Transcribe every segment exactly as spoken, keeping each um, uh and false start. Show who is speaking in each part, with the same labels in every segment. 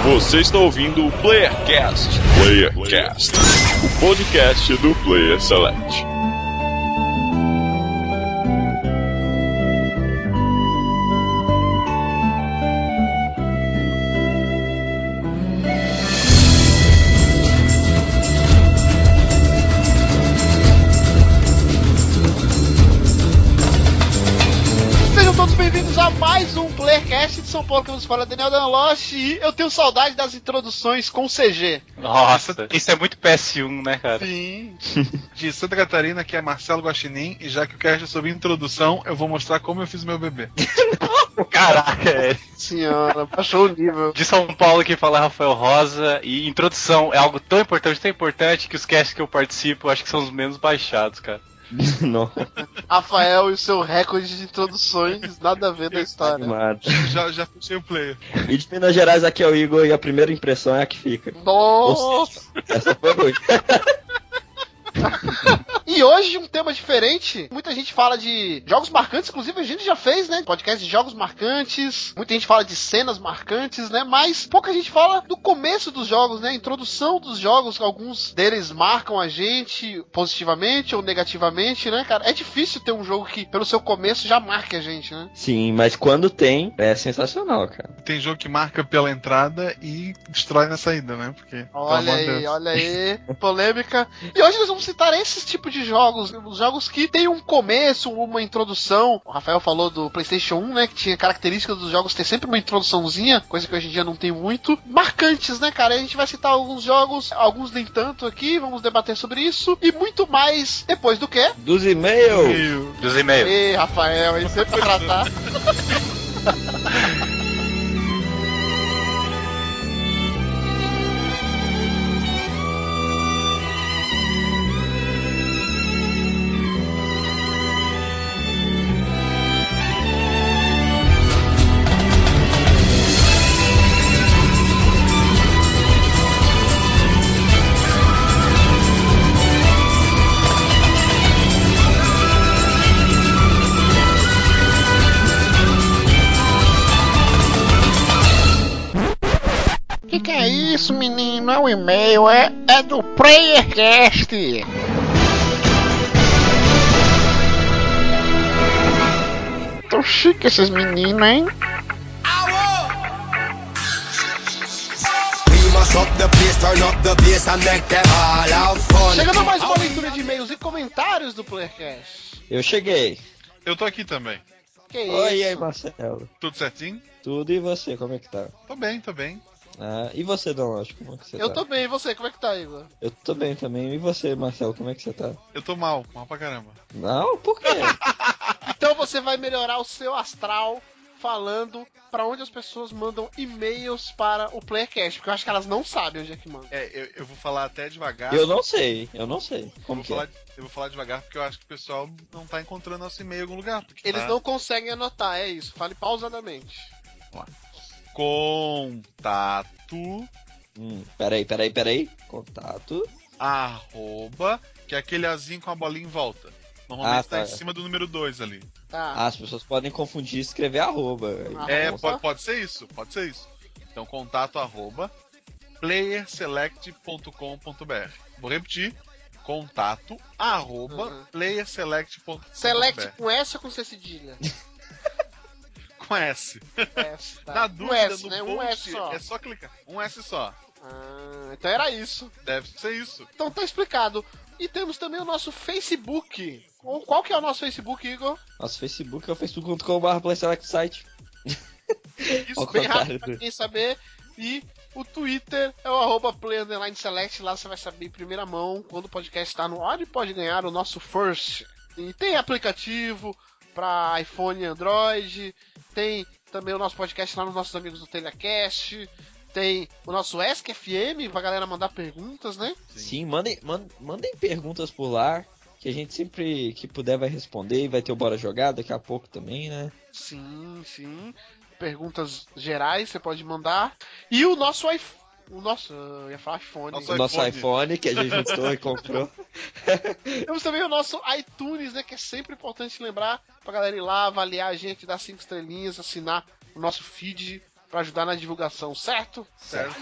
Speaker 1: Você está ouvindo o PlayerCast. PlayerCast, o podcast do Player Select.
Speaker 2: Bem-vindos a mais um PlayerCast de São Paulo, que nos fala Daniel Danlosh, e eu tenho saudade das introduções com C G.
Speaker 3: Nossa, isso é muito P S um, né, cara?
Speaker 2: Sim.
Speaker 4: De Santa Catarina, que é Marcelo Guaxinim, e já que o cast é sobre introdução, eu vou mostrar como eu fiz meu bebê.
Speaker 3: Caraca, é.
Speaker 2: Senhora, baixou o nível.
Speaker 3: De São Paulo, que fala Rafael Rosa, e introdução é algo tão importante, tão importante, que os casts que eu participo acho que são os menos baixados, cara.
Speaker 5: Não.
Speaker 2: Rafael e o seu recorde de introduções, nada a ver da história.
Speaker 4: Já, já puxei o player.
Speaker 5: E de Minas Gerais, aqui é o Igor, e a primeira impressão é a que fica.
Speaker 2: Nossa!
Speaker 5: Seja, essa foi ruim.
Speaker 2: E hoje um tema diferente. Muita gente fala de jogos marcantes, inclusive a gente já fez, né? Podcast de jogos marcantes. Muita gente fala de cenas marcantes, né? Mas pouca gente fala do começo dos jogos, né? A introdução dos jogos. Alguns deles marcam a gente positivamente ou negativamente, né, cara? É difícil ter um jogo que, pelo seu começo, já marque a gente, né?
Speaker 5: Sim, mas quando tem, é sensacional, cara.
Speaker 4: Tem jogo que marca pela entrada e destrói na saída, né? Porque,
Speaker 2: olha aí, Deus. olha aí, polêmica. E hoje nós vamos citar esses tipos de jogos, os jogos que tem um começo, uma introdução. O Rafael falou do PlayStation um, né, que tinha características dos jogos ter sempre uma introduçãozinha, coisa que hoje em dia não tem muito. Marcantes, né, cara? A gente vai citar alguns jogos, alguns nem tanto aqui, vamos debater sobre isso e muito mais depois do quê?
Speaker 5: Dos e-mails.
Speaker 3: Dos e-mails.
Speaker 2: Ei, Rafael, aí sempre pra tratar. Que que é isso, menino? É um e-mail, é, é do PlayerCast. Tão chique esses meninos, hein? Chegando a mais uma leitura de e-mails e comentários do PlayerCast.
Speaker 5: Eu cheguei.
Speaker 4: Eu tô aqui também.
Speaker 2: Que isso?
Speaker 5: Oi, aí, Marcelo.
Speaker 4: Tudo certinho?
Speaker 5: Tudo, e você, como é que tá?
Speaker 4: Tô bem, tô bem.
Speaker 5: Ah, e você, Donald, como é que você
Speaker 2: eu
Speaker 5: tá?
Speaker 2: Eu tô bem, e você, como é que tá, Igor?
Speaker 5: Eu tô bem também, e você, Marcelo, como é que você tá?
Speaker 4: Eu tô mal, mal pra caramba.
Speaker 5: Não, por quê?
Speaker 2: Então você vai melhorar o seu astral falando pra onde as pessoas mandam e-mails para o PlayerCast, porque eu acho que elas não sabem onde é que mandam.
Speaker 4: É, eu, eu vou falar até devagar.
Speaker 5: Eu não sei, eu não sei. Como
Speaker 4: eu, vou
Speaker 5: que
Speaker 4: falar,
Speaker 5: é?
Speaker 4: eu vou falar devagar porque eu acho que o pessoal não tá encontrando nosso e-mail em algum lugar.
Speaker 2: Eles
Speaker 4: tá...
Speaker 2: não conseguem anotar, é isso. Fale pausadamente.
Speaker 4: Vamos lá. Contato.
Speaker 5: Hum, peraí, peraí, peraí. Contato.
Speaker 4: Arroba, que é aquele azinho com a bolinha em volta. Normalmente ah, tá. tá em cima do número dois ali.
Speaker 2: Tá.
Speaker 5: Ah, as pessoas podem confundir e escrever arroba.
Speaker 2: arroba.
Speaker 4: É, pode, pode ser isso, pode ser isso. Então, contato arroba player select ponto com ponto b r. Vou repetir. Contato arroba uhum. player select ponto com ponto b r.
Speaker 2: Select com S ou com C cedilha?
Speaker 4: Com S.
Speaker 2: S tá.
Speaker 4: Na dúvida,
Speaker 2: um S,
Speaker 4: no
Speaker 2: né?
Speaker 4: post,
Speaker 2: um S só.
Speaker 4: É só clicar. Um S só.
Speaker 2: Ah, então era isso.
Speaker 4: Deve ser isso.
Speaker 2: Então tá explicado. E temos também o nosso Facebook. Qual que é o nosso Facebook, Igor?
Speaker 5: Nosso Facebook é o facebook ponto com barra player select site.
Speaker 2: Isso, bem rápido pra quem saber. E o Twitter é o arroba player select. Lá você vai saber em primeira mão quando o podcast está no ar e pode ganhar o nosso first. E tem aplicativo para iPhone e Android. Tem também o nosso podcast lá nos nossos amigos do Telecast. Tem o nosso Ask F M pra galera mandar perguntas, né?
Speaker 5: Sim, Sim mandem, mandem perguntas por lá, que a gente sempre que puder vai responder. E vai ter o Bora Jogar daqui a pouco também, né?
Speaker 2: Sim, sim. Perguntas gerais você pode mandar. E o nosso iPhone. O nosso. Eu ia falar iPhone.
Speaker 5: Nosso o nosso iPhone. iPhone, que a gente juntou e comprou.
Speaker 2: Temos também o nosso iTunes, né? Que é sempre importante lembrar pra galera ir lá, avaliar a gente, dar cinco estrelinhas, assinar o nosso feed pra ajudar na divulgação, certo?
Speaker 4: Certo.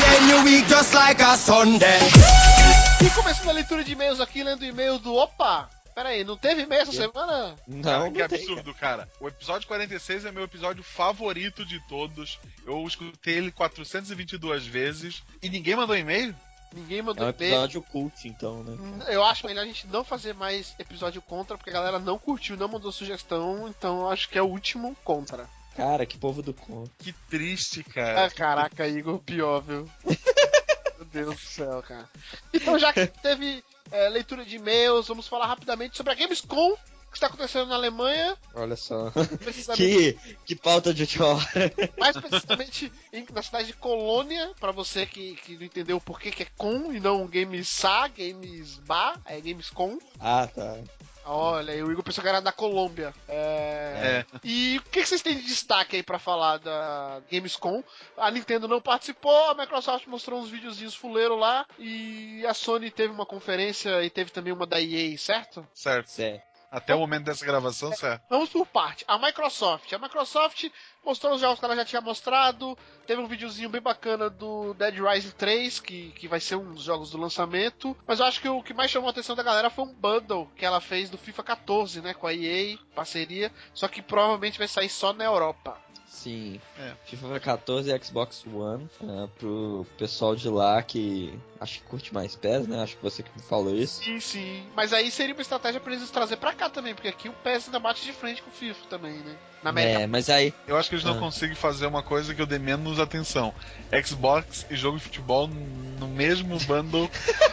Speaker 2: E começando a leitura de e-mails aqui, lendo o e-mail do... Opa! Pera aí, não teve e-mail essa semana?
Speaker 5: Não,
Speaker 4: Cara,
Speaker 5: não
Speaker 4: que
Speaker 5: tem,
Speaker 4: absurdo, cara. O episódio quarenta e seis é meu episódio favorito de todos. Eu escutei ele quatrocentas e vinte e duas vezes e ninguém mandou e-mail?
Speaker 2: Ninguém
Speaker 5: É
Speaker 2: mandou
Speaker 5: um
Speaker 2: e-mail.
Speaker 5: episódio cult, então, né?
Speaker 2: Eu acho melhor a gente não fazer mais episódio contra, porque a galera não curtiu, não mandou sugestão, então eu acho que é o último contra.
Speaker 5: Cara, que povo do conto.
Speaker 4: Que triste, cara.
Speaker 2: Ah, caraca, Igor, pior, viu? Meu Deus do céu, cara. Então, já que teve é, leitura de e-mails, vamos falar rapidamente sobre a Gamescom, que está acontecendo na Alemanha.
Speaker 5: Olha só.
Speaker 2: Precisamente...
Speaker 5: que, que pauta de última hora.
Speaker 2: Mais precisamente em, na cidade de Colônia, pra você que, que não entendeu o porquê que é com e não Gamesá, Gamesba, é Gamescom.
Speaker 5: Ah, tá.
Speaker 2: Olha, e o Igor pensou que era da Colômbia. É... é. E o que vocês têm de destaque aí pra falar da Gamescom? A Nintendo não participou, a Microsoft mostrou uns videozinhos fuleiro lá, e a Sony teve uma conferência e teve também uma da E A, certo?
Speaker 4: Certo.
Speaker 5: Certo.
Speaker 4: Até o momento dessa gravação, certo.
Speaker 2: Vamos por parte. A Microsoft. A Microsoft mostrou os jogos que ela já tinha mostrado. Teve um videozinho bem bacana do Dead Rising três, que, que vai ser um dos jogos do lançamento. Mas eu acho que o que mais chamou a atenção da galera foi um bundle que ela fez do FIFA quatorze, né? Com a E A, parceria. Só que provavelmente vai sair só na Europa.
Speaker 5: Sim,
Speaker 4: é.
Speaker 5: FIFA quatorze e Xbox One, uh, pro pessoal de lá que acho que curte mais P E S, né? Acho que você que me falou isso.
Speaker 2: Sim, sim. Mas aí seria uma estratégia pra eles trazer pra cá também, porque aqui o P E S ainda bate de frente com o FIFA também, né? Na América.
Speaker 5: É, mas aí...
Speaker 4: Eu acho que eles não
Speaker 5: ah.
Speaker 4: conseguem fazer uma coisa que eu dei menos atenção. Xbox e jogo de futebol no mesmo bundle.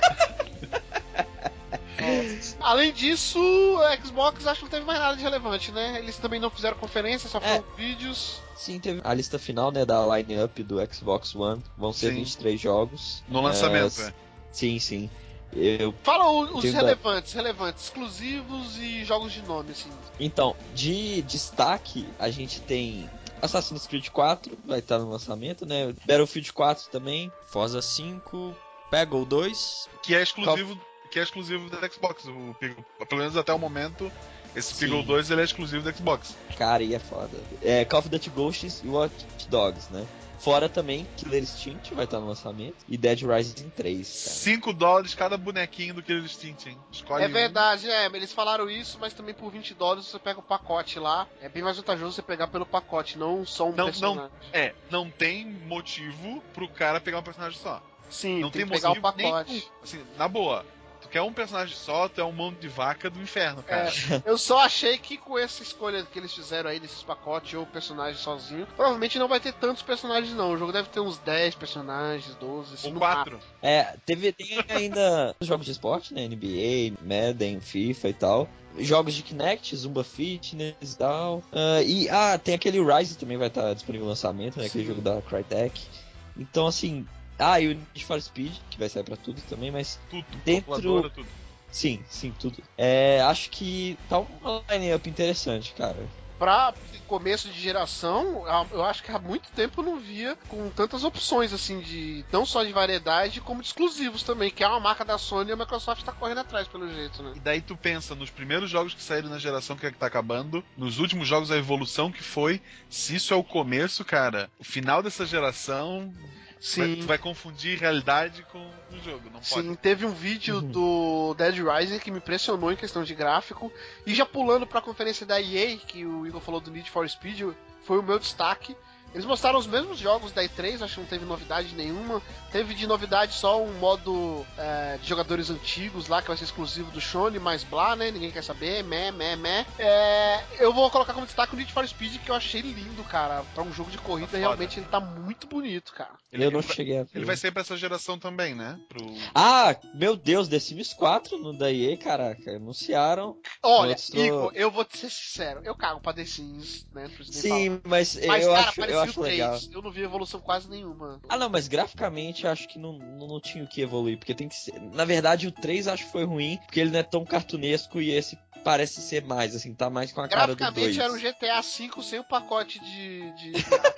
Speaker 2: Além disso, a Xbox acho que não teve mais nada de relevante, né? Eles também não fizeram conferência, só foram é. vídeos.
Speaker 5: Sim, teve a lista final, né, da line-up do Xbox One. Vão ser sim. vinte e três jogos.
Speaker 4: No lançamento, é.
Speaker 5: é. Sim, sim. Eu
Speaker 2: Fala os relevantes, da... relevantes, exclusivos e jogos de nome, assim.
Speaker 5: Então, de destaque, a gente tem Assassin's Creed quatro, vai estar no lançamento, né? Battlefield quatro também, Forza cinco, Peggle dois.
Speaker 4: Que é exclusivo... Call... Que é exclusivo da Xbox, o Peggle. Pelo menos até o momento, esse Peggle dois ele é exclusivo da Xbox.
Speaker 5: Cara, e é foda. É Call of Duty Ghosts e Watch Dogs, né? Fora também Killer Instinct vai estar no lançamento e Dead Rising três.
Speaker 4: cinco dólares cada bonequinho do Killer Instinct, hein? Escolhe
Speaker 2: é
Speaker 4: um.
Speaker 2: verdade, é. Eles falaram isso, mas também por vinte dólares você pega o pacote lá. É bem mais vantajoso você pegar pelo pacote, não só um
Speaker 4: não,
Speaker 2: personagem.
Speaker 4: Não, é, não tem motivo pro cara pegar um personagem só.
Speaker 2: Sim,
Speaker 4: não
Speaker 2: tem,
Speaker 4: tem
Speaker 2: que pegar o pacote.
Speaker 4: Nem, assim, na boa. Tu quer um personagem só, tu é um mão de vaca do inferno, cara.
Speaker 2: É, eu só achei que com essa escolha que eles fizeram aí desses pacotes ou personagem sozinho, provavelmente não vai ter tantos personagens não. O jogo deve ter uns dez personagens, doze, assim,
Speaker 4: ou quatro.
Speaker 5: É, teve tem ainda jogos de esporte, né? N B A, Madden, FIFA e tal. Jogos de Kinect, Zumba Fitness e tal. Uh, e, ah, tem aquele Rise também vai estar disponível no lançamento, né? Aquele
Speaker 2: Sim.
Speaker 5: jogo da Crytek. Então, assim... Ah, e o Need for Speed, que vai sair pra tudo também, mas...
Speaker 4: Tudo,
Speaker 5: dentro...
Speaker 4: tudo.
Speaker 5: Sim, sim, tudo. É, acho que tá uma line-up interessante, cara.
Speaker 2: Pra começo de geração, eu acho que há muito tempo eu não via com tantas opções, assim, de não só de variedade, como de exclusivos também, que é uma marca da Sony e a Microsoft tá correndo atrás, pelo jeito, né?
Speaker 4: E daí tu pensa nos primeiros jogos que saíram na geração que tá acabando, nos últimos jogos a evolução que foi, se isso é o começo, cara, o final dessa geração...
Speaker 2: Sim.
Speaker 4: Vai, tu vai confundir realidade com o jogo, não pode.
Speaker 2: Sim, teve um vídeo uhum. do Dead Rising que me impressionou em questão de gráfico. E já pulando pra conferência da E A, que o Igor falou do Need for Speed, foi o meu destaque. Eles mostraram os mesmos jogos da E três, acho que não teve novidade nenhuma. Teve de novidade só um modo é, de jogadores antigos lá, que vai ser exclusivo do Shone, mais blá, né? Ninguém quer saber, meh, meh, meh. É, eu vou colocar como destaque o Need for Speed, que eu achei lindo, cara. Pra um jogo de corrida, tá realmente ele tá muito bonito, cara.
Speaker 5: Ele, eu não
Speaker 4: ele
Speaker 5: cheguei a ver.
Speaker 4: Ele vai sair pra essa geração também, né? Pro...
Speaker 5: Ah, meu Deus, The Sims quatro no da E A, caraca. Anunciaram.
Speaker 2: Olha,
Speaker 5: mostrou...
Speaker 2: Igor, eu vou te ser sincero. Eu cago pra The Sims, né?
Speaker 5: Sim, mas,
Speaker 2: mas
Speaker 5: eu
Speaker 2: cara,
Speaker 5: acho, eu acho legal.
Speaker 2: Eu não vi evolução quase nenhuma.
Speaker 5: Ah, não, mas graficamente acho que não, não, não tinha o que evoluir, porque tem que ser... Na verdade, o três acho que foi ruim, porque ele não é tão cartunesco e esse parece ser mais, assim, tá mais com a cara do dois.
Speaker 2: Graficamente era um G T A cinco sem o pacote de, de,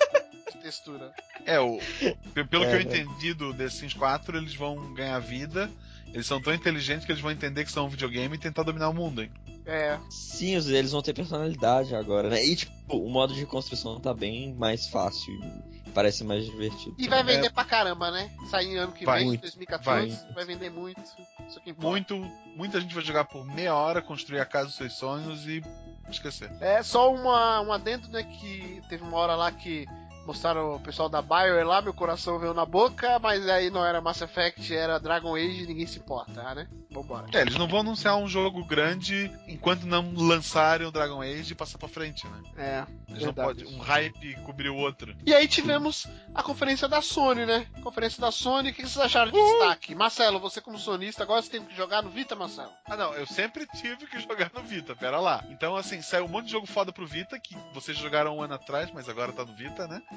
Speaker 2: de textura.
Speaker 4: É, o, pelo
Speaker 5: é,
Speaker 4: que eu
Speaker 5: né?
Speaker 4: entendi do The Sims quatro, eles vão ganhar vida, eles são tão inteligentes que eles vão entender que são um videogame e tentar dominar o mundo, hein?
Speaker 2: É.
Speaker 5: Sim, eles vão ter personalidade agora, né? E, tipo, o modo de construção tá bem mais fácil. parece mais divertido.
Speaker 2: E vai vender
Speaker 4: É.
Speaker 2: pra caramba, né? Sair ano que
Speaker 4: Vai.
Speaker 2: vem,
Speaker 5: Muito.
Speaker 2: dois mil e quatorze,
Speaker 5: Vai.
Speaker 2: vai vender muito. Isso que importa.
Speaker 4: Muito, muita gente vai jogar por meia hora, construir a casa dos seus sonhos e esquecer.
Speaker 2: É só uma, um adendo, né? Que teve uma hora lá que mostraram o pessoal da Bioware lá, meu coração veio na boca, mas aí não era Mass Effect, era Dragon Age e ninguém se importa, né? Vambora.
Speaker 4: É, eles não vão anunciar um jogo grande enquanto não lançarem o Dragon Age e passar pra frente, né?
Speaker 2: É,
Speaker 4: Eles não
Speaker 2: verdade.
Speaker 4: podem um hype cobrir o outro.
Speaker 2: E aí tivemos a conferência da Sony, né? Conferência da Sony, o que vocês acharam de destaque? Marcelo, você como sonista, agora você tem que jogar no Vita, Marcelo?
Speaker 4: Ah, não, eu sempre tive que jogar no Vita, pera lá. Então, assim, saiu um monte de jogo foda pro Vita, que vocês jogaram um ano atrás, mas agora tá no Vita, né?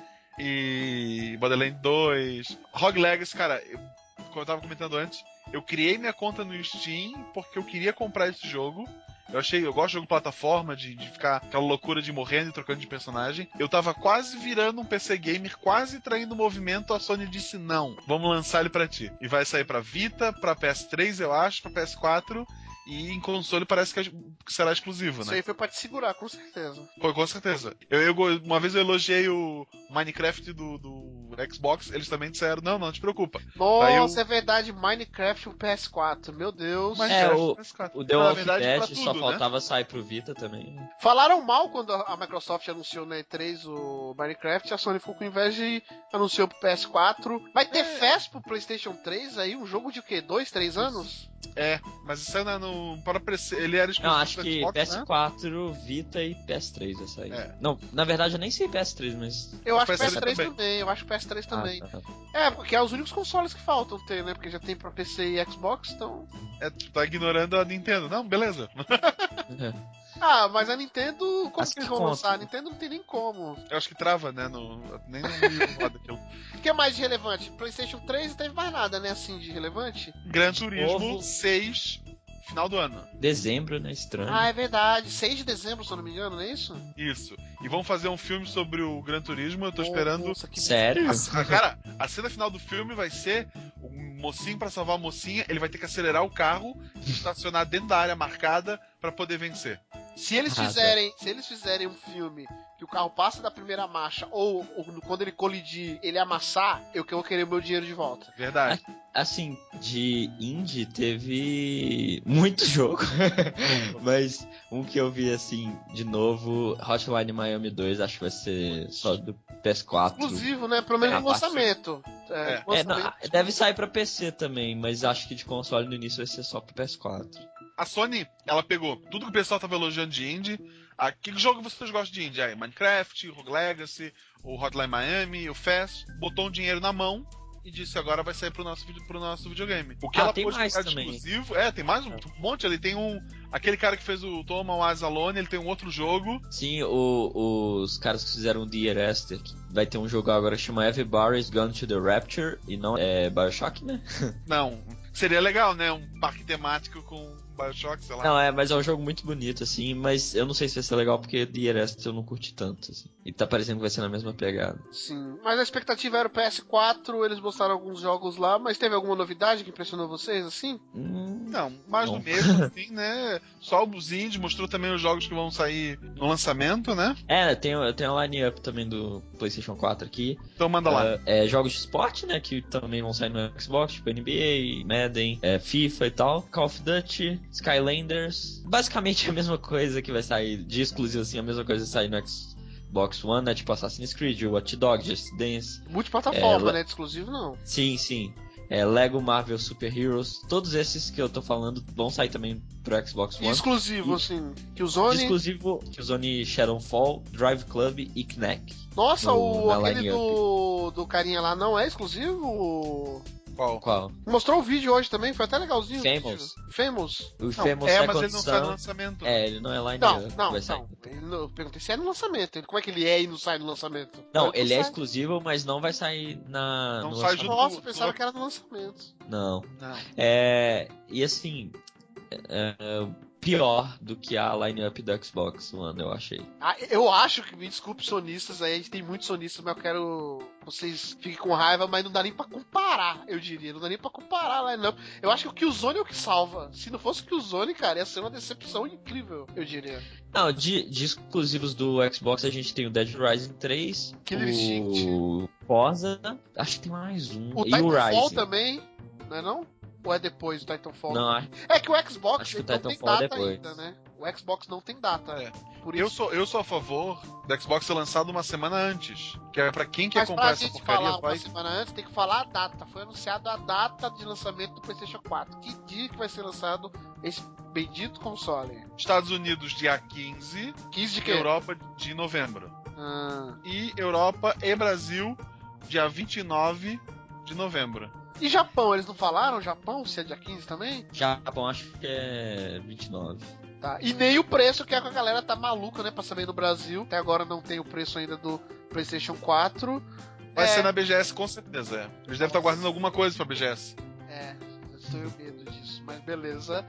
Speaker 4: E Borderlands dois, Rogue Legacy, cara, eu, como eu tava comentando antes, eu criei minha conta no Steam porque eu queria comprar esse jogo. Eu achei, eu gosto de jogo plataforma, de, de ficar aquela loucura de morrendo e trocando de personagem. Eu tava quase virando um P C gamer, quase traindo o movimento. A Sony disse não, vamos lançar ele pra ti. E vai sair pra Vita, pra P S três, eu acho, pra P S quatro. E em console parece que será exclusivo,
Speaker 2: Isso
Speaker 4: né?
Speaker 2: aí foi pra te segurar, com certeza.
Speaker 4: Foi, com certeza. Eu, eu- uma vez eu elogiei o Minecraft do, do Xbox, eles também disseram, não, não te preocupa. Aí
Speaker 2: Nossa,
Speaker 4: eu-
Speaker 2: é verdade, Minecraft o P S quatro, meu Deus.
Speaker 4: Mas-
Speaker 5: É,
Speaker 4: Minecraft
Speaker 5: o,
Speaker 4: P S quatro.
Speaker 5: o The
Speaker 4: Na
Speaker 5: Walking
Speaker 4: verdade, pra
Speaker 5: Dead
Speaker 4: tudo,
Speaker 5: só
Speaker 4: né?
Speaker 5: faltava sair pro Vita também.
Speaker 2: Falaram mal quando a Microsoft anunciou na E três o Minecraft, a Sony ficou com inveja e anunciou pro P S quatro. Vai ter
Speaker 4: É.
Speaker 2: festa pro PlayStation três aí, um jogo de o quê? Dois, três anos?
Speaker 4: É, mas isso aí não, no, para P C, ele era
Speaker 5: Não,
Speaker 4: exclusivo
Speaker 5: acho
Speaker 4: do
Speaker 5: que
Speaker 4: Xbox,
Speaker 5: P S
Speaker 4: né?
Speaker 5: quatro, Vita e P S três vai sair.
Speaker 4: É.
Speaker 5: Não, na verdade eu nem sei P S três, mas.
Speaker 2: Eu
Speaker 4: O
Speaker 2: acho que
Speaker 4: P S
Speaker 2: P S três
Speaker 4: também.
Speaker 2: também. eu acho que P S três também.
Speaker 5: Ah, tá.
Speaker 2: É, porque é os únicos consoles que faltam ter, né? Porque já tem pra P C e Xbox, então...
Speaker 4: É, tu tá ignorando a Nintendo. Não, beleza.
Speaker 2: Ah, mas a Nintendo, como
Speaker 5: As
Speaker 2: que eles
Speaker 5: que
Speaker 2: vão lançar? A
Speaker 5: contam.
Speaker 2: Nintendo não tem nem como.
Speaker 4: Eu acho que trava, né? No, nem no Wii U roda aquilo.
Speaker 2: O que é mais de relevante? PlayStation três não teve mais nada, né? Assim, de relevante?
Speaker 4: Gran Turismo
Speaker 5: Novo.
Speaker 4: seis, final do ano.
Speaker 5: Dezembro, né? Estranho.
Speaker 2: Ah, é verdade. seis de dezembro, se eu não me engano, não é isso?
Speaker 4: Isso. E vão fazer um filme sobre o Gran Turismo. Eu tô esperando.
Speaker 2: Nossa, que
Speaker 5: Sério?
Speaker 4: A- cara, a cena final do filme vai ser um mocinho pra salvar a mocinha. Ele vai ter que acelerar o carro e estacionar dentro da área marcada pra poder vencer.
Speaker 2: Se eles
Speaker 5: Ah, tá.
Speaker 2: fizerem, se eles fizerem um filme que o carro passa da primeira marcha ou, ou quando ele colidir, ele amassar, eu que eu vou querer o meu dinheiro de volta.
Speaker 4: Verdade.
Speaker 5: Assim, de indie teve muito jogo. Mas um que eu vi assim, de novo, Hotline Miami dois, acho que vai ser só do P S quatro.
Speaker 2: Exclusivo, né? Pelo menos
Speaker 5: É,
Speaker 2: no lançamento. É,
Speaker 4: É.
Speaker 2: no
Speaker 5: É, não,
Speaker 2: lançamento.
Speaker 5: deve sair pra P C também, mas acho que de console no início vai ser só pro P S quatro.
Speaker 4: A Sony, ela pegou tudo que o pessoal tava elogiando de indie. Ah, que jogo vocês gostam de indie? Aí, Minecraft, Rogue Legacy, o Hotline Miami, o Fast, botou um dinheiro na mão e disse agora vai sair pro nosso, vídeo- pro nosso videogame. O que
Speaker 5: Ah,
Speaker 4: ela
Speaker 5: tem
Speaker 4: pôde
Speaker 5: mais
Speaker 4: pegar de
Speaker 5: também.
Speaker 4: exclusivo. É, tem mais um monte. Ele tem um. Aquele cara que fez o Toma Was Alone, ele tem um outro jogo.
Speaker 5: Sim, o- os caras que fizeram Dear Esther, que vai ter um jogo agora que chama Everybody's Gone to the Rapture, e não é Bioshock, né?
Speaker 4: Não, seria legal, né? Um parque temático com Bioshock, sei lá.
Speaker 5: Não, é, mas é um jogo muito bonito, assim, mas eu não sei se vai ser legal porque Dear Esther eu não curti tanto, assim. E tá parecendo que vai ser na mesma pegada.
Speaker 2: Sim. Mas a expectativa era o P S quatro, eles mostraram alguns jogos lá, mas teve alguma novidade que impressionou vocês, assim?
Speaker 5: Hum,
Speaker 4: Não, mais
Speaker 5: Não.
Speaker 4: do mesmo, assim, né? Só os indies, mostrou também os jogos que vão sair no lançamento, né?
Speaker 5: É, tem, eu tenho a line-up também do PlayStation quatro aqui.
Speaker 4: Então manda lá.
Speaker 5: Ah, é, jogos de esporte, né, que também vão sair no Xbox, tipo N B A, Madden, é, FIFA e tal. Call of Duty, Skylanders. Basicamente a mesma coisa que vai sair de exclusivo, assim, a mesma coisa que vai sair no Xbox One, né, tipo Assassin's Creed, Watch Dogs, Just Dance.
Speaker 2: Multiplataforma,
Speaker 5: É,
Speaker 2: né? De exclusivo, não.
Speaker 5: Sim, sim. É, Lego Marvel Super Heroes, todos esses que eu tô falando vão sair também pro Xbox
Speaker 2: E
Speaker 5: One.
Speaker 2: exclusivo,
Speaker 5: E-
Speaker 2: assim. Que o
Speaker 5: De
Speaker 2: Zone.
Speaker 5: exclusivo, Killzone Shadowfall, Drive Club e Knack.
Speaker 2: Nossa,
Speaker 5: no-
Speaker 2: o
Speaker 5: na
Speaker 2: aquele
Speaker 5: line-up.
Speaker 2: do, do carinha lá não é exclusivo?
Speaker 4: Qual?
Speaker 5: Qual?
Speaker 2: Mostrou o vídeo hoje também, foi até legalzinho. o
Speaker 5: Famous.
Speaker 2: vídeo. Famous.
Speaker 5: O
Speaker 4: Não,
Speaker 5: Famous
Speaker 4: é,
Speaker 5: Second
Speaker 4: mas ele não sai no
Speaker 5: Son-
Speaker 4: lançamento.
Speaker 5: É, ele não é line
Speaker 2: Não,
Speaker 5: up,
Speaker 2: não,
Speaker 5: vai sair.
Speaker 2: não. Ele não. Eu perguntei se é no lançamento. Ele- Como é que ele é e não sai no lançamento?
Speaker 5: Não,
Speaker 2: Ele
Speaker 5: ele é
Speaker 2: sai.
Speaker 5: exclusivo, mas não vai sair na,
Speaker 4: Não
Speaker 5: no
Speaker 4: sai
Speaker 5: lançamento.
Speaker 4: junto.
Speaker 2: Nossa, eu
Speaker 4: do-
Speaker 2: pensava
Speaker 4: do-
Speaker 2: que era no lançamento.
Speaker 5: Não.
Speaker 4: Não.
Speaker 5: É, e assim, é, é, pior do que a line-up do Xbox One, eu achei.
Speaker 2: Ah, eu acho que, me desculpe, sonistas, aí a gente tem muitos sonistas, mas eu quero. Vocês fiquem com raiva, mas não dá nem pra comparar, eu diria. Não dá nem pra comparar lá, não. Eu acho que o Killzone é o que salva. Se não fosse o Killzone, cara, ia ser uma decepção incrível, eu diria.
Speaker 5: Não, de, de exclusivos do Xbox a gente tem o Dead Rising três,
Speaker 2: Killer
Speaker 5: o
Speaker 2: Instinct.
Speaker 5: Forza, acho que tem mais um.
Speaker 2: O
Speaker 5: e o
Speaker 2: Titanfall
Speaker 5: Rising.
Speaker 2: também, não é não? Ou é depois do Titanfall?
Speaker 5: Não, acho,
Speaker 2: É que o Xbox
Speaker 5: acho que o
Speaker 2: não tem
Speaker 5: Titanfall é
Speaker 2: data
Speaker 5: depois.
Speaker 2: ainda, né? O Xbox não tem data.
Speaker 4: É.
Speaker 2: Por
Speaker 4: Eu
Speaker 2: isso.
Speaker 4: sou, eu sou a favor do Xbox ser lançado uma semana antes. Que é pra quem quer
Speaker 2: Mas
Speaker 4: comprar
Speaker 2: pra
Speaker 4: essa
Speaker 2: gente
Speaker 4: porcaria,
Speaker 2: falar
Speaker 4: vai.
Speaker 2: uma semana antes, tem que falar a data. Foi anunciado a data de lançamento do PlayStation quatro. Que dia que vai ser lançado esse bendito console?
Speaker 4: Estados Unidos, dia quinze.
Speaker 2: quinze de quê?
Speaker 4: Europa, de novembro.
Speaker 2: Ah.
Speaker 4: E Europa e Brasil, dia vinte e nove de novembro.
Speaker 2: E Japão, eles não falaram? Japão, se é dia quinze também?
Speaker 5: Japão, acho que é vinte e nove.
Speaker 2: Tá. E nem o preço, que a galera tá maluca, né? Pra saber no Brasil. Até agora não tem o preço ainda do PlayStation quatro.
Speaker 4: Vai
Speaker 2: é...
Speaker 4: ser na B G S com certeza, é. Eles devem estar guardando alguma coisa pra B G S.
Speaker 2: É, eu tenho medo disso, mas beleza.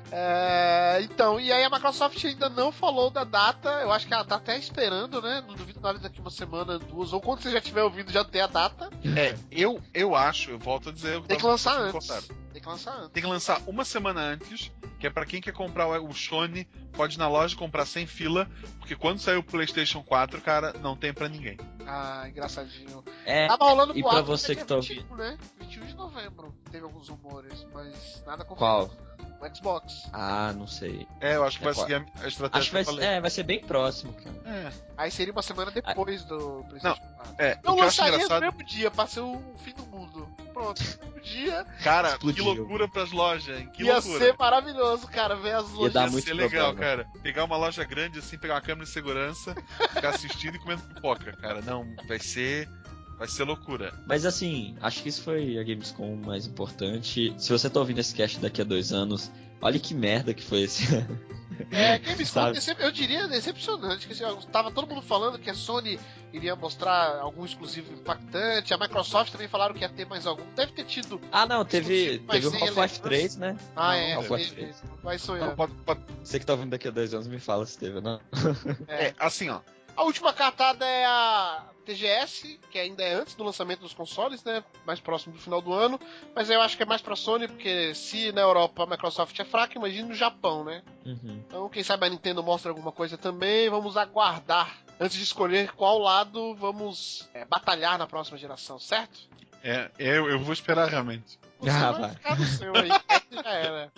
Speaker 2: É, então, e aí a Microsoft ainda não falou da data. Eu acho que ela tá até esperando, né? Não duvido nada daqui uma semana, duas, ou quando você já tiver ouvido já ter a data.
Speaker 4: É, eu, eu acho, eu volto a dizer... Eu
Speaker 2: Tem que
Speaker 4: tava-
Speaker 2: lançar
Speaker 4: me
Speaker 2: antes.
Speaker 4: cortaram.
Speaker 2: Tem que lançar antes.
Speaker 4: Tem que lançar uma semana antes, que é pra quem quer comprar o Sony, pode ir na loja comprar sem fila, porque quando sair o PlayStation quatro, cara, não tem pra ninguém.
Speaker 2: Ah, engraçadinho.
Speaker 5: É,
Speaker 2: Tava rolando
Speaker 5: e
Speaker 2: boato
Speaker 5: pra você que tá
Speaker 2: vinte e um, né? vinte e um de novembro. Teve alguns rumores, mas nada
Speaker 5: Qual?
Speaker 2: confirmado. O Xbox.
Speaker 5: Ah, não sei.
Speaker 4: É, eu acho que
Speaker 5: É,
Speaker 4: vai seguir a, a estratégia
Speaker 5: Acho que vai,
Speaker 4: que eu falei.
Speaker 5: é, vai ser bem próximo, cara.
Speaker 4: É.
Speaker 2: Aí seria uma semana depois do PlayStation quatro.
Speaker 4: É,
Speaker 2: Eu
Speaker 4: o que eu acho
Speaker 2: lançaria no
Speaker 4: engraçado...
Speaker 2: mesmo dia, pra ser o fim do mundo. Pronto, no mesmo dia.
Speaker 4: Cara,
Speaker 5: Explodiu.
Speaker 4: que loucura pras lojas, hein? Que
Speaker 2: ia
Speaker 4: loucura.
Speaker 2: ser maravilhoso, cara, ver as lojas.
Speaker 5: dar
Speaker 4: Ia
Speaker 5: muito
Speaker 4: ser legal,
Speaker 5: problema.
Speaker 4: cara. Pegar uma loja grande assim, pegar uma câmera de segurança, ficar assistindo e comendo pipoca, cara. Não, vai ser... Vai ser loucura.
Speaker 5: Mas assim, acho que isso foi a Gamescom mais importante. Se você tá ouvindo esse cast daqui a dois anos, olha que merda que foi esse ano.
Speaker 2: É, Gamescom,
Speaker 5: Sabe?
Speaker 2: decep- eu diria decepcionante, que assim, ó, tava todo mundo falando que a Sony iria mostrar algum exclusivo impactante, a Microsoft também falaram que ia ter mais algum, deve ter tido.
Speaker 5: Ah, não, teve,
Speaker 2: Exclusivo, mas
Speaker 5: teve o
Speaker 2: sem
Speaker 5: Half-Life
Speaker 2: relevância.
Speaker 5: três, né?
Speaker 2: Ah,
Speaker 4: Não,
Speaker 2: é,
Speaker 4: não
Speaker 5: Half-Life
Speaker 2: teve,
Speaker 5: três.
Speaker 2: vai sonhando.
Speaker 4: Não, pode, pode...
Speaker 5: Você que tá ouvindo daqui a dois anos me fala se teve ou não.
Speaker 2: É.
Speaker 4: É, assim, ó.
Speaker 2: A última cartada é a T G S, que ainda é antes do lançamento dos consoles, né? Mais próximo do final do ano. Mas eu acho que é mais pra Sony, porque se na Europa a Microsoft é fraca, imagina no Japão, né?
Speaker 5: Uhum.
Speaker 2: Então, quem sabe a Nintendo mostra alguma coisa também. Vamos aguardar antes de escolher qual lado vamos é, batalhar na próxima geração, certo?
Speaker 4: É, eu, eu vou esperar realmente.
Speaker 2: Você
Speaker 5: Ah,
Speaker 2: vai
Speaker 5: vai.
Speaker 2: ficar no seu aí, já era.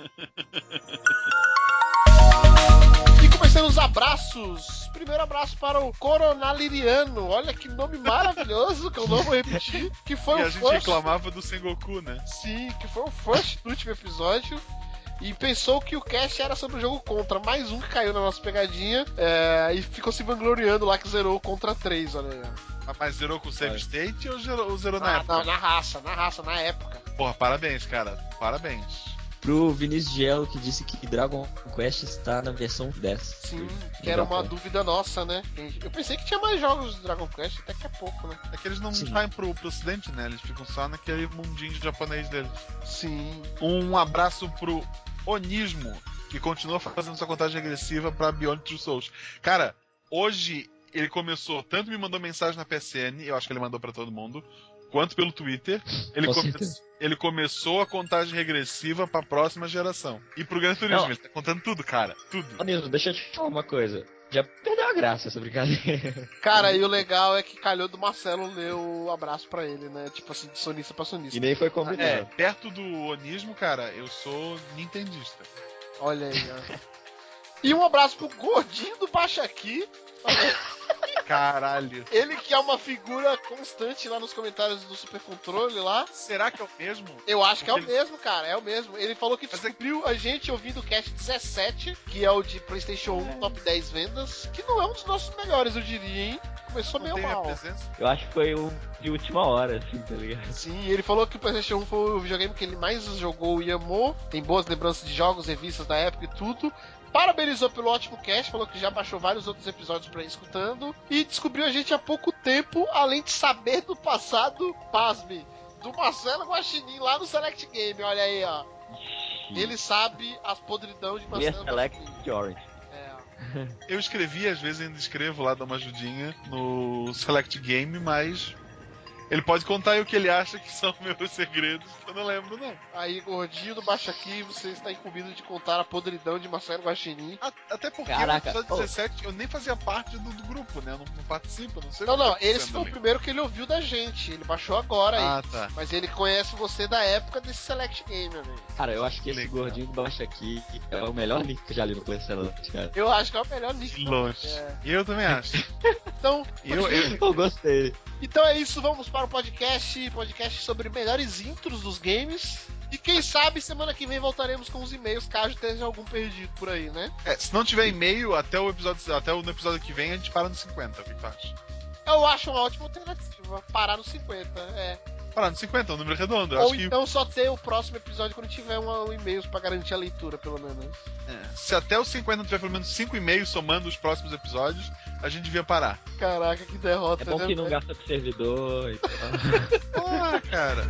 Speaker 2: E começando os abraços. Primeiro abraço para o Coronaliriano. Olha que nome maravilhoso, que eu não vou repetir. Que foi
Speaker 4: E
Speaker 2: o
Speaker 4: a gente
Speaker 2: first...
Speaker 4: reclamava do Sengoku, né?
Speaker 2: Sim, que foi o first do último episódio. E pensou que o cast era sobre o jogo Contra. Mais um que caiu na nossa pegadinha. É, e ficou se vangloriando lá que zerou o Contra três, olha aí. ó.
Speaker 4: Mas zerou com o save
Speaker 5: Vai.
Speaker 4: state ou zerou, ou zerou na
Speaker 2: Ah,
Speaker 4: época?
Speaker 2: não, na raça, na raça, na época.
Speaker 4: Porra, parabéns, cara. Parabéns.
Speaker 5: Pro Vinícius Gielo, que disse que Dragon Quest está na versão dez.
Speaker 2: Sim,
Speaker 5: do-
Speaker 2: que
Speaker 5: do
Speaker 2: era uma
Speaker 5: Japão.
Speaker 2: dúvida nossa, né? Eu pensei que tinha mais jogos de Dragon Quest, até que é pouco, né?
Speaker 4: É que eles não
Speaker 5: Sim.
Speaker 4: saem pro, pro ocidente, né? Eles ficam só naquele mundinho japonês deles.
Speaker 2: Sim.
Speaker 4: Um abraço pro Onismo, que continua fazendo sua contagem regressiva pra Beyond Two Souls. Cara, hoje ele começou, tanto me mandou mensagem na P S N, eu acho que ele mandou pra todo mundo, quanto pelo Twitter. Ele,
Speaker 5: Com
Speaker 4: come...
Speaker 5: certeza.
Speaker 4: ele começou a contagem regressiva pra próxima geração. E pro Gran Turismo,
Speaker 5: Não.
Speaker 4: ele tá contando tudo, cara. Tudo.
Speaker 5: Ô, Nilson, deixa eu te falar uma coisa. Já perdeu a graça essa brincadeira.
Speaker 2: Cara, e o legal é que calhou do Marcelo ler o abraço pra ele, né? Tipo assim, de sonista pra sonista.
Speaker 5: E nem foi
Speaker 4: É,
Speaker 5: combinado.
Speaker 4: perto do Onismo, cara, eu sou nintendista.
Speaker 2: Olha aí, ó. E um abraço pro gordinho do Baixaqui.
Speaker 4: Caralho.
Speaker 2: Ele que é uma figura constante lá nos comentários do Super Controle lá.
Speaker 4: Será que é o mesmo?
Speaker 2: Eu acho que é o
Speaker 4: Ele-
Speaker 2: mesmo, cara, é o mesmo. Ele falou que
Speaker 4: Mas é-
Speaker 2: descobriu a gente ouvindo o cast dezessete, que é o de PlayStation um, top dez vendas, que não é um dos nossos melhores, eu diria, hein? Começou
Speaker 4: Não
Speaker 2: meio
Speaker 4: tem minha
Speaker 2: mal.
Speaker 4: presença?
Speaker 5: Eu acho que foi o de última hora, assim, tá ligado?
Speaker 2: Sim, ele falou que o PlayStation um foi o videogame que ele mais jogou e amou. Tem boas lembranças de jogos, revistas da época e tudo. Parabenizou pelo ótimo cast, falou que já baixou vários outros episódios pra ir escutando. E descobriu a gente há pouco tempo, além de saber do passado, pasme, do Marcelo Guaxinim lá no Select Game. Olha aí, ó. Ele sabe as podridão de
Speaker 5: Clear
Speaker 2: Marcelo
Speaker 5: Select
Speaker 2: Guaxinim.
Speaker 5: de Orange.
Speaker 2: É, ó.
Speaker 4: Eu escrevi, às vezes ainda escrevo lá, dou uma ajudinha no Select Game, mas Ele pode contar aí o que ele acha que são meus segredos, que eu não lembro, não.
Speaker 2: Aí, gordinho do Baixa Aqui, você está incumbido de contar a podridão de Marcelo Guaxinim.
Speaker 4: Até porque
Speaker 5: Caraca,
Speaker 4: no episódio dezessete eu nem fazia parte do, do grupo, né? Eu não, não participo, não sei.
Speaker 2: Não,
Speaker 4: o que
Speaker 2: não,
Speaker 4: tá
Speaker 2: esse
Speaker 4: acontecendo
Speaker 2: foi
Speaker 4: ali.
Speaker 2: o primeiro que ele ouviu da gente. Ele baixou agora aí.
Speaker 4: Ah, tá.
Speaker 2: Mas ele conhece você da época desse Select Game, amigo.
Speaker 5: Cara, eu acho que esse
Speaker 4: Legal.
Speaker 5: gordinho do Baixa Aqui é o melhor link que eu já li no PlayStation, cara.
Speaker 2: Eu acho que é o melhor link.
Speaker 4: De longe.
Speaker 2: É.
Speaker 4: E eu também acho.
Speaker 2: Então,
Speaker 4: Eu, eu,
Speaker 5: Eu gostei.
Speaker 2: então é isso, vamos para o podcast. Podcast sobre melhores intros dos games. E quem sabe semana que vem voltaremos com os e-mails, caso esteja algum perdido por aí, né?
Speaker 4: é, se não tiver e-mail, até o episódio, até o no episódio que vem, a gente para no cinquenta. O que tu acha?
Speaker 2: Eu acho uma ótima alternativa. Parar no cinquenta, é.
Speaker 4: Parar no cinquenta, é um número redondo. Eu
Speaker 2: Ou
Speaker 4: acho que
Speaker 2: então só ter o próximo episódio quando tiver um, um e-mail pra garantir a leitura, pelo menos.
Speaker 4: é, se até o cinquenta não tiver pelo menos cinco e-mails somando os próximos episódios, a gente devia parar.
Speaker 2: Caraca, que derrota,
Speaker 5: É bom
Speaker 2: né?
Speaker 5: que não
Speaker 2: velho?
Speaker 5: gasta com servidor e tal.
Speaker 4: Porra, cara.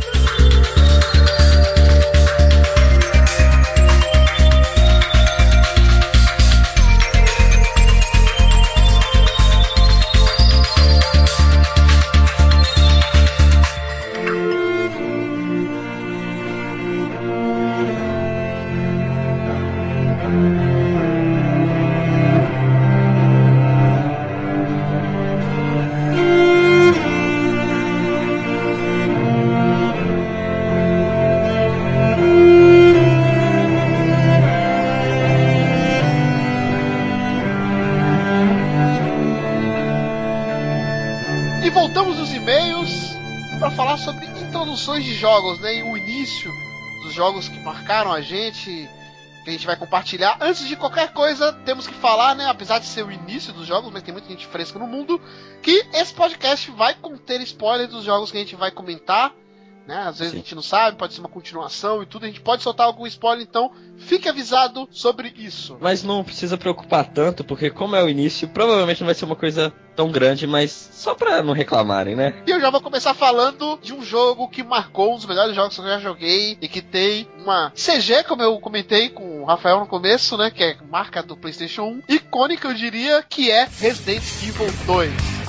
Speaker 2: E voltamos nos e-mails para falar sobre introduções de jogos, né? E o início dos jogos que marcaram a gente, que a gente vai compartilhar. Antes de qualquer coisa, temos que falar, né? Apesar de ser o início dos jogos, mas tem muita gente fresca no mundo, que esse podcast vai conter spoiler dos jogos que a gente vai comentar. Né? Às vezes
Speaker 5: Sim.
Speaker 2: a gente não sabe, pode ser uma continuação e tudo, a gente pode soltar algum spoiler, então fique avisado sobre isso.
Speaker 5: Mas não precisa preocupar tanto, porque como é o início, provavelmente não vai ser uma coisa tão grande, mas só pra não reclamarem, né?
Speaker 2: E eu já vou começar falando de um jogo que marcou um dos melhores jogos que eu já joguei e que tem uma C G, como eu comentei com o Rafael no começo, né? Que é marca do PlayStation um, icônica, eu diria, que é Resident Evil dois.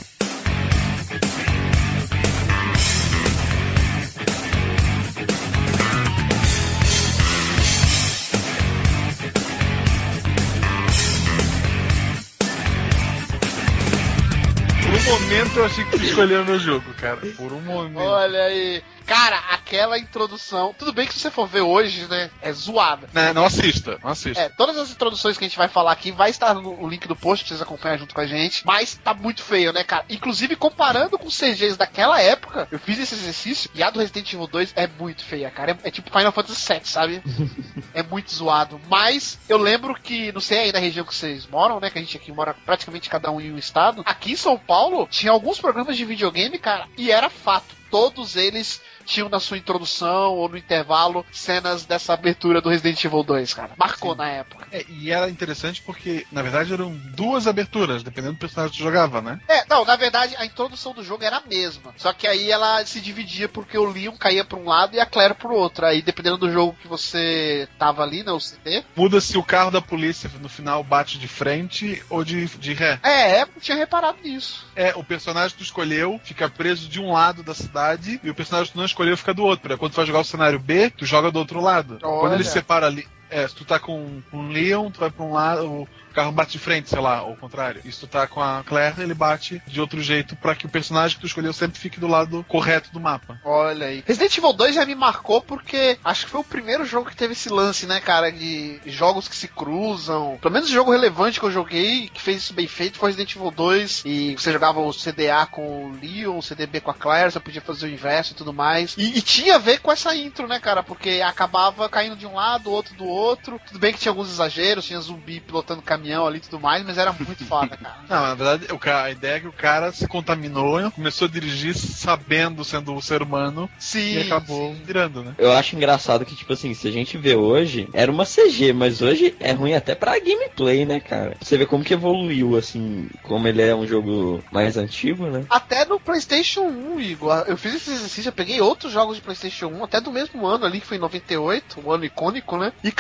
Speaker 4: Por um momento eu achei que tu escolheu o meu jogo, cara. Por um momento.
Speaker 2: Olha aí. Cara, aquela introdução. Tudo bem que se você for ver hoje, né? É zoada.
Speaker 4: Não, não assista, não assista.
Speaker 2: É, todas as introduções que a gente vai falar aqui vai estar no link do post pra vocês acompanharem junto com a gente. Mas tá muito feio, né, cara? Inclusive, comparando com os C Gs daquela época, eu fiz esse exercício e a do Resident Evil dois é muito feia, cara. É, é tipo Final Fantasy sete, sabe? É muito zoado. Mas eu lembro que, não sei aí na região que vocês moram, né? Que a gente aqui mora praticamente cada um em um estado. Aqui em São Paulo, tinha alguns programas de videogame, cara, e era fato. Todos eles tinham na sua introdução ou no intervalo cenas dessa abertura do Resident Evil dois, cara. Marcou
Speaker 4: Sim.
Speaker 2: na época.
Speaker 4: É, e era interessante porque, na verdade, eram duas aberturas, dependendo do personagem que tu jogava, né?
Speaker 2: É, não, na verdade, a introdução do jogo era a mesma. Só que aí ela se dividia porque o Leon caía pra um lado e a Claire pro outro. Aí, dependendo do jogo que você tava ali, né, o C D.
Speaker 4: Muda se o carro da polícia no final bate de frente ou de, de ré.
Speaker 2: É, eu não tinha reparado nisso.
Speaker 4: É, o personagem que tu escolheu fica preso de um lado da cidade e o personagem que tu não escolheu fica do outro. Quando tu vai jogar o cenário B, tu joga do outro lado.
Speaker 2: Olha.
Speaker 4: Quando ele separa ali. É, se tu tá com, com o Leon, tu vai pra um lado, o carro bate de frente, sei lá, ou ao contrário. E se tu tá com a Claire, ele bate de outro jeito pra que o personagem que tu escolheu sempre fique do lado correto do mapa.
Speaker 2: Olha aí. Resident Evil dois já me marcou porque acho que foi o primeiro jogo que teve esse lance, né, cara, de jogos que se cruzam. Pelo menos o jogo relevante que eu joguei, que fez isso bem feito, foi Resident Evil dois. E você jogava o C D A com o Leon, o C D B com a Claire, você podia fazer o inverso e tudo mais. E, e tinha a ver com essa intro, né, cara, porque acabava caindo de um lado, outro do outro. Tudo bem que tinha alguns exageros, tinha zumbi pilotando caminhão ali e tudo mais, mas era muito foda, cara.
Speaker 4: Não, na verdade, o cara, a ideia é que o cara se contaminou, começou a dirigir sabendo, sendo um ser humano,
Speaker 2: Sim,
Speaker 4: e acabou
Speaker 2: sim.
Speaker 4: virando, né?
Speaker 5: Eu acho engraçado que, tipo assim, se a gente vê hoje, era uma C G, mas hoje é ruim até pra gameplay, né, cara? Você vê como que evoluiu, assim, como ele é um jogo mais antigo, né?
Speaker 2: Até no PlayStation um, Igor. Eu fiz esse exercício, eu peguei outros jogos de PlayStation um, até do mesmo ano ali, que foi em noventa e oito, um ano icônico, né? E, cara,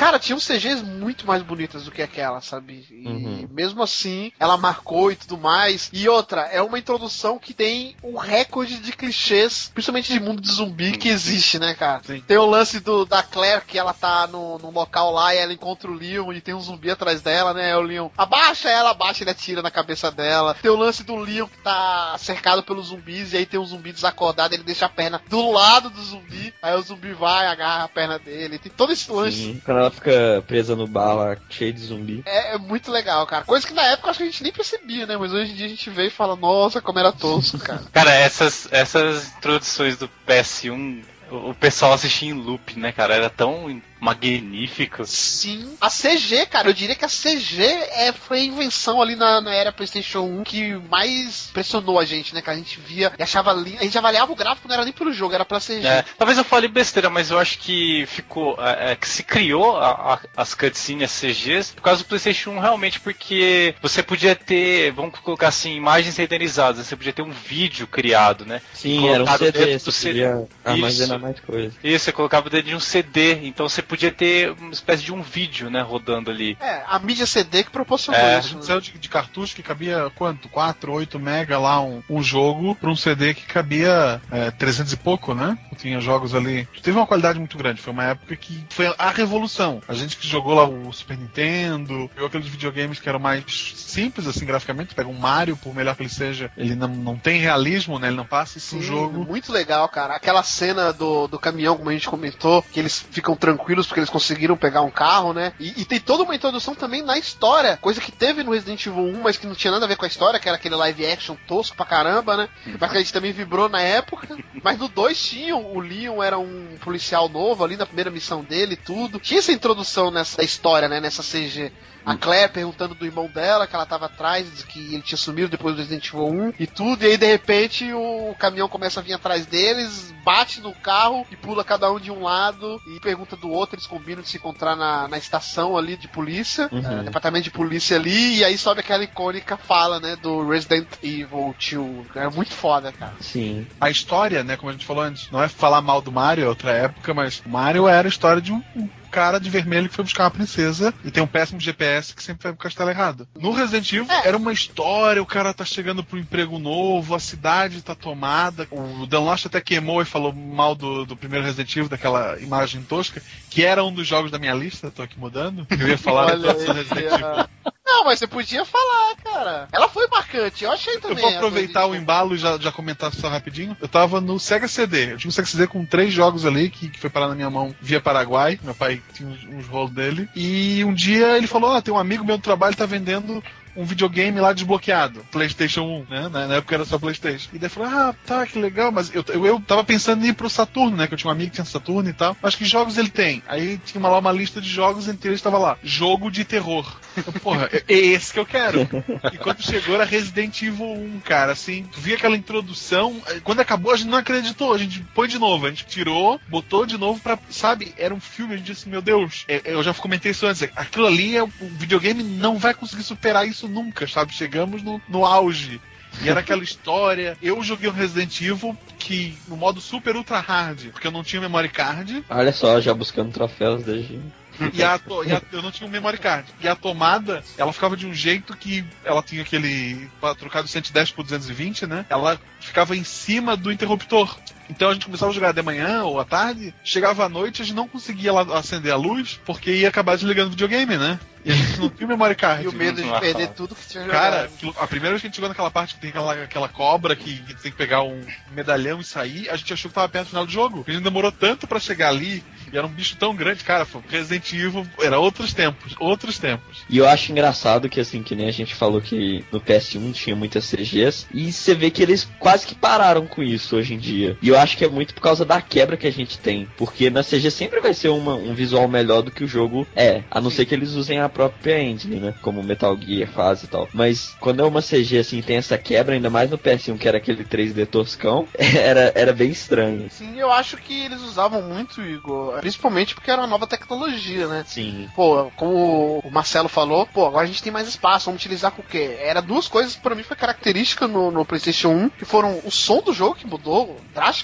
Speaker 2: cara, tinha C Gs muito mais bonitas do que aquela, sabe? E
Speaker 5: Uhum.
Speaker 2: mesmo assim, ela marcou e tudo mais. E outra, é uma introdução que tem um recorde de clichês, principalmente de mundo de zumbi, que existe, né, cara?
Speaker 4: Sim.
Speaker 2: Tem o lance do, da Claire, que ela tá no, no local lá e ela encontra o Leon e tem um zumbi atrás dela, né? O Leon abaixa ela, abaixa, ele atira na cabeça dela. Tem o lance do Leon que tá cercado pelos zumbis e aí tem um zumbi desacordado, ele deixa a perna do lado do zumbi, aí o zumbi vai, agarra a perna dele. Tem todo esse lance.
Speaker 5: Sim, quando ela fica presa no bar lá, cheio de zumbi.
Speaker 2: É, é muito legal, cara. Coisa que na época acho que a gente nem percebia, né? Mas hoje em dia a gente vê e fala, nossa, como era tosco, cara.
Speaker 3: Cara, essas, essas introduções do P S um, o, o pessoal assistia em loop, né, cara? Era tão magnífico.
Speaker 2: Sim. A C G, cara, eu diria que a C G é, foi a invenção ali na, na era PlayStation um que mais pressionou a gente, né? Que a gente via e achava lindo. A gente avaliava o gráfico, não era nem pelo jogo, era pela C G.
Speaker 3: É, talvez eu fale besteira, mas eu acho que ficou. É, é, que se criou a, a, as cutscenes C Gs por causa do PlayStation um, realmente, porque você podia ter, vamos colocar assim, imagens renderizadas, você podia ter um vídeo criado, né?
Speaker 5: Sim, era um C D,
Speaker 3: dentro do
Speaker 5: você
Speaker 3: C D.
Speaker 5: podia armazenar
Speaker 3: Isso.
Speaker 5: mais coisas.
Speaker 3: Isso, você colocava dentro de um C D, então você podia ter uma espécie de um vídeo, né, rodando ali.
Speaker 2: É, a mídia C D que proporcionou
Speaker 3: É.
Speaker 4: A
Speaker 2: isso.
Speaker 4: gente
Speaker 2: Né?
Speaker 4: saiu de, de cartucho que cabia quanto? quatro, oito mega lá um, um jogo para um C D que cabia é, trezentos e pouco, né? Tinha jogos ali. Teve uma qualidade muito grande. Foi uma época que foi a revolução. A gente que jogou lá o Super Nintendo, jogou aqueles videogames que eram mais simples, assim, graficamente. Pega um Mario, por melhor que ele seja, ele não, não tem realismo, né? Ele não passa isso no jogo.
Speaker 2: Muito legal, cara. Aquela cena do, do caminhão, como a gente comentou, que eles ficam tranquilos porque eles conseguiram pegar um carro, né? E, e tem toda uma introdução também na história, coisa que teve no Resident Evil um, mas que não tinha nada a ver com a história, que era aquele live action tosco pra caramba, né? Mas que a gente também vibrou na época. Mas no dois tinha, o Leon era um policial novo ali na primeira missão dele e tudo. Tinha essa introdução nessa história, né? Nessa C G. A Claire perguntando do irmão dela, que ela tava atrás, que ele tinha sumido depois do Resident Evil um e tudo, e aí de repente o caminhão começa a vir atrás deles, bate no carro e pula cada um de um lado e pergunta do outro, eles combinam de se encontrar na, na estação ali de polícia,
Speaker 5: Uhum.
Speaker 2: é, departamento de polícia ali, e aí sobe aquela icônica fala, né, do Resident Evil dois. É muito foda, cara.
Speaker 5: Sim.
Speaker 4: A história, né, como a gente falou antes, não é falar mal do Mario, é outra época, mas o Mario era a história de um cara de vermelho que foi buscar uma princesa e tem um péssimo G P S que sempre vai pro castelo errado. No Resident Evil
Speaker 2: É.
Speaker 4: era uma história, o cara tá chegando pro emprego novo, a cidade tá tomada. O Dan Lost até queimou e falou mal do, do primeiro Resident Evil, daquela imagem tosca, que era um dos jogos da minha lista, tô aqui mudando. Eu ia falar
Speaker 2: Olha
Speaker 4: do
Speaker 2: aí,
Speaker 4: Resident
Speaker 2: ah.
Speaker 4: Evil.
Speaker 2: Não, mas você podia falar, cara. Ela foi marcante, eu achei também.
Speaker 4: Eu vou
Speaker 2: a
Speaker 4: aproveitar
Speaker 2: coisa
Speaker 4: o
Speaker 2: de-
Speaker 4: embalo e já, já comentar só rapidinho. Eu tava no Sega C D. Eu tinha um Sega C D com três jogos ali que, que foi parar na minha mão via Paraguai. Meu pai tinha uns, uns rolos dele. E um dia ele falou: ah, tem um amigo meu do trabalho que tá vendendo um videogame lá desbloqueado, PlayStation um, né? Na, na época era só PlayStation. E daí eu falei, ah, tá, que legal, mas eu, eu, eu tava pensando em ir pro Saturno, né? Que eu tinha um amigo que tinha Saturno e tal. Mas que jogos ele tem? Aí tinha uma, lá uma lista de jogos, entre eles tava lá, jogo de terror. Eu, porra, é, é esse que eu quero. E quando chegou era Resident Evil um, cara, assim, tu via aquela introdução, quando acabou a gente não acreditou, a gente põe de novo, a gente tirou, botou de novo pra, sabe, era um filme, a gente disse, meu Deus, eu já comentei isso antes, aquilo ali, é, o videogame não vai conseguir superar isso nunca, sabe, chegamos no, no auge. E era aquela história. Eu joguei um Resident Evil que no modo super ultra hard, porque eu não tinha memory card.
Speaker 5: Olha só, já buscando troféus desde.
Speaker 4: E, a, e a, eu não tinha um memory card. E a tomada, ela ficava de um jeito que ela tinha aquele. Para trocar do cento e dez por duzentos e vinte, né? Ela ficava em cima do interruptor. Então a gente começava a jogar de manhã ou à tarde, chegava à noite, a gente não conseguia lá acender a luz, porque ia acabar desligando o videogame, né? E a gente não tinha memory card.
Speaker 2: E o medo de perder tudo que tinha jogado.
Speaker 4: Cara, a primeira vez que a gente chegou naquela parte que tem aquela, aquela cobra que, que tem que pegar um medalhão e sair, a gente achou que tava perto do final do jogo. A gente demorou tanto pra chegar ali, e era um bicho tão grande, cara, foi Resident Evil, era outros tempos, outros tempos.
Speaker 5: E eu acho engraçado que, assim, que nem a gente falou que no P S um tinha muitas C Gs, e você vê que eles quase que pararam com isso hoje em dia. E eu acho que é muito por causa da quebra que a gente tem, porque na C G sempre vai ser uma, um visual melhor do que o jogo é, a não ser que eles usem a própria engine, né, como Metal Gear faz e tal. Mas quando é uma C G assim, tem essa quebra, ainda mais no P S um que era aquele três D toscão, era, era bem estranho.
Speaker 2: Sim, eu acho que eles usavam muito, Igor, principalmente porque era uma nova tecnologia, né?
Speaker 5: Sim.
Speaker 2: Pô, como o Marcelo falou, pô, agora a gente tem mais espaço, vamos utilizar com o quê? Era duas coisas que pra mim foi característica no, no PlayStation um, que foram o som do jogo, que mudou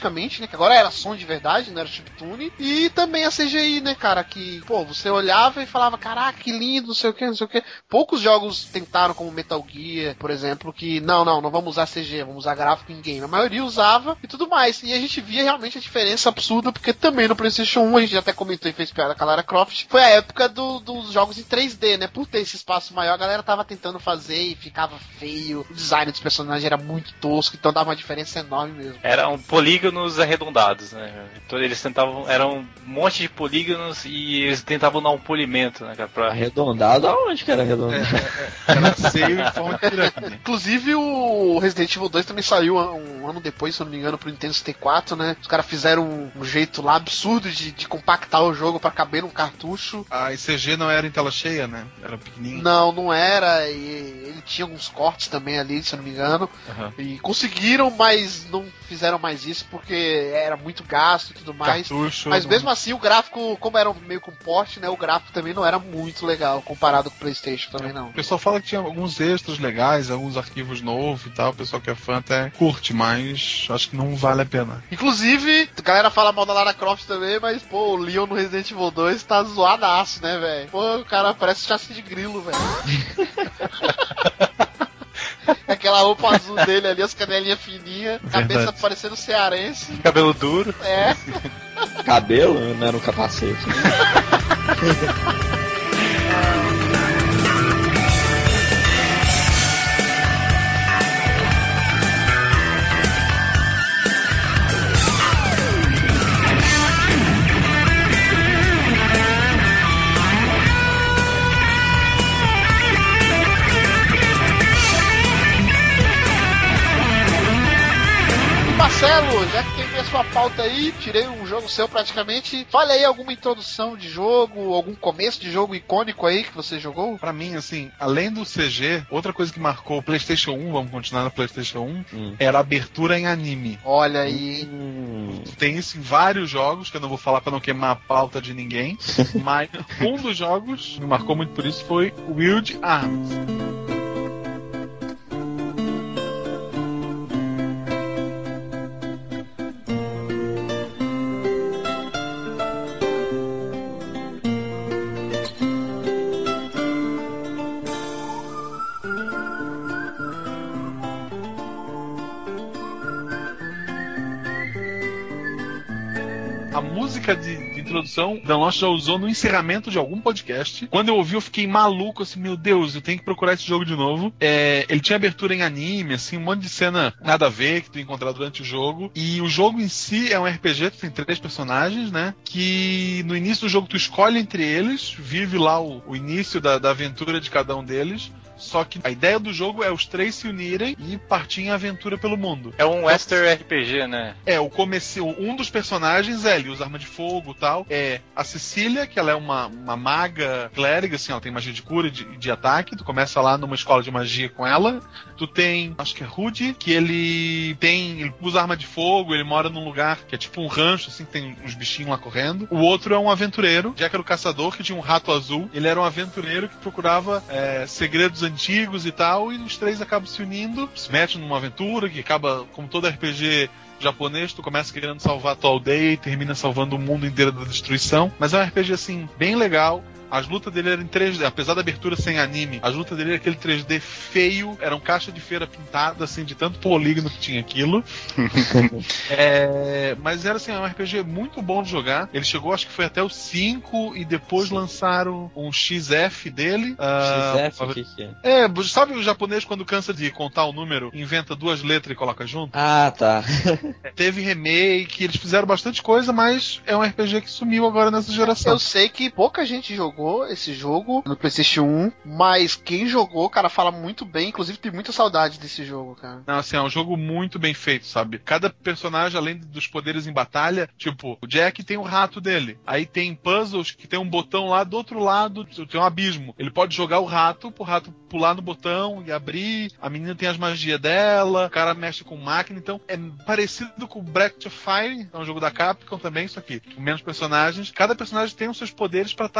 Speaker 2: praticamente, né? Que agora era som de verdade, não era chiptune. E também a C G I, né, cara? Que, pô, você olhava e falava, caraca, que lindo, não sei o que, não sei o que. Poucos jogos tentaram, como Metal Gear, por exemplo, que não, não, não vamos usar C G, vamos usar gráfico em game. A maioria usava e tudo mais. E a gente via realmente a diferença absurda, porque também no PlayStation um, a gente até comentou e fez piada com a Lara Croft, foi a época do, dos jogos em três D, né? Por ter esse espaço maior, a galera tava tentando fazer e ficava feio. O design dos personagens era muito tosco, então dava uma diferença enorme mesmo.
Speaker 3: Eram polígonos arredondados, né? Então eles tentavam, eram um monte de polígonos e eles tentavam dar um polimento, né, cara? Pra...
Speaker 5: Arredondado? Aonde que era arredondado?
Speaker 4: É, é, era seio em forma de pirâmide.
Speaker 2: Inclusive o Resident Evil dois também saiu um ano depois, se eu não me engano, pro Nintendo sessenta e quatro, né? Os caras fizeram um, um jeito lá absurdo de, de compactar o jogo pra caber num cartucho.
Speaker 4: A C G não era em tela cheia, né? Era pequenininho.
Speaker 2: Não, não era. E ele tinha alguns cortes também ali, se eu não me engano.
Speaker 3: Uhum.
Speaker 2: E conseguiram, mas não fizeram mais isso porque era muito gasto e tudo mais.
Speaker 4: Cartucho,
Speaker 2: mas
Speaker 4: não...
Speaker 2: mesmo assim, o gráfico, como era meio com porte, né? O gráfico também não era muito legal comparado com o PlayStation também, não.
Speaker 4: O pessoal fala que tinha alguns extras legais, alguns arquivos novos e tal. O pessoal que é fã até curte, mas acho que não vale a pena.
Speaker 2: Inclusive, a galera fala mal da Lara Croft também, mas, pô, o Leon no Resident Evil dois tá zoadaço, né, velho? Pô, o cara parece chassi de grilo, velho. Aquela roupa azul dele ali, as canelinhas fininhas, cabeça
Speaker 4: Verdade.
Speaker 2: parecendo cearense.
Speaker 3: Cabelo duro.
Speaker 2: É.
Speaker 5: Cabelo? Não era um capacete.
Speaker 2: Marcelo, já que tem a sua pauta aí, tirei um jogo seu praticamente. Fale aí alguma introdução de jogo, algum começo de jogo icônico aí que você jogou?
Speaker 4: Pra mim, assim, além do C G, outra coisa que marcou o PlayStation um, vamos continuar no PlayStation um, hum. era a abertura em anime.
Speaker 2: Olha aí.
Speaker 5: Hum.
Speaker 4: Tem isso em vários jogos, que eu não vou falar pra não queimar a pauta de ninguém, mas um dos jogos que me marcou muito por isso foi Wild Arms. A música de, de introdução, Dan Lost já usou no encerramento de algum podcast. Quando eu ouvi, eu fiquei maluco, assim, meu Deus, eu tenho que procurar esse jogo de novo. É, ele tinha abertura em anime, assim, um monte de cena nada a ver que tu encontrar durante o jogo. E o jogo em si é um R P G, tu tem três personagens, né? Que no início do jogo tu escolhe entre eles, vive lá o, o início da, da aventura de cada um deles. Só que a ideia do jogo é os três se unirem e partir em aventura pelo mundo.
Speaker 3: É um Western R P G, né?
Speaker 4: É, o começo, um dos personagens, é, ele usa arma de fogo e tal. É a Cecília, que ela é uma, uma maga clériga, assim, ela tem magia de cura e de, de ataque. Tu começa lá numa escola de magia com ela. Tu tem, acho que é Rudy, que ele tem, ele usa arma de fogo, ele mora num lugar que é tipo um rancho, assim, que tem uns bichinhos lá correndo. O outro é um aventureiro, Jack era o caçador, que tinha um rato azul. Ele era um aventureiro que procurava é, segredos antigos e tal, e os três acabam se unindo, se metem numa aventura que acaba, como todo R P G japonês, tu começa querendo salvar a tua aldeia e termina salvando o mundo inteiro da destruição. Mas é um R P G, assim, bem legal. As lutas dele eram em três D, apesar da abertura sem anime, as lutas dele eram aquele três D feio, eram caixa de feira pintada, assim, de tanto polígono que tinha aquilo. é, mas era, assim, um R P G muito bom de jogar. Ele chegou, acho que foi até o cinco, e depois Sim. lançaram um X F dele.
Speaker 5: X F, o uh, que, que é?
Speaker 4: É, sabe o japonês quando cansa de contar o número, inventa duas letras e coloca junto?
Speaker 5: Ah, tá.
Speaker 4: Teve remake, eles fizeram bastante coisa, mas é um R P G que sumiu agora nessa geração.
Speaker 2: Eu sei que pouca gente jogou esse jogo no PlayStation um, mas quem jogou, cara, fala muito bem, inclusive tem muita saudade desse jogo, cara.
Speaker 4: Não, assim, é um jogo muito bem feito, sabe? Cada personagem, além dos poderes em batalha, tipo, o Jack tem o rato dele, aí tem puzzles que tem um botão lá do outro lado, tem um abismo. Ele pode jogar o rato, pro rato pular no botão e abrir, a menina tem as magias dela, o cara mexe com máquina, então é parecido com o Breath of Fire, é um jogo da Capcom também, isso aqui, com menos personagens. Cada personagem tem os seus poderes pra estar tá resolvendo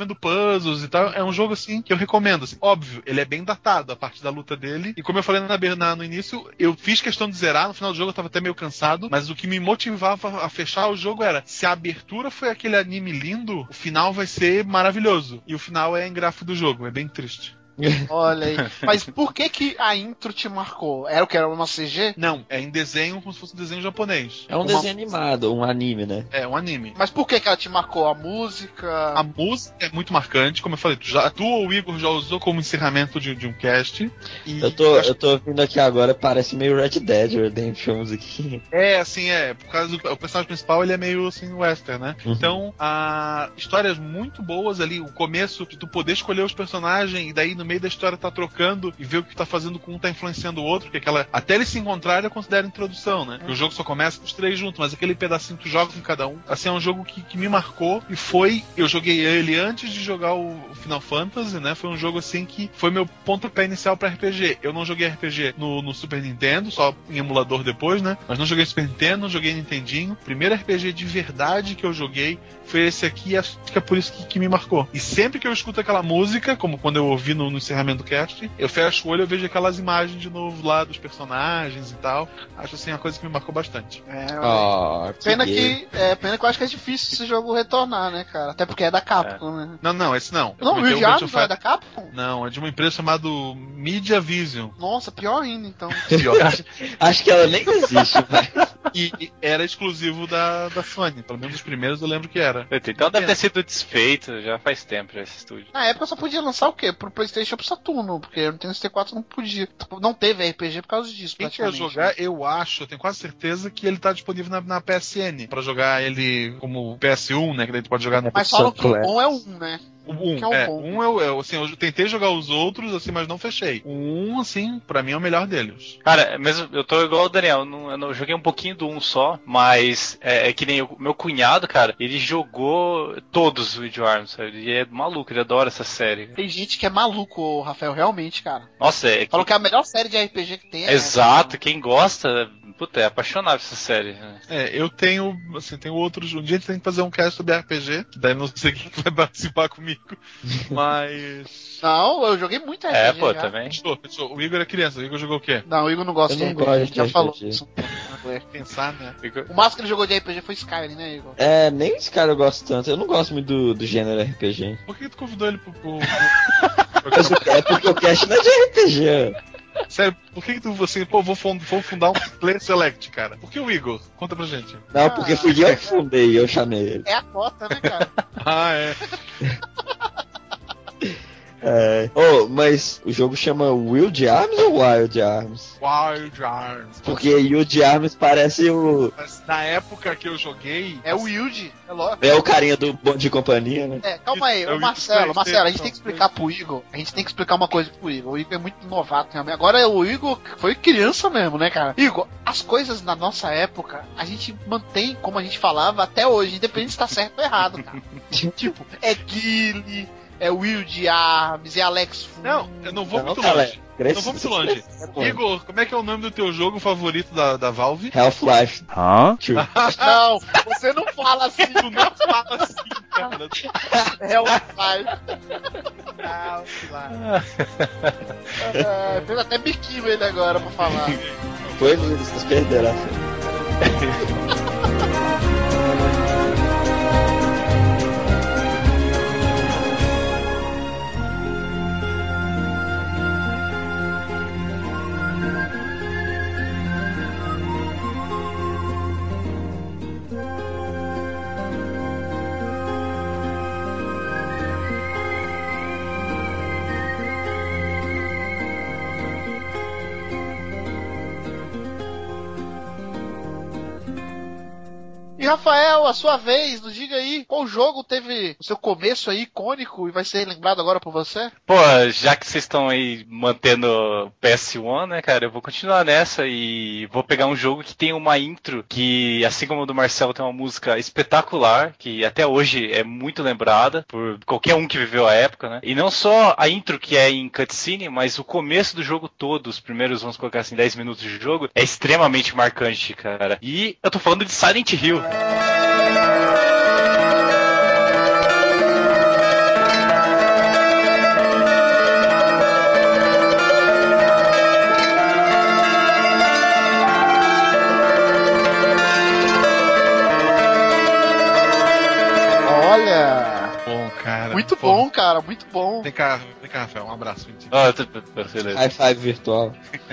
Speaker 4: resolvendo puzzles e tal. É um jogo, assim, que eu recomendo. Assim. Óbvio, ele é bem datado, a parte da luta dele. E como eu falei na, na, no início, eu fiz questão de zerar. No final do jogo eu tava até meio cansado. Mas o que me motivava a fechar o jogo era, se a abertura foi aquele anime lindo, o final vai ser maravilhoso. E o final é em gráfico do jogo. É bem triste.
Speaker 2: Olha aí. Mas por que que a intro te marcou? Era o que? Era uma C G?
Speaker 4: Não, é em desenho, como se fosse um desenho japonês.
Speaker 5: É um
Speaker 4: uma...
Speaker 5: desenho animado, um anime, né?
Speaker 4: É, um anime.
Speaker 2: Mas por que que ela te marcou? A música?
Speaker 4: A música é muito marcante, como eu falei, tu, já, tu ou o Igor já usou como encerramento de, de um cast. E
Speaker 5: eu, tô,
Speaker 4: acho...
Speaker 5: eu tô ouvindo aqui agora, parece meio Red Dead Redemption aqui.
Speaker 4: É, assim, é, por causa do o personagem principal, ele é meio assim, western, né?
Speaker 5: Uhum.
Speaker 4: Então, a histórias muito boas ali, o começo de tu poder escolher os personagens e daí no meio da história tá trocando e ver o que tá fazendo com um tá influenciando o outro, que aquela, até eles se encontrarem eu considero introdução, né? Uhum. O jogo só começa com os três juntos, mas aquele pedacinho que tu joga com cada um, assim, é um jogo que, que me marcou e foi, eu joguei ele antes de jogar o Final Fantasy, né? Foi um jogo assim que foi meu pontapé inicial pra R P G. Eu não joguei R P G no, no Super Nintendo, só em emulador depois, né? Mas não joguei Super Nintendo, não joguei Nintendinho. Primeiro R P G de verdade que eu joguei foi esse aqui e acho que é por isso que, que me marcou. E sempre que eu escuto aquela música, como quando eu ouvi no, no encerramento do cast, eu fecho o olho e vejo aquelas imagens de novo lá dos personagens e tal. Acho assim uma coisa que me marcou bastante.
Speaker 2: É,
Speaker 5: oh, que
Speaker 2: pena que é, pena que eu acho que é difícil esse jogo retornar, né, cara? Até porque é da Capcom, é. né?
Speaker 4: Não, não, esse não.
Speaker 2: Eu não, o Wild Arms não é da Capcom?
Speaker 4: Não, é de uma empresa chamada Media Vision.
Speaker 2: Nossa, pior ainda, então.
Speaker 4: Pior.
Speaker 5: Acho que ela nem existe, mas...
Speaker 4: E era exclusivo da, da Sony. Pelo menos os primeiros eu lembro que era.
Speaker 3: Então deve ter sido desfeito já faz tempo já esse estúdio.
Speaker 2: Na época só podia lançar o quê? Pro PlayStation ou pro Saturno, porque no N T quatro não podia. Não teve R P G por causa disso,
Speaker 4: Quem quer jogar,
Speaker 2: né?
Speaker 4: eu acho, eu tenho quase certeza que ele tá disponível na, na P S N. Pra jogar ele como P S um, né? Que daí tu pode jogar no...
Speaker 2: Mas falam que o bom é o um, né?
Speaker 4: O um, é, o é, um é, é, assim, eu tentei jogar os outros, assim, mas não fechei. O um, assim, pra mim é o melhor deles.
Speaker 3: Cara, mesmo, eu tô igual o Daniel, eu, não, eu não, joguei um pouquinho do um só, mas é, é que nem o meu cunhado, cara, ele jogou todos os Wild Arms, sabe? Ele é maluco, ele adora essa série.
Speaker 2: Tem gente que é maluco, Rafael, realmente, cara.
Speaker 3: Nossa, é...
Speaker 2: Falou
Speaker 3: que...
Speaker 2: que a melhor série de R P G que tem é
Speaker 3: Exato,
Speaker 2: essa,
Speaker 3: quem gosta, puta, é apaixonado por essa série. Né?
Speaker 4: É, eu tenho, assim, tenho outros, um dia a gente tem que fazer um cast sobre R P G, daí não sei quem vai participar comigo. Mas...
Speaker 2: Não, eu joguei muito R P G.
Speaker 3: É, pô,
Speaker 2: já.
Speaker 3: também.
Speaker 4: Pensou, pensou. O Igor é criança, o Igor jogou o quê?
Speaker 2: Não, o Igor não gosta
Speaker 5: eu
Speaker 2: de
Speaker 5: não
Speaker 2: R P G,
Speaker 5: gosto
Speaker 2: a gente já
Speaker 5: de
Speaker 2: falou
Speaker 5: R P G.
Speaker 2: isso.
Speaker 4: Pensar, né?
Speaker 2: O máximo que ele jogou de R P G foi Skyrim, né, Igor?
Speaker 5: É, nem esse cara eu gosto tanto. Eu não gosto muito do, do gênero R P G.
Speaker 4: Por que tu convidou ele pro... pro...
Speaker 5: É porque o cast não é de R P G.
Speaker 4: Sério, por que, que tu, assim, pô, vou, fund, vou fundar um Player Select, cara? Por que o Igor? Conta pra gente.
Speaker 5: Não, porque fui eu que fundei, eu chamei ele.
Speaker 2: É a cota, né, cara?
Speaker 4: Ah, é.
Speaker 5: É. Oh, mas o jogo chama Wild Arms ou Wild Arms?
Speaker 4: Wild Arms.
Speaker 5: Porque Wild Arms parece o...
Speaker 4: Mas na época que eu joguei...
Speaker 2: É o Wild, é lógico.
Speaker 5: É o carinha do Bom de Companhia, né?
Speaker 2: É, calma aí,
Speaker 4: É
Speaker 2: o
Speaker 4: o
Speaker 2: Marcelo,
Speaker 4: Wild
Speaker 2: Marcelo, a gente
Speaker 4: Station.
Speaker 2: tem que explicar pro Igor, a gente tem que explicar uma coisa pro Igor. O Igor é muito novato, realmente. Agora o Igor foi criança mesmo, né, cara? Igor, as coisas na nossa época, a gente mantém como a gente falava até hoje, independente se tá certo ou errado, cara. Tipo, é Guile... É Wild Arms, é Alex Fu.
Speaker 4: Não, eu não vou
Speaker 5: Não,
Speaker 4: muito
Speaker 5: cara,
Speaker 4: longe.
Speaker 5: cresce-
Speaker 4: Não vou muito longe.
Speaker 5: cresce-
Speaker 4: Igor, como é que é o nome do teu jogo favorito da, da Valve?
Speaker 5: Half-Life.
Speaker 3: Hã?
Speaker 5: Two.
Speaker 2: Não, você não fala assim.
Speaker 4: Tu não fala assim, cara.
Speaker 2: É o pai. É, fez até biquinho ele agora pra falar.
Speaker 5: Foi lindo, vocês perderam a fé.
Speaker 2: E Rafael, a sua vez, nos diga aí, qual jogo teve o seu começo aí icônico e vai ser lembrado agora por você?
Speaker 3: Pô, já que vocês estão aí mantendo P S um, né, cara, eu vou continuar nessa e vou pegar um jogo que tem uma intro que, assim como o do Marcelo, tem uma música espetacular, que até hoje é muito lembrada por qualquer um que viveu a época, né? E não só a intro que é em cutscene, mas o começo do jogo todo, os primeiros, vamos colocar assim, dez minutos de jogo, é extremamente marcante, cara. E eu tô falando de Silent Hill.
Speaker 4: bom, cara.
Speaker 2: Muito
Speaker 4: Porra.
Speaker 2: bom, cara, muito bom.
Speaker 4: Vem cá, vem cá, Rafael, um abraço.
Speaker 3: Ah, tu- tu- tu- beleza.
Speaker 5: High five virtual.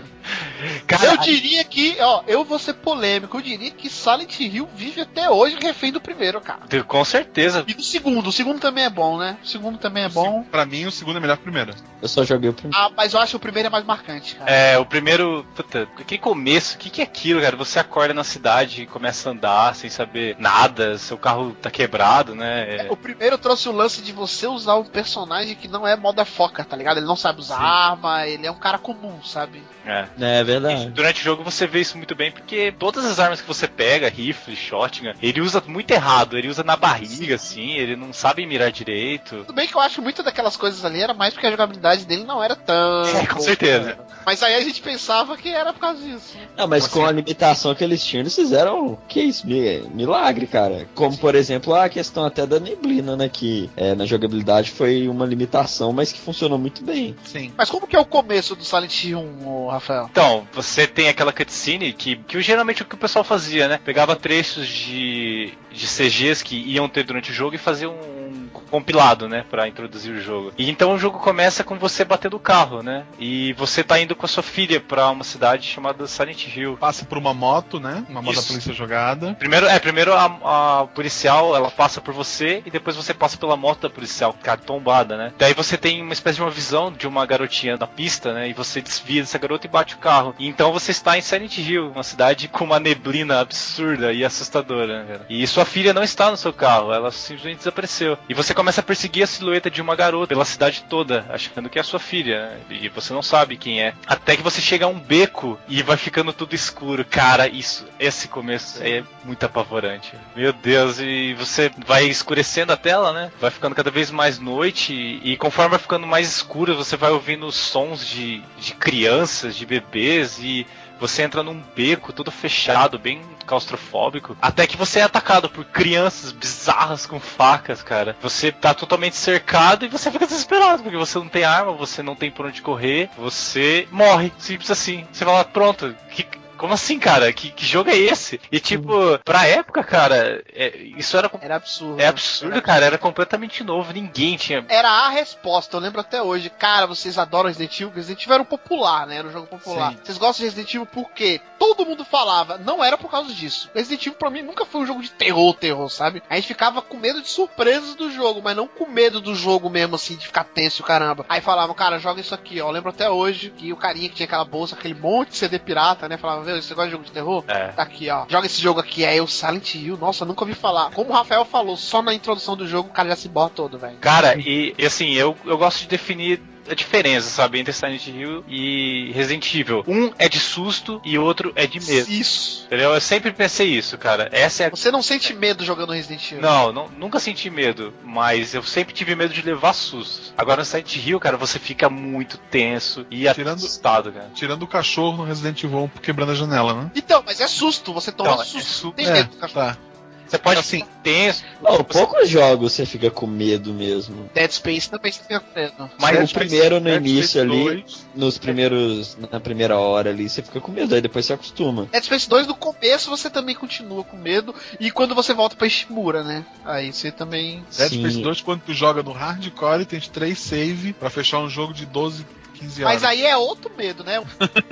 Speaker 3: Cara,
Speaker 2: Eu diria que, ó, eu vou ser polêmico, eu diria que Silent Hill vive até hoje refém do primeiro, cara.
Speaker 3: com certeza.
Speaker 2: E do segundo, o segundo também é bom, né? O segundo também é bom.
Speaker 4: Pra mim, o segundo é melhor que o primeiro.
Speaker 5: Eu só joguei o primeiro.
Speaker 2: Ah, mas eu acho que o primeiro é mais marcante, cara.
Speaker 3: É, o primeiro. Puta, que começo, o que, que é aquilo, cara? Você acorda na cidade e começa a andar sem saber nada, seu carro tá quebrado, né?
Speaker 2: É, o primeiro trouxe o lance de você usar um personagem que não é motherfucker, tá ligado? Ele não sabe usar
Speaker 3: Sim.
Speaker 2: arma, ele é um cara comum, sabe?
Speaker 3: É.
Speaker 5: É verdade.
Speaker 3: E durante o jogo você vê isso muito bem, porque todas as armas que você pega, rifle, shotgun, ele usa muito errado, ele usa na barriga, assim, ele não sabe mirar direito.
Speaker 2: Tudo bem que eu acho que muitas daquelas coisas ali era mais porque a jogabilidade dele não era tão...
Speaker 3: É, com certeza.
Speaker 2: Mas aí a gente pensava que era por causa disso.
Speaker 5: Não, mas com a limitação que eles tinham, eles fizeram, que isso, mi- milagre, cara. Como, por exemplo, a questão até da neblina, né, que é, na jogabilidade foi uma limitação, mas que funcionou muito bem.
Speaker 4: Sim.
Speaker 2: Mas como que é o começo do Silent Hill um, ô, Rafael?
Speaker 3: Então, você tem aquela cutscene que, que geralmente o que o pessoal fazia, né? Pegava trechos de, de C Gs que iam ter durante o jogo e fazia um compilado, né, pra introduzir o jogo. E então o jogo começa com você batendo o carro, né? E você tá indo com a sua filha pra uma cidade chamada Silent Hill.
Speaker 4: Passa por uma moto, né? Uma moto
Speaker 3: Isso.
Speaker 4: da polícia jogada.
Speaker 3: Primeiro, é, primeiro a, a policial, ela passa por você e depois você passa pela moto da policial, cara, tombada, né? Daí você tem uma espécie de uma visão de uma garotinha na pista, né? E você desvia dessa garota e bate o carro. E então você está em Silent Hill, uma cidade com uma neblina absurda e assustadora, né, cara? E sua filha não está no seu carro, ela simplesmente desapareceu. E você começa a perseguir a silhueta de uma garota pela cidade toda, achando que é a sua filha, né? E você não sabe quem é. Até que você chega a um beco e vai ficando tudo escuro. Cara, isso, esse começo é muito apavorante. Meu Deus, e você vai escurecendo a tela, né? Vai ficando cada vez mais noite e, e conforme vai ficando mais escuro, você vai ouvindo sons de, de crianças, de bebês e você entra num beco todo fechado, bem claustrofóbico, até que você é atacado por crianças bizarras com facas, cara. Você tá totalmente cercado e você fica desesperado, porque você não tem arma, você não tem por onde correr, você morre, simples assim. Você fala, pronto, que... Como assim, cara? Que, que jogo é esse? E tipo, pra época, cara, é, isso era...
Speaker 2: Era absurdo.
Speaker 3: É absurdo, cara. Era completamente novo. Ninguém tinha...
Speaker 2: Era a resposta, eu lembro até hoje. Cara, vocês adoram Resident Evil? Resident Evil era um popular, né? Era um jogo popular.
Speaker 4: Sim.
Speaker 2: Vocês gostam de Resident Evil por quê? Todo mundo falava. Não era por causa disso. Resident Evil pra mim nunca foi um jogo de terror, terror, sabe? A gente ficava com medo de surpresas do jogo, mas não com medo do jogo mesmo, assim, de ficar tenso, caramba. Aí falavam, cara, joga isso aqui, ó. Eu lembro até hoje que o carinha que tinha aquela bolsa, aquele monte de C D pirata, né? Falava, meu, você gosta de jogo de terror?
Speaker 3: É.
Speaker 2: Tá aqui, ó. Joga esse jogo aqui. É o Silent Hill. Nossa, nunca ouvi falar. Como o Rafael falou, só na introdução do jogo o cara já se borra todo, velho.
Speaker 3: Cara, e, e assim, eu, eu gosto de definir a diferença, sabe, entre Silent Hill e Resident Evil. Um é de susto e o outro é de medo.
Speaker 2: Isso.
Speaker 3: Entendeu? Eu sempre pensei isso, cara. Essa é a...
Speaker 2: Você não sente medo jogando Resident Evil?
Speaker 3: Não, não, nunca senti medo, mas eu sempre tive medo de levar sustos. Agora no Silent Hill, cara, você fica muito tenso e
Speaker 4: Tirando-
Speaker 3: assustado, cara.
Speaker 4: Tirando o cachorro no Resident Evil um quebrando a janela, né?
Speaker 2: Então, mas é susto. Você toma
Speaker 3: Então, é
Speaker 2: susto.
Speaker 3: susto.
Speaker 2: Tem
Speaker 4: É,
Speaker 2: medo do cachorro.
Speaker 4: tá.
Speaker 3: Você pode
Speaker 4: Assim,
Speaker 3: ficar tenso.
Speaker 5: Não,
Speaker 3: Você-
Speaker 5: poucos jogos você fica com medo mesmo.
Speaker 2: Dead Space também você fica com medo.
Speaker 5: Mas
Speaker 4: Dead
Speaker 5: o
Speaker 4: Space-
Speaker 5: primeiro no
Speaker 4: Dead
Speaker 5: início
Speaker 4: Space
Speaker 5: ali,
Speaker 4: dois.
Speaker 5: nos primeiros, na primeira hora ali, você fica com medo, aí depois você acostuma.
Speaker 2: Dead Space dois, no começo, você também continua com medo. E quando você volta pra Ishimura, né? Aí você também...
Speaker 4: Dead
Speaker 5: Sim.
Speaker 4: Space dois, quando tu joga no hardcore, tem três save pra fechar um jogo de doze, quinze horas.
Speaker 2: Mas aí é outro medo, né?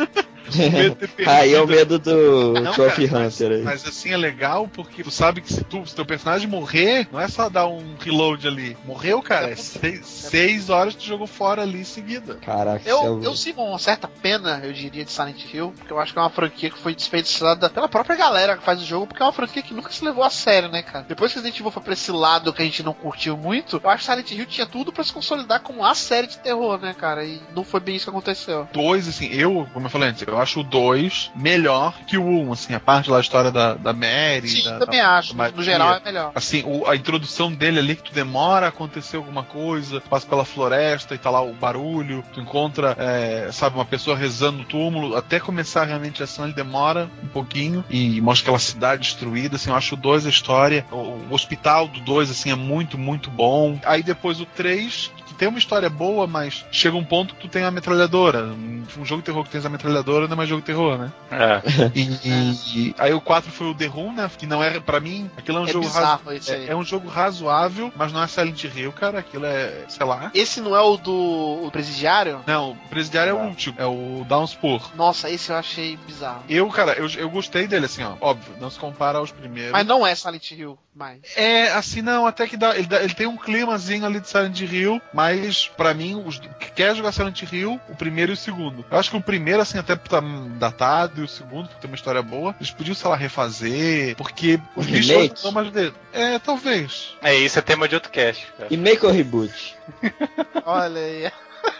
Speaker 4: medo de ter
Speaker 5: Aí é o
Speaker 4: perdido.
Speaker 5: medo do
Speaker 4: Não,
Speaker 5: Trophy
Speaker 4: cara,
Speaker 5: Hunter aí.
Speaker 4: Mas assim é legal porque tu sabe que se, tu, se teu personagem morrer, não é só dar um reload ali. Morreu, cara, é seis, seis horas que tu jogou fora ali em seguida.
Speaker 5: Caraca,
Speaker 2: Eu,
Speaker 5: isso é...
Speaker 2: eu sinto uma certa pena, eu diria, de Silent Hill, porque eu acho que é uma franquia que foi desperdiçada pela própria galera que faz o jogo, porque é uma franquia que nunca se levou a sério, né, cara? Depois que Resident Evil foi pra esse lado que a gente não curtiu muito, eu acho que Silent Hill tinha tudo pra se consolidar como a série de terror, né, cara? E não foi bem isso que aconteceu.
Speaker 4: Dois, assim, eu, como eu falei antes, eu acho o dois melhor que o um, assim, a parte lá, a história da, da Mary.
Speaker 2: Sim,
Speaker 4: da,
Speaker 2: também
Speaker 4: da,
Speaker 2: acho.
Speaker 4: da
Speaker 2: No, no geral é melhor.
Speaker 4: Assim, o, a introdução dele ali, que tu demora a acontecer alguma coisa, passa pela floresta e tá lá o barulho, tu encontra, é, sabe, uma pessoa rezando no túmulo, até começar realmente a ação ele demora um pouquinho e mostra aquela cidade destruída, assim, eu acho o dois a história, o, o hospital do dois, assim, é muito, muito bom. Aí depois o três, que tem uma história boa, mas chega um ponto que tu tem a metralhadora. Um, um jogo de terror que tem a metralhadora não é mais jogo de terror, né?
Speaker 3: É.
Speaker 4: E, e aí o quatro foi o The Room, né? Que não é, pra mim, aquilo é um
Speaker 2: É
Speaker 4: jogo
Speaker 2: bizarro
Speaker 4: razo...
Speaker 2: esse aí.
Speaker 4: é, é um jogo razoável, mas não é Silent Hill, cara. Aquilo é, sei lá.
Speaker 2: Esse não é o do o Presidiário?
Speaker 4: Não, o Presidiário é o último, é o Downspur.
Speaker 2: Nossa, esse eu achei bizarro.
Speaker 4: Eu, cara, eu, eu gostei dele, assim, ó. Óbvio, não se compara aos primeiros.
Speaker 2: Mas não é Silent Hill mais.
Speaker 4: É, assim, não, até que dá ele, dá. ele tem um climazinho ali de Silent Hill, mas pra mim, os que quer jogar Silent Hill, o primeiro e o segundo. Eu acho que o primeiro, assim, até tá datado, e o segundo, porque tem uma história boa, eles podiam, sei lá, refazer, porque os
Speaker 5: Um
Speaker 4: bichos
Speaker 5: remake?
Speaker 4: não estão mais dele. É, talvez.
Speaker 3: É, isso é tema de outro cast, cara.
Speaker 5: E make ou reboot?
Speaker 2: Olha aí.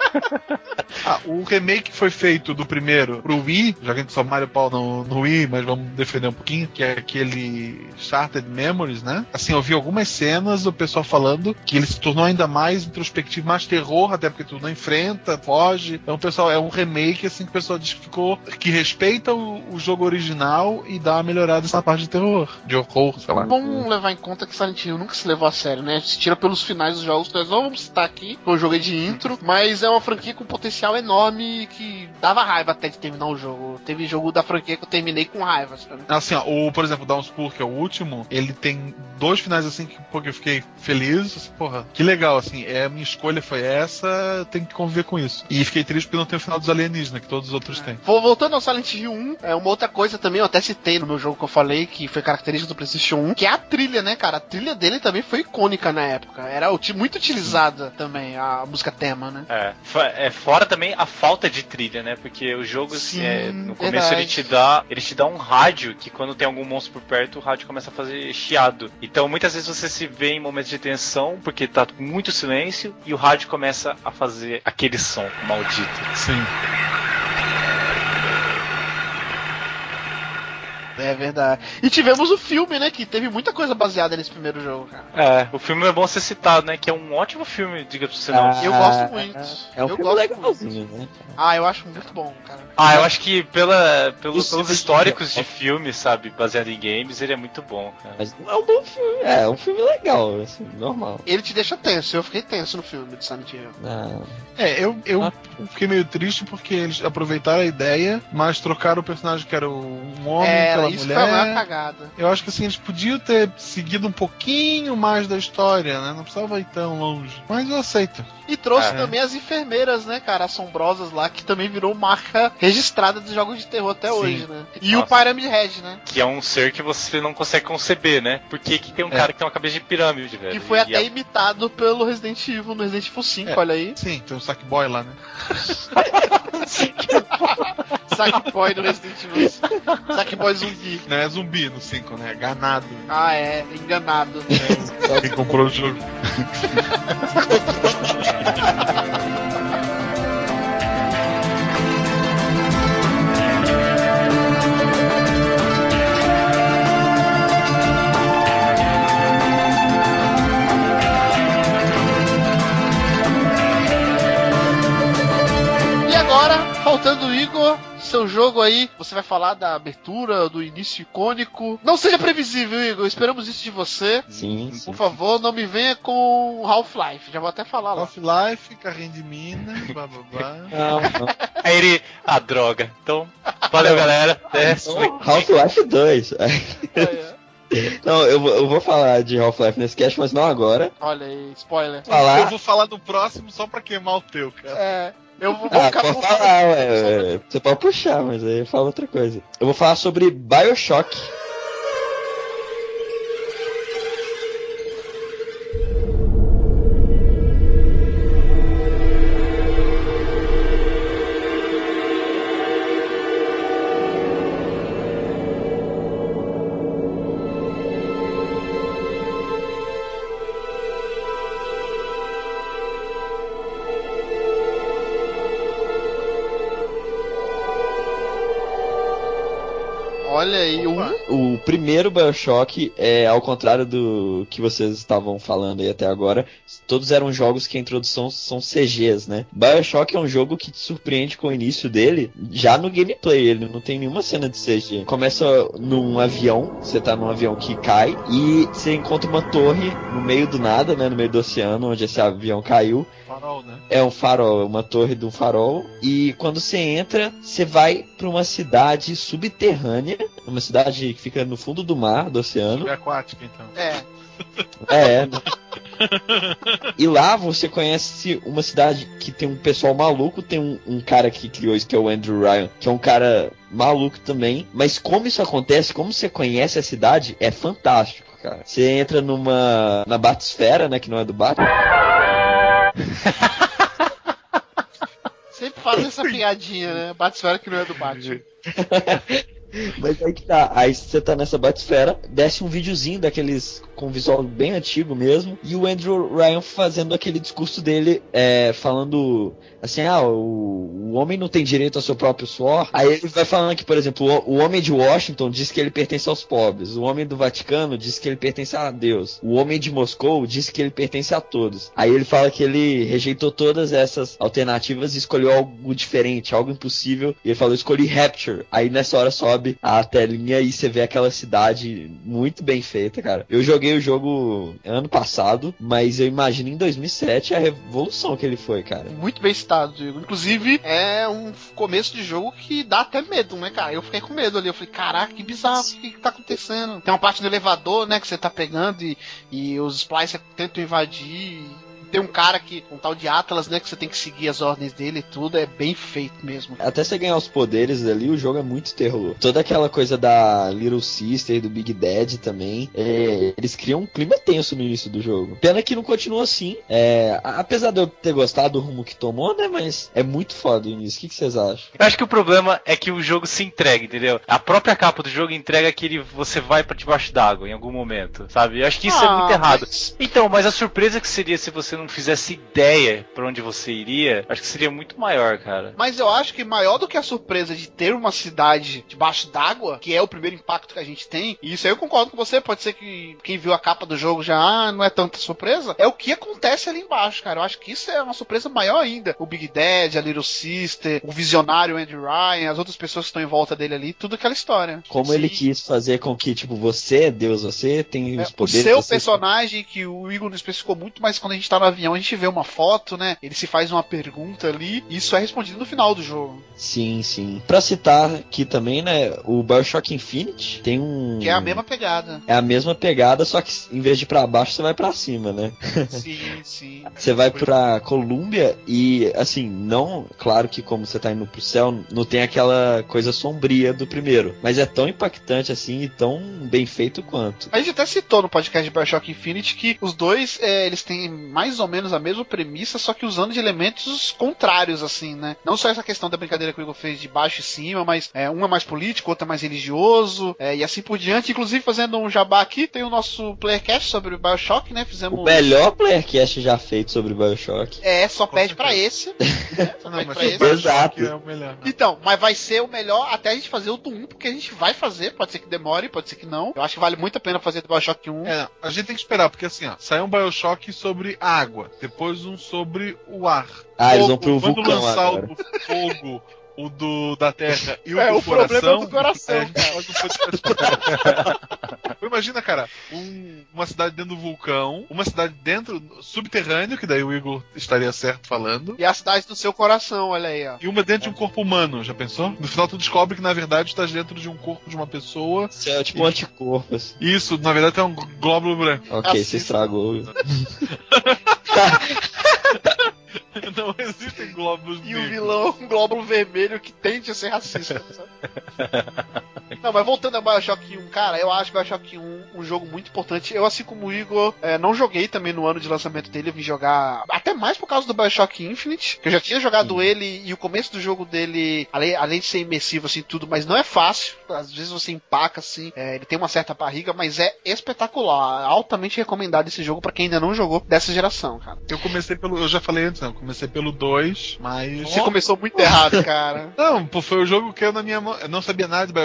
Speaker 4: Ah, o remake foi feito do primeiro pro Wii, já que a gente só malha o pau no, no Wii, mas vamos defender um pouquinho, que é aquele Shattered Memories, né? Assim, eu vi algumas cenas do pessoal falando que ele se tornou ainda mais introspectivo, mais terror, até porque tu não enfrenta, foge. Então, pessoal, é um remake, assim, que o pessoal diz que ficou, que respeita o, o jogo original e dá uma melhorada nessa parte de terror, de horror, sei lá.
Speaker 2: Vamos levar em conta que Silent Hill nunca se levou a sério, né? Se tira pelos finais dos jogos, nós não vamos citar aqui, que eu joguei de intro, mas é uma franquia com potencial enorme que dava raiva até de terminar o jogo. Teve jogo da franquia que eu terminei com raiva, sabe?
Speaker 4: Assim, ó, o, por exemplo, o Downspur, que é o último, ele tem dois finais assim que, pô, que eu fiquei feliz, assim, porra, que legal, assim, é, a minha escolha foi essa, tem que conviver com isso. E fiquei triste porque não tem o final dos alienígenas, que todos os outros
Speaker 2: É.
Speaker 4: têm.
Speaker 2: Voltando ao Silent Hill um, é uma outra coisa também, eu até citei no meu jogo que eu falei, que foi característica do PlayStation um, que é a trilha, né, cara? A trilha dele também foi icônica na época. Era muito utilizada também, a música tema, né?
Speaker 3: É, é, fora também a falta de trilha, né? Porque o jogo,
Speaker 2: Sim,
Speaker 3: é, no começo
Speaker 2: verdade.
Speaker 3: ele te dá, ele te dá um rádio que quando tem algum monstro por perto, o rádio começa a fazer chiado. Então muitas vezes você se vê em momentos de tensão, porque tá com muito silêncio, e o rádio começa a fazer aquele som maldito.
Speaker 4: Sim.
Speaker 2: É verdade. E tivemos o filme, né? Que teve muita coisa baseada nesse primeiro jogo, cara.
Speaker 3: É, o filme é bom ser citado, né? Que é um ótimo filme, diga-se você não.
Speaker 5: Ah,
Speaker 2: Eu gosto muito.
Speaker 5: É um
Speaker 2: eu
Speaker 5: filme
Speaker 2: gosto
Speaker 5: legalzinho,
Speaker 2: muito.
Speaker 5: né?
Speaker 2: Ah, eu acho muito bom, cara.
Speaker 3: Ah, eu acho que pela, pelo,
Speaker 5: Isso,
Speaker 3: pelos
Speaker 5: isso,
Speaker 3: históricos
Speaker 5: isso.
Speaker 3: de filme, sabe, baseado em games, ele é muito bom, cara.
Speaker 5: Mas não é um bom filme. É, é um filme legal, assim, normal.
Speaker 2: Ele te deixa tenso. Eu fiquei tenso no filme de Silent Hill.
Speaker 5: Ah,
Speaker 4: É, eu, eu
Speaker 5: Ah.
Speaker 4: fiquei meio triste porque eles aproveitaram a ideia, mas trocaram o personagem que era um homem
Speaker 2: É,
Speaker 4: pela
Speaker 2: isso foi a maior
Speaker 4: mulher.
Speaker 2: cagada.
Speaker 4: Eu acho que assim, eles podiam ter seguido um pouquinho mais da história, né? Não precisava ir tão longe. Mas eu aceito.
Speaker 2: E trouxe
Speaker 4: É.
Speaker 2: também as enfermeiras, né, cara, assombrosas lá, que também virou marca registrada dos jogos de terror até
Speaker 4: Sim.
Speaker 2: hoje, né? E
Speaker 3: Nossa.
Speaker 2: o Pyramid Head, né?
Speaker 3: Que é um ser que você não consegue conceber, né? Por que que tem um
Speaker 4: É.
Speaker 3: cara que tem uma cabeça de pirâmide, velho?
Speaker 2: Que foi
Speaker 3: E
Speaker 2: até
Speaker 3: a-
Speaker 2: imitado pelo Resident Evil no Resident Evil cinco,
Speaker 4: É.
Speaker 2: olha aí.
Speaker 4: Sim, tem um Sackboy lá, né?
Speaker 2: Sackboy no Resident Evil cinco. Sackboy zumbi.
Speaker 4: Não é zumbi no cinco, né? É ganado.
Speaker 2: Ah, é, enganado.
Speaker 4: Quem comprou o jogo.
Speaker 2: E agora, faltando o Igor, seu jogo aí, você vai falar da abertura, do início icônico. Não seja previsível, Igor, esperamos isso de você.
Speaker 5: sim, sim.
Speaker 2: Por favor, não me venha com Half-Life, já vou até falar lá.
Speaker 4: Half-Life, carrinho de mina, bababá.
Speaker 5: Não, não.
Speaker 3: Aí ele. Ah, droga. Então, valeu, galera. É,
Speaker 5: Então, Half-Life dois.
Speaker 2: É,
Speaker 5: Não, eu, vou- eu vou falar de Half-Life nesse cast, mas não agora.
Speaker 2: olha aí, spoiler.
Speaker 5: Falar.
Speaker 4: Eu vou falar do próximo só pra queimar o teu, cara.
Speaker 2: É, eu vou
Speaker 5: Ah,
Speaker 2: ficar
Speaker 5: pode
Speaker 2: por
Speaker 5: falar, ué, você pode puxar, mas aí eu falo outra coisa. Eu vou falar sobre BioShock.
Speaker 2: Olha aí, um...
Speaker 5: O primeiro BioShock, é, ao contrário do que vocês estavam falando aí até agora, todos eram jogos que a introdução são C Gs, né? BioShock é um jogo que te surpreende com o início dele, já no gameplay, ele não tem nenhuma cena de C G. Começa num avião, você tá num avião que cai, e você encontra uma torre no meio do nada, né? No meio do oceano, onde esse avião caiu.
Speaker 4: Farol, né?
Speaker 5: É um farol, uma torre de um farol. E quando você entra, você vai pra uma cidade subterrânea, uma cidade que fica no fundo do mar, do oceano.
Speaker 4: Subaquática, então.
Speaker 2: É.
Speaker 5: É, né? E lá você conhece uma cidade que tem um pessoal maluco, tem um, um cara que criou isso, que é o Andrew Ryan, que é um cara maluco também. Mas como isso acontece, como você conhece a cidade, é fantástico, cara. Você entra numa na Batisfera, né, que não é do Batman.
Speaker 2: Sempre faz essa piadinha, né? Batisfera que não é do Batman.
Speaker 5: Mas aí que tá, aí você tá nessa batisfera, desce um videozinho daqueles com visual bem antigo mesmo, e o Andrew Ryan fazendo aquele discurso dele, é, falando assim, ah, o, o homem não tem direito ao seu próprio suor. Aí ele vai falando que, por exemplo, o, o homem de Washington diz que ele pertence aos pobres, o homem do Vaticano diz que ele pertence a Deus, o homem de Moscou diz que ele pertence a todos. Aí ele fala que ele rejeitou todas essas alternativas e escolheu algo diferente, algo impossível, e ele falou, eu escolhi Rapture. Aí nessa hora sobe a telinha e você vê aquela cidade muito bem feita, cara. Eu joguei o jogo ano passado, mas eu imagino em dois mil e sete a revolução que ele foi, cara.
Speaker 2: Muito bem citado, Diego. Inclusive, é um começo de jogo que dá até medo, né, cara? Eu fiquei com medo ali. Eu falei, caraca, que bizarro, o que, que tá acontecendo? Tem uma parte do elevador, né, que você tá pegando e, e os Splicers tentam invadir. Tem um cara que, um tal de Atlas, né, que você tem que seguir as ordens dele e tudo, é bem feito mesmo.
Speaker 5: Até você ganhar os poderes ali, o jogo é muito terror. Toda aquela coisa da Little Sister e do Big Daddy também, é, eles criam um clima tenso no início do jogo. Pena que não continua assim, é, apesar de eu ter gostado do rumo que tomou, né, mas é muito foda o início. O que, que vocês acham?
Speaker 3: Eu acho que o problema é que o jogo se entrega, entendeu? A própria capa do jogo entrega que ele, você vai pra debaixo d'água em algum momento, sabe? Eu acho que isso ah, é muito errado. Mas... Então, mas a surpresa que seria se você não fizesse ideia pra onde você iria, acho que seria muito maior, cara.
Speaker 2: Mas eu acho que maior do que a surpresa de ter uma cidade debaixo d'água, que é o primeiro impacto que a gente tem, e isso aí eu concordo com você, pode ser que quem viu a capa do jogo já, ah, não é tanta surpresa, é o que acontece ali embaixo, cara. Eu acho que isso é uma surpresa maior ainda. O Big Dad, a Little Sister, o visionário Andy Ryan, as outras pessoas que estão em volta dele ali, tudo aquela história.
Speaker 5: Como Sim. ele quis fazer com que, tipo, você é Deus, você tem
Speaker 2: é,
Speaker 5: os poderes...
Speaker 2: O seu
Speaker 5: você...
Speaker 2: personagem, que o Igor não especificou muito, mas quando a gente tá no avião, a gente vê uma foto, né? Ele se faz uma pergunta ali e isso é respondido no final do jogo.
Speaker 5: Sim, sim. Pra citar aqui também, né? O BioShock Infinite tem um...
Speaker 2: Que é a mesma pegada.
Speaker 5: É a mesma pegada, só que em vez de ir pra baixo, você vai pra cima, né?
Speaker 2: Sim, sim.
Speaker 5: Você vai pra Colômbia e, assim, não... Claro que como você tá indo pro céu, não tem aquela coisa sombria do primeiro. Mas é tão impactante, assim, e tão bem feito quanto.
Speaker 2: A gente até citou no podcast de BioShock Infinite que os dois, é, eles têm mais ou menos a mesma premissa, só que usando de elementos contrários, assim, né? Não só essa questão da brincadeira que o Igor fez de baixo e cima, mas é, um é mais político, outro é mais religioso, é, e assim por diante. Inclusive, fazendo um jabá aqui, tem o nosso Playercast sobre o BioShock, né? Fizemos...
Speaker 5: O melhor Playercast já feito sobre o BioShock.
Speaker 2: É, só Com pede certeza. pra esse. Né? Só
Speaker 4: não,
Speaker 2: pede
Speaker 4: mas
Speaker 2: pra esse.
Speaker 5: Exato.
Speaker 4: É o melhor,
Speaker 2: então, mas vai ser o melhor até a gente fazer o do um, porque a gente vai fazer, pode ser que demore, pode ser que não. Eu acho que vale muito a pena fazer do BioShock um.
Speaker 4: É, a gente tem que esperar, porque assim, ó, saiu um BioShock sobre água, depois um sobre o ar.
Speaker 5: Ah, fogo, eles vão pro
Speaker 4: quando
Speaker 5: vulcão
Speaker 4: lançar
Speaker 5: agora.
Speaker 4: o do fogo, o do da terra e o
Speaker 2: é,
Speaker 4: do
Speaker 2: o
Speaker 4: coração...
Speaker 2: problema é do coração,
Speaker 4: é,
Speaker 2: cara.
Speaker 4: Imagina, cara, um, uma cidade dentro do vulcão, uma cidade dentro, subterrâneo, que daí o Igor estaria certo falando.
Speaker 2: E a cidade do seu coração, olha aí, ó.
Speaker 4: E uma dentro de um corpo humano, já pensou? No final tu descobre que, na verdade, tu estás dentro de um corpo de uma pessoa.
Speaker 5: Isso é tipo e... um anticorpo, assim.
Speaker 4: Isso, na verdade é um glóbulo branco.
Speaker 5: Ok, assim, você estragou.
Speaker 4: Não existem glóbulos
Speaker 2: E
Speaker 4: negros.
Speaker 2: o vilão, um glóbulo vermelho que tende a ser racista. Não, mas voltando a BioShock um, cara, eu acho BioShock um um jogo muito importante. Eu, assim como o Igor, é, não joguei também no ano de lançamento dele, eu vim jogar até mais por causa do BioShock Infinite, que eu já tinha jogado Sim. ele, e o começo do jogo dele, além, além de ser imersivo, assim, tudo, mas não é fácil. Às vezes você empaca, assim, é, ele tem uma certa barriga, mas é espetacular. Altamente recomendado esse jogo pra quem ainda não jogou dessa geração, cara.
Speaker 4: Eu comecei pelo, eu já falei antes, não, comecei pelo dois, mas...
Speaker 2: Você oh. começou muito errado, cara.
Speaker 4: Não, pô, foi o jogo que eu na minha mão, eu não sabia nada de BioShock, cara.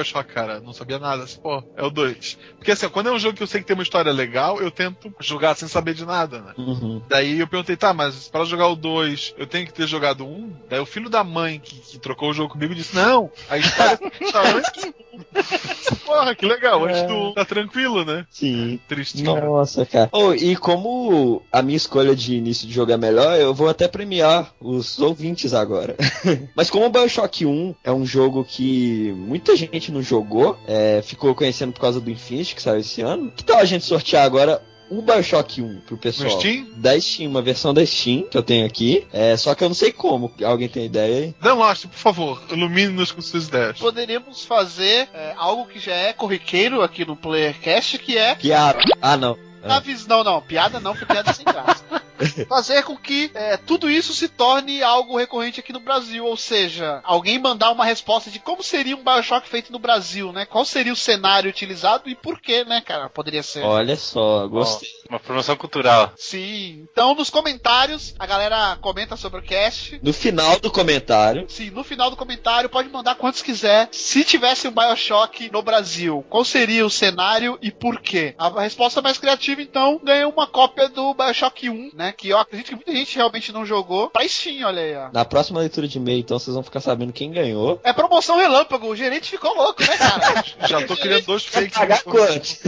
Speaker 4: cara. Não sabia nada. Assim, pô, é o dois. Porque assim, quando é um jogo que eu sei que tem uma história legal, eu tento jogar sem saber de nada, né?
Speaker 5: Uhum.
Speaker 4: Daí eu perguntei, tá, mas para jogar o dois, eu tenho que ter jogado um? Daí o filho da mãe que, que trocou o jogo comigo disse, não, a história tá antes. Porra, que legal, antes do um tá tranquilo, né?
Speaker 5: Sim.
Speaker 4: Triste.
Speaker 5: Nossa, cara. Oh, e como a minha escolha de início de jogo é melhor, eu vou até premiar os ouvintes agora. Mas como o BioShock um é um jogo que muita gente não jogou, é, ficou conhecendo por causa do Infinity, que saiu esse ano, que tal a gente sortear agora o BioShock um pro pessoal?
Speaker 4: No Steam?
Speaker 5: Da Steam, uma versão da Steam que eu tenho aqui. É, só que eu não sei como. Alguém tem ideia aí?
Speaker 4: Dan Lost, por favor, ilumine-nos com suas ideias.
Speaker 2: Poderíamos fazer é, algo que já é corriqueiro aqui no PlayerCast, que é...
Speaker 5: Piada. Ah, não.
Speaker 2: Na vis... Não, não, piada não, porque piada é sem graça. Fazer com que é, tudo isso se torne algo recorrente aqui no Brasil, ou seja, alguém mandar uma resposta de como seria um BioShock feito no Brasil, né? Qual seria o cenário utilizado e por quê, né, cara? Poderia ser.
Speaker 5: Olha só, gostei.
Speaker 3: Oh, uma promoção cultural.
Speaker 2: Sim. Então, nos comentários, a galera comenta sobre o cast.
Speaker 5: No final do comentário.
Speaker 2: Sim, no final do comentário, pode mandar quantos quiser. Se tivesse um BioShock no Brasil, qual seria o cenário e por quê? A resposta mais criativa, então, ganha uma cópia do BioShock um, né? Que eu acredito que muita gente realmente não jogou. Pra Steam, olha aí, ó.
Speaker 5: Na próxima leitura de e-mail, então, vocês vão ficar sabendo quem ganhou.
Speaker 2: É promoção relâmpago. O gerente ficou louco, né, cara?
Speaker 4: Já tô criando dois fakes.
Speaker 5: Pagar quanto?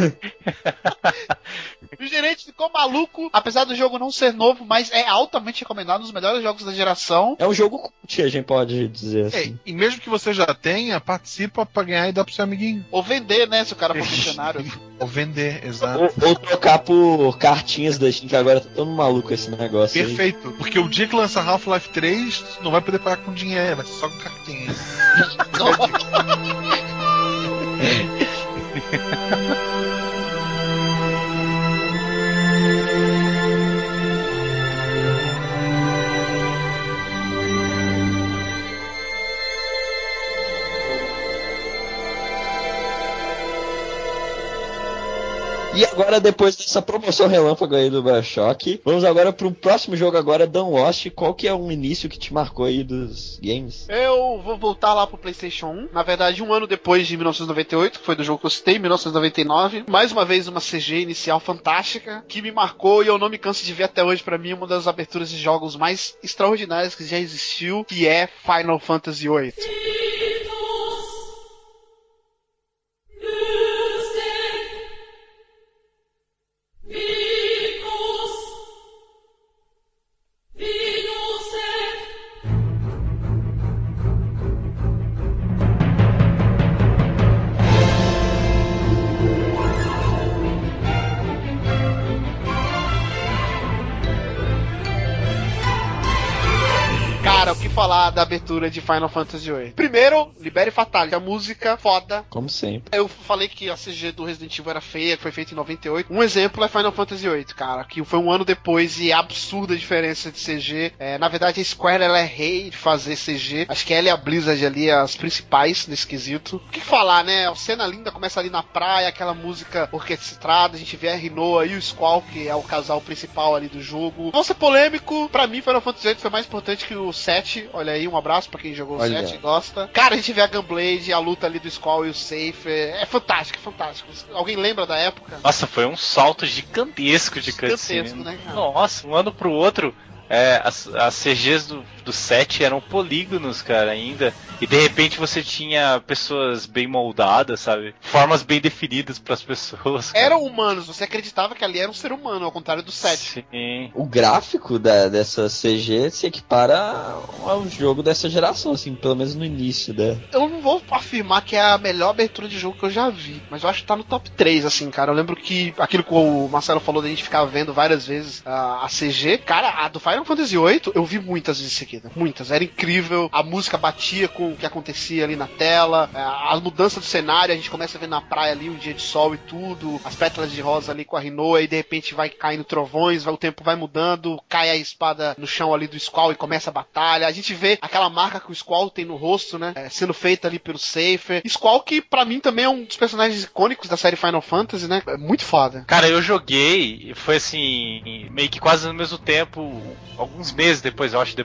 Speaker 2: O gerente ficou maluco, apesar do jogo não ser novo, mas é altamente recomendado, um dos melhores jogos da geração.
Speaker 5: É um jogo cult, a gente pode dizer assim.
Speaker 4: É, e mesmo que você já tenha, participa pra ganhar e dá pro seu amiguinho.
Speaker 2: Ou vender, né, se o cara for funcionário.
Speaker 4: Ou vender, exato.
Speaker 5: Ou, ou trocar por cartinhas da Steam, que agora tá todo maluco esse negócio.
Speaker 4: Perfeito, aí. Porque o dia que lançar Half-Life três, não vai poder pagar com dinheiro, vai ser só com cartinha.
Speaker 5: E agora, depois dessa promoção relâmpago aí do BioShock, vamos agora pro próximo jogo agora, Dan Lost. Qual que é um início que te marcou aí dos games?
Speaker 2: Eu vou voltar lá pro PlayStation um. Na verdade, um ano depois de mil novecentos e noventa e oito, que foi do jogo que eu citei, mil novecentos e noventa e nove. Mais uma vez, uma C G inicial fantástica, que me marcou e eu não me canso de ver até hoje. Pra mim, uma das aberturas de jogos mais extraordinárias que já existiu, que é Final Fantasy oito. Cara, o que falar da abertura de Final Fantasy oito? Primeiro, Libere Fatality, a música foda.
Speaker 5: Como sempre.
Speaker 2: Eu falei que a C G do Resident Evil era feia, que foi feita em noventa e oito. Um exemplo é Final Fantasy oito, cara, que foi um ano depois e é absurda a diferença de C G. É, na verdade, a Square, ela é rei de fazer C G. Acho que ela e a Blizzard ali, as principais nesse quesito. O que falar, né? A cena linda começa ali na praia, aquela música orquestrada, a gente vê a Rinoa e o Squall, que é o casal principal ali do jogo. Vou ser polêmico, pra mim Final Fantasy oito foi mais importante que o sete. Olha aí, um abraço pra quem jogou
Speaker 5: Olha.
Speaker 2: o sete e gosta. Cara, a gente vê a Gunblade, a luta ali do Squall e o Safe. É, é fantástico, é fantástico. Alguém lembra da época?
Speaker 3: Nossa, foi um salto gigantesco de cutscene.
Speaker 2: Gigantesco, né, cara?
Speaker 3: Nossa, um ano pro outro. É, as, as C Gs do, do set eram polígonos, cara, ainda. E de repente você tinha pessoas bem moldadas, sabe? Formas bem definidas pras pessoas. Cara.
Speaker 2: Eram humanos, você acreditava que ali era um ser humano, ao contrário do sete.
Speaker 3: Sim.
Speaker 5: O gráfico da, dessa C G se equipara ao jogo dessa geração, assim, pelo menos no início, né?
Speaker 2: Eu não vou afirmar que é a melhor abertura de jogo que eu já vi, mas eu acho que tá no top três, assim, cara. Eu lembro que aquilo que o Marcelo falou da gente ficar vendo várias vezes a, a C G, cara, a do Final Fantasy oito eu vi muitas vezes seguida, muitas, era incrível, a música batia com o que acontecia ali na tela, a, a mudança do cenário, a gente começa a ver na praia ali um dia de sol e tudo, as pétalas de rosa ali com a Rinoa, e de repente vai caindo trovões, vai, o tempo vai mudando, cai a espada no chão ali do Squall e começa a batalha, a gente vê aquela marca que o Squall tem no rosto, né, é, sendo feita ali pelo Safer, Squall que pra mim também é um dos personagens icônicos da série Final Fantasy, né, é muito foda.
Speaker 3: Cara, eu joguei, foi assim, meio que quase no mesmo tempo, alguns meses depois, eu acho, depois de jogar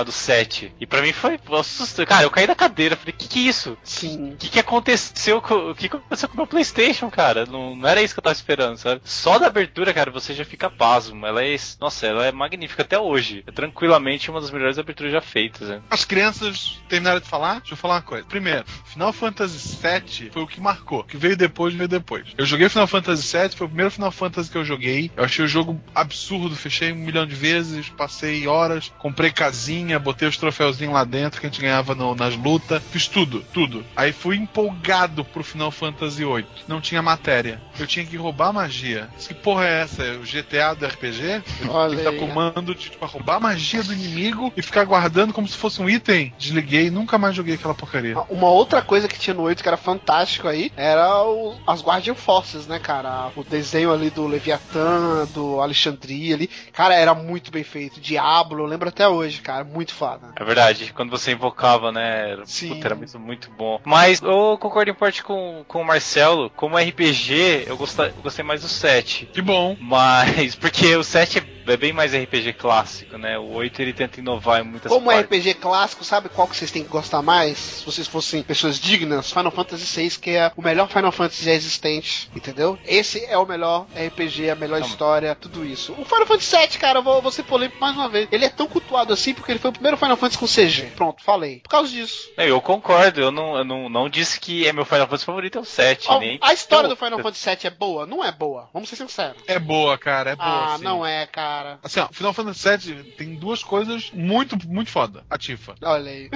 Speaker 3: jogado o sete. E pra mim foi assustador. Cara, eu caí da cadeira, falei, que que é isso?
Speaker 2: Sim.
Speaker 3: O que que aconteceu com o que aconteceu com o meu PlayStation, cara? Não, não era isso que eu tava esperando, sabe? Só da abertura, cara, você já fica pasmo. Ela é, nossa, ela é magnífica até hoje. É tranquilamente uma das melhores aberturas já feitas, né?
Speaker 4: As crianças terminaram de falar? Deixa eu falar uma coisa. Primeiro, Final Fantasy sete foi o que marcou. O que veio depois, veio depois. Eu joguei Final Fantasy sete, foi o primeiro Final Fantasy que eu joguei. Eu achei o jogo absurdo, fechei um milhão de vezes, passei horas, comprei casinha, botei os troféuzinhos lá dentro que a gente ganhava no, nas lutas. Fiz tudo, tudo. Aí fui empolgado pro Final Fantasy oito. Não tinha matéria. Eu tinha que roubar magia. Que porra é essa? É o G T A do R P G?
Speaker 2: Olha
Speaker 4: que dá
Speaker 2: aí.
Speaker 4: comando de tipo, roubar a magia do inimigo e ficar guardando como se fosse um item. Desliguei e nunca mais joguei aquela porcaria.
Speaker 2: Uma outra coisa que tinha no oito que era fantástico aí era o, as Guardian Forces, né, cara? O desenho ali do Leviatã, do Alexandria ali. Cara, era muito bem feito. Diablo, eu lembro até hoje, cara. Muito foda.
Speaker 3: É verdade, quando você invocava, né? Era,
Speaker 2: Sim.
Speaker 3: puta, era muito, muito bom. Mas eu concordo em parte com, com o Marcelo. Como R P G, eu gostei, eu gostei mais do sete.
Speaker 4: Que bom.
Speaker 3: Mas, porque o sete é bem mais R P G clássico, né? O oito ele tenta inovar em muitas
Speaker 2: Como
Speaker 3: partes.
Speaker 2: R P G clássico, sabe qual que vocês têm que gostar mais? Se vocês fossem pessoas dignas, Final Fantasy seis, que é o melhor Final Fantasy já existente, entendeu? Esse é o melhor R P G, a melhor
Speaker 3: Não,
Speaker 2: história, tudo isso. O Final Fantasy sete, cara, eu vou, vou ser polêmico mais uma vez. Ele é tão cultuado assim porque ele foi o primeiro Final Fantasy com C G. Pronto, falei. Por causa disso.
Speaker 3: Eu concordo, eu não, eu não, não disse que é meu Final Fantasy favorito, é o sete,
Speaker 2: Ó,
Speaker 3: nem...
Speaker 2: a história
Speaker 3: eu...
Speaker 2: do Final Fantasy sete é boa? Não é boa. Vamos ser sinceros.
Speaker 4: É boa, cara, é boa.
Speaker 2: Ah,
Speaker 4: sim.
Speaker 2: não é, cara.
Speaker 4: Assim, ó, Final Fantasy sete tem duas coisas muito, muito foda. A Tifa.
Speaker 2: Olha aí.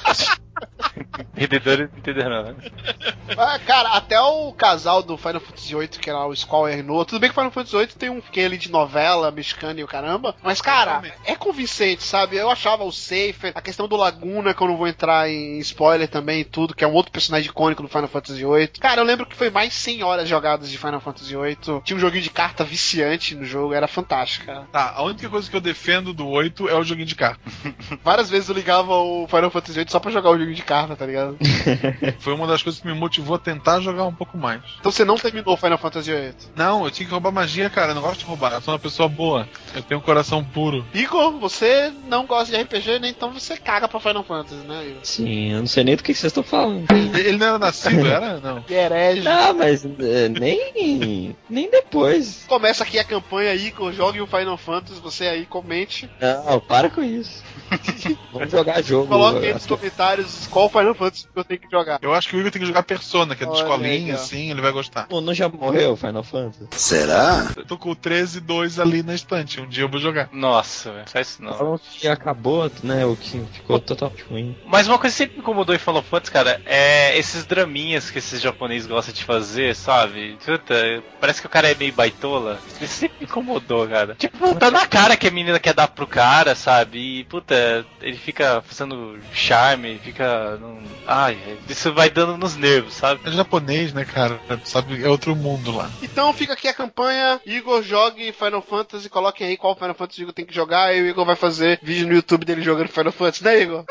Speaker 3: Entendedores entenderão, né?
Speaker 2: Ah, cara, até o casal do Final Fantasy oito, que era o Squall e a Renoa, tudo bem que o Final Fantasy oito tem um que ali de novela mexicana e o caramba, mas, cara, é convincente, sabe? Eu achava o Safer, a questão do Laguna, que eu não vou entrar em spoiler também e tudo, que é um outro personagem icônico do Final Fantasy oito. Cara, eu lembro que foi mais cem horas jogadas de Final Fantasy oito. Tinha um joguinho de carta viciante no jogo, era fantástico, cara.
Speaker 4: Tá, a única coisa que eu defendo do oito é o joguinho de carta.
Speaker 2: Várias vezes eu ligava o Final Fantasy oito só pra jogar o joguinho de carta, tá ligado?
Speaker 4: Foi uma das coisas que me motivou a tentar jogar um pouco mais.
Speaker 2: Então você não terminou o Final Fantasy oito?
Speaker 4: Não, eu tinha que roubar magia, cara. Eu não gosto de roubar. Eu sou uma pessoa boa. Eu tenho um coração puro.
Speaker 2: Igor, você não gosta de R P G, nem então você caga pra Final Fantasy, né, Igor?
Speaker 5: Sim, eu não sei nem do que vocês estão falando.
Speaker 4: Ele não era nascido, era? Não.
Speaker 2: Que herege.
Speaker 5: Ah, mas é, nem, nem depois.
Speaker 2: Começa aqui a campanha, Igor, jogue o Final Fantasy, você aí comente.
Speaker 5: Não, para com isso. Vamos jogar jogo.
Speaker 2: Coloque aí nos comentários qual Final Fantasy que eu tenho que jogar.
Speaker 4: Eu acho que o Igor tem que jogar Persona, que é de
Speaker 2: Olha
Speaker 4: escolinha,
Speaker 2: aí, ó.
Speaker 4: assim, ele vai gostar.
Speaker 5: Pô, não já morreu o Final Fantasy?
Speaker 1: Será?
Speaker 4: Eu tô com o treze dois ali na estante. Um dia eu vou jogar.
Speaker 3: Nossa, velho, faz isso não.
Speaker 5: Falam que acabou, né? O que ficou totalmente ruim.
Speaker 3: Mas uma coisa que sempre me incomodou em Final Fantasy, cara, é esses draminhas que esses japoneses gostam de fazer, sabe? Puta, parece que o cara é meio baitola. Isso sempre me incomodou, cara. Tipo, tá na cara que a menina quer dar pro cara, sabe? E, puta, ele fica fazendo charme, fica... Num... Ai, isso vai dando nos nervos, sabe?
Speaker 4: É japonês, né, cara? Sabe, é outro mundo lá.
Speaker 2: Então fica aqui a campanha, Igor jogue Final Fantasy, coloquem aí qual Final Fantasy o Igor tem que jogar, e o Igor vai fazer vídeo no YouTube dele jogando Final Fantasy, né, Igor?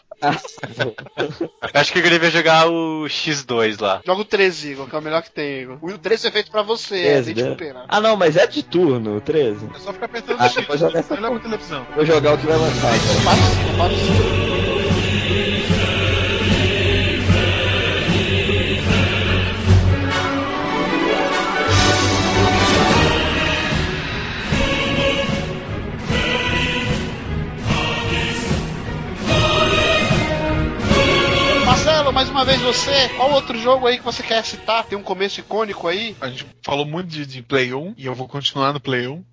Speaker 3: Acho que eu devia jogar o X dois lá.
Speaker 2: Joga o treze, Igor, que é o melhor que tem, Igor. O treze é feito pra você, é,
Speaker 5: treze,
Speaker 2: tem
Speaker 5: né?
Speaker 2: de pena.
Speaker 5: Ah, não, mas é de turno, o treze.
Speaker 4: É só ficar apertando
Speaker 5: Ah,
Speaker 4: o X.
Speaker 5: vou jogar essa
Speaker 4: Olha pra
Speaker 5: porra.
Speaker 4: televisão.
Speaker 5: Vou jogar o que vai lançar. Cara.
Speaker 2: Participa, participa. Marcelo, mais uma vez você, qual outro jogo aí que você quer citar? Tem um começo icônico aí?
Speaker 4: A gente falou muito de, de Play um e eu vou continuar no Play um.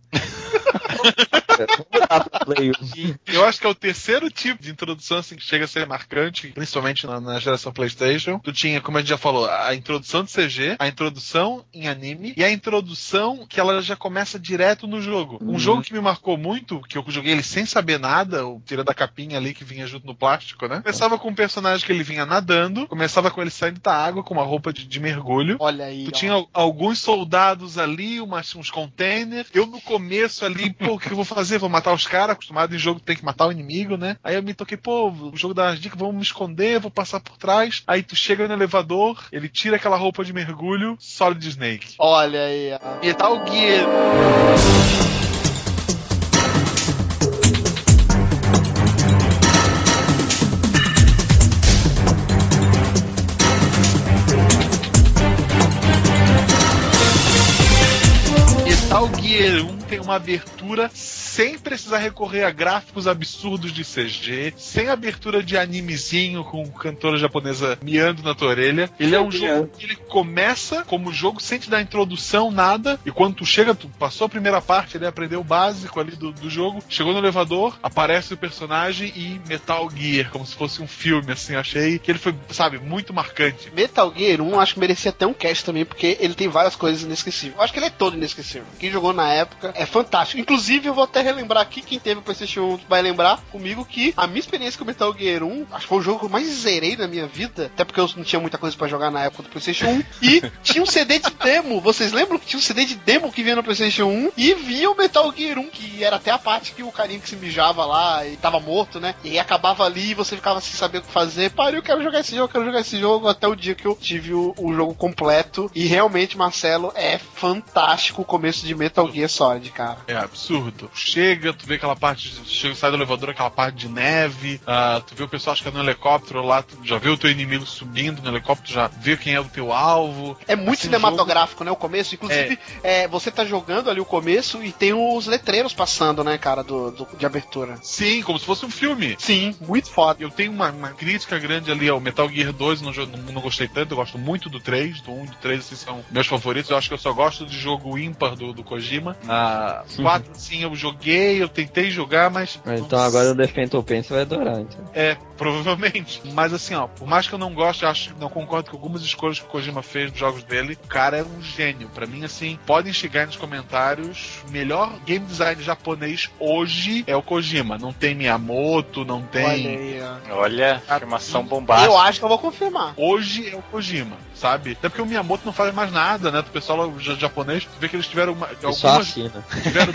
Speaker 5: Play
Speaker 4: E eu acho que é o terceiro tipo de introdução assim, que chega a ser marcante, principalmente na, na geração PlayStation. Tu tinha, como a gente já falou, a introdução de C G, a introdução em anime e a introdução que ela já começa direto no jogo. Um
Speaker 5: Uhum.
Speaker 4: jogo que me marcou muito, que eu joguei ele sem saber nada, o tira da capinha ali que vinha junto no plástico, né? Começava com um personagem que ele vinha nadando, começava com ele saindo da água com uma roupa de, de mergulho.
Speaker 2: Olha aí,
Speaker 4: Tu
Speaker 2: ó.
Speaker 4: tinha alguns soldados ali, umas, uns containers. Eu no começo ali, pô, o que eu vou fazer? Vou matar os caras. Acostumado em jogo tem que matar o inimigo, né? Aí eu me toquei, pô, o jogo dá as dicas, vamos me esconder, vou passar por trás. Aí tu chega no elevador, ele tira aquela roupa de mergulho, Solid Snake.
Speaker 2: Olha aí, ó.
Speaker 4: Metal Gear. uma abertura sem precisar recorrer a gráficos absurdos de C G, sem abertura de animezinho com cantora japonesa miando na tua orelha. Ele é um jogo que ele começa como jogo sem te dar introdução, nada, e quando tu chega, tu passou a primeira parte, ele aprendeu o básico ali do, do jogo, chegou no elevador, aparece o personagem e Metal Gear, como se fosse um filme, assim, achei que ele foi, sabe, muito marcante.
Speaker 2: Metal Gear um, acho que merecia até um cast também, porque ele tem várias coisas inesquecíveis. Eu acho que ele é todo inesquecível. Quem jogou na época é fantástico. Inclusive, eu vou até relembrar aqui, quem teve o PlayStation um vai lembrar comigo que a minha experiência com o Metal Gear um, acho que foi o jogo que eu mais zerei na minha vida, até porque eu não tinha muita coisa pra jogar na época do PlayStation um, e tinha um C D de demo. Vocês lembram que tinha um C D de demo que vinha no PlayStation um e vinha o Metal Gear um, que era até a parte que o carinha que se mijava lá e tava morto, né? E aí acabava ali e você ficava sem saber o que fazer. Pare, eu quero jogar esse jogo, eu quero jogar esse jogo, até o dia que eu tive o, o jogo completo. E realmente, Marcelo, é fantástico o começo de Metal Gear Solid, cara.
Speaker 4: É absurdo. Chega, tu vê aquela parte, chega, sai do elevador, aquela parte de neve, uh, tu vê o pessoal acho que é no helicóptero lá, tu já vê o teu inimigo subindo no helicóptero, já vê quem é o teu alvo.
Speaker 2: É muito
Speaker 4: assim,
Speaker 2: cinematográfico,
Speaker 4: jogo...
Speaker 2: né, o começo. Inclusive, é. É, você tá jogando ali o começo e tem os letreiros passando, né, cara, do, do, de abertura.
Speaker 4: Sim, como se fosse um filme.
Speaker 2: Sim, muito foda.
Speaker 4: Eu tenho uma, uma crítica grande ali ao Metal Gear dois, não, não, não gostei tanto, eu gosto muito do três, do um e do três, assim, são meus favoritos. Eu acho que eu só gosto de jogo ímpar do, do Kojima. Ah, quatro, sim, eu joguei, eu tentei jogar, mas...
Speaker 5: Então agora o The Phantom Pain você vai adorar, então.
Speaker 4: É, provavelmente. Mas assim, ó, por mais que eu não goste, eu acho, não concordo com algumas escolhas que o Kojima fez nos jogos dele, o cara é um gênio. Pra mim, assim, podem chegar aí nos comentários, o melhor game design japonês hoje é o Kojima. Não tem Miyamoto, não tem...
Speaker 2: Olha aí, ó.
Speaker 3: Olha, afirmação bombástica.
Speaker 2: Eu acho que eu vou confirmar.
Speaker 4: Hoje é o Kojima, sabe? Até porque o Miyamoto não faz mais nada, né? Do pessoal japonês, tu vê que eles tiveram uma, algumas...
Speaker 5: Só assina.
Speaker 4: Tiveram,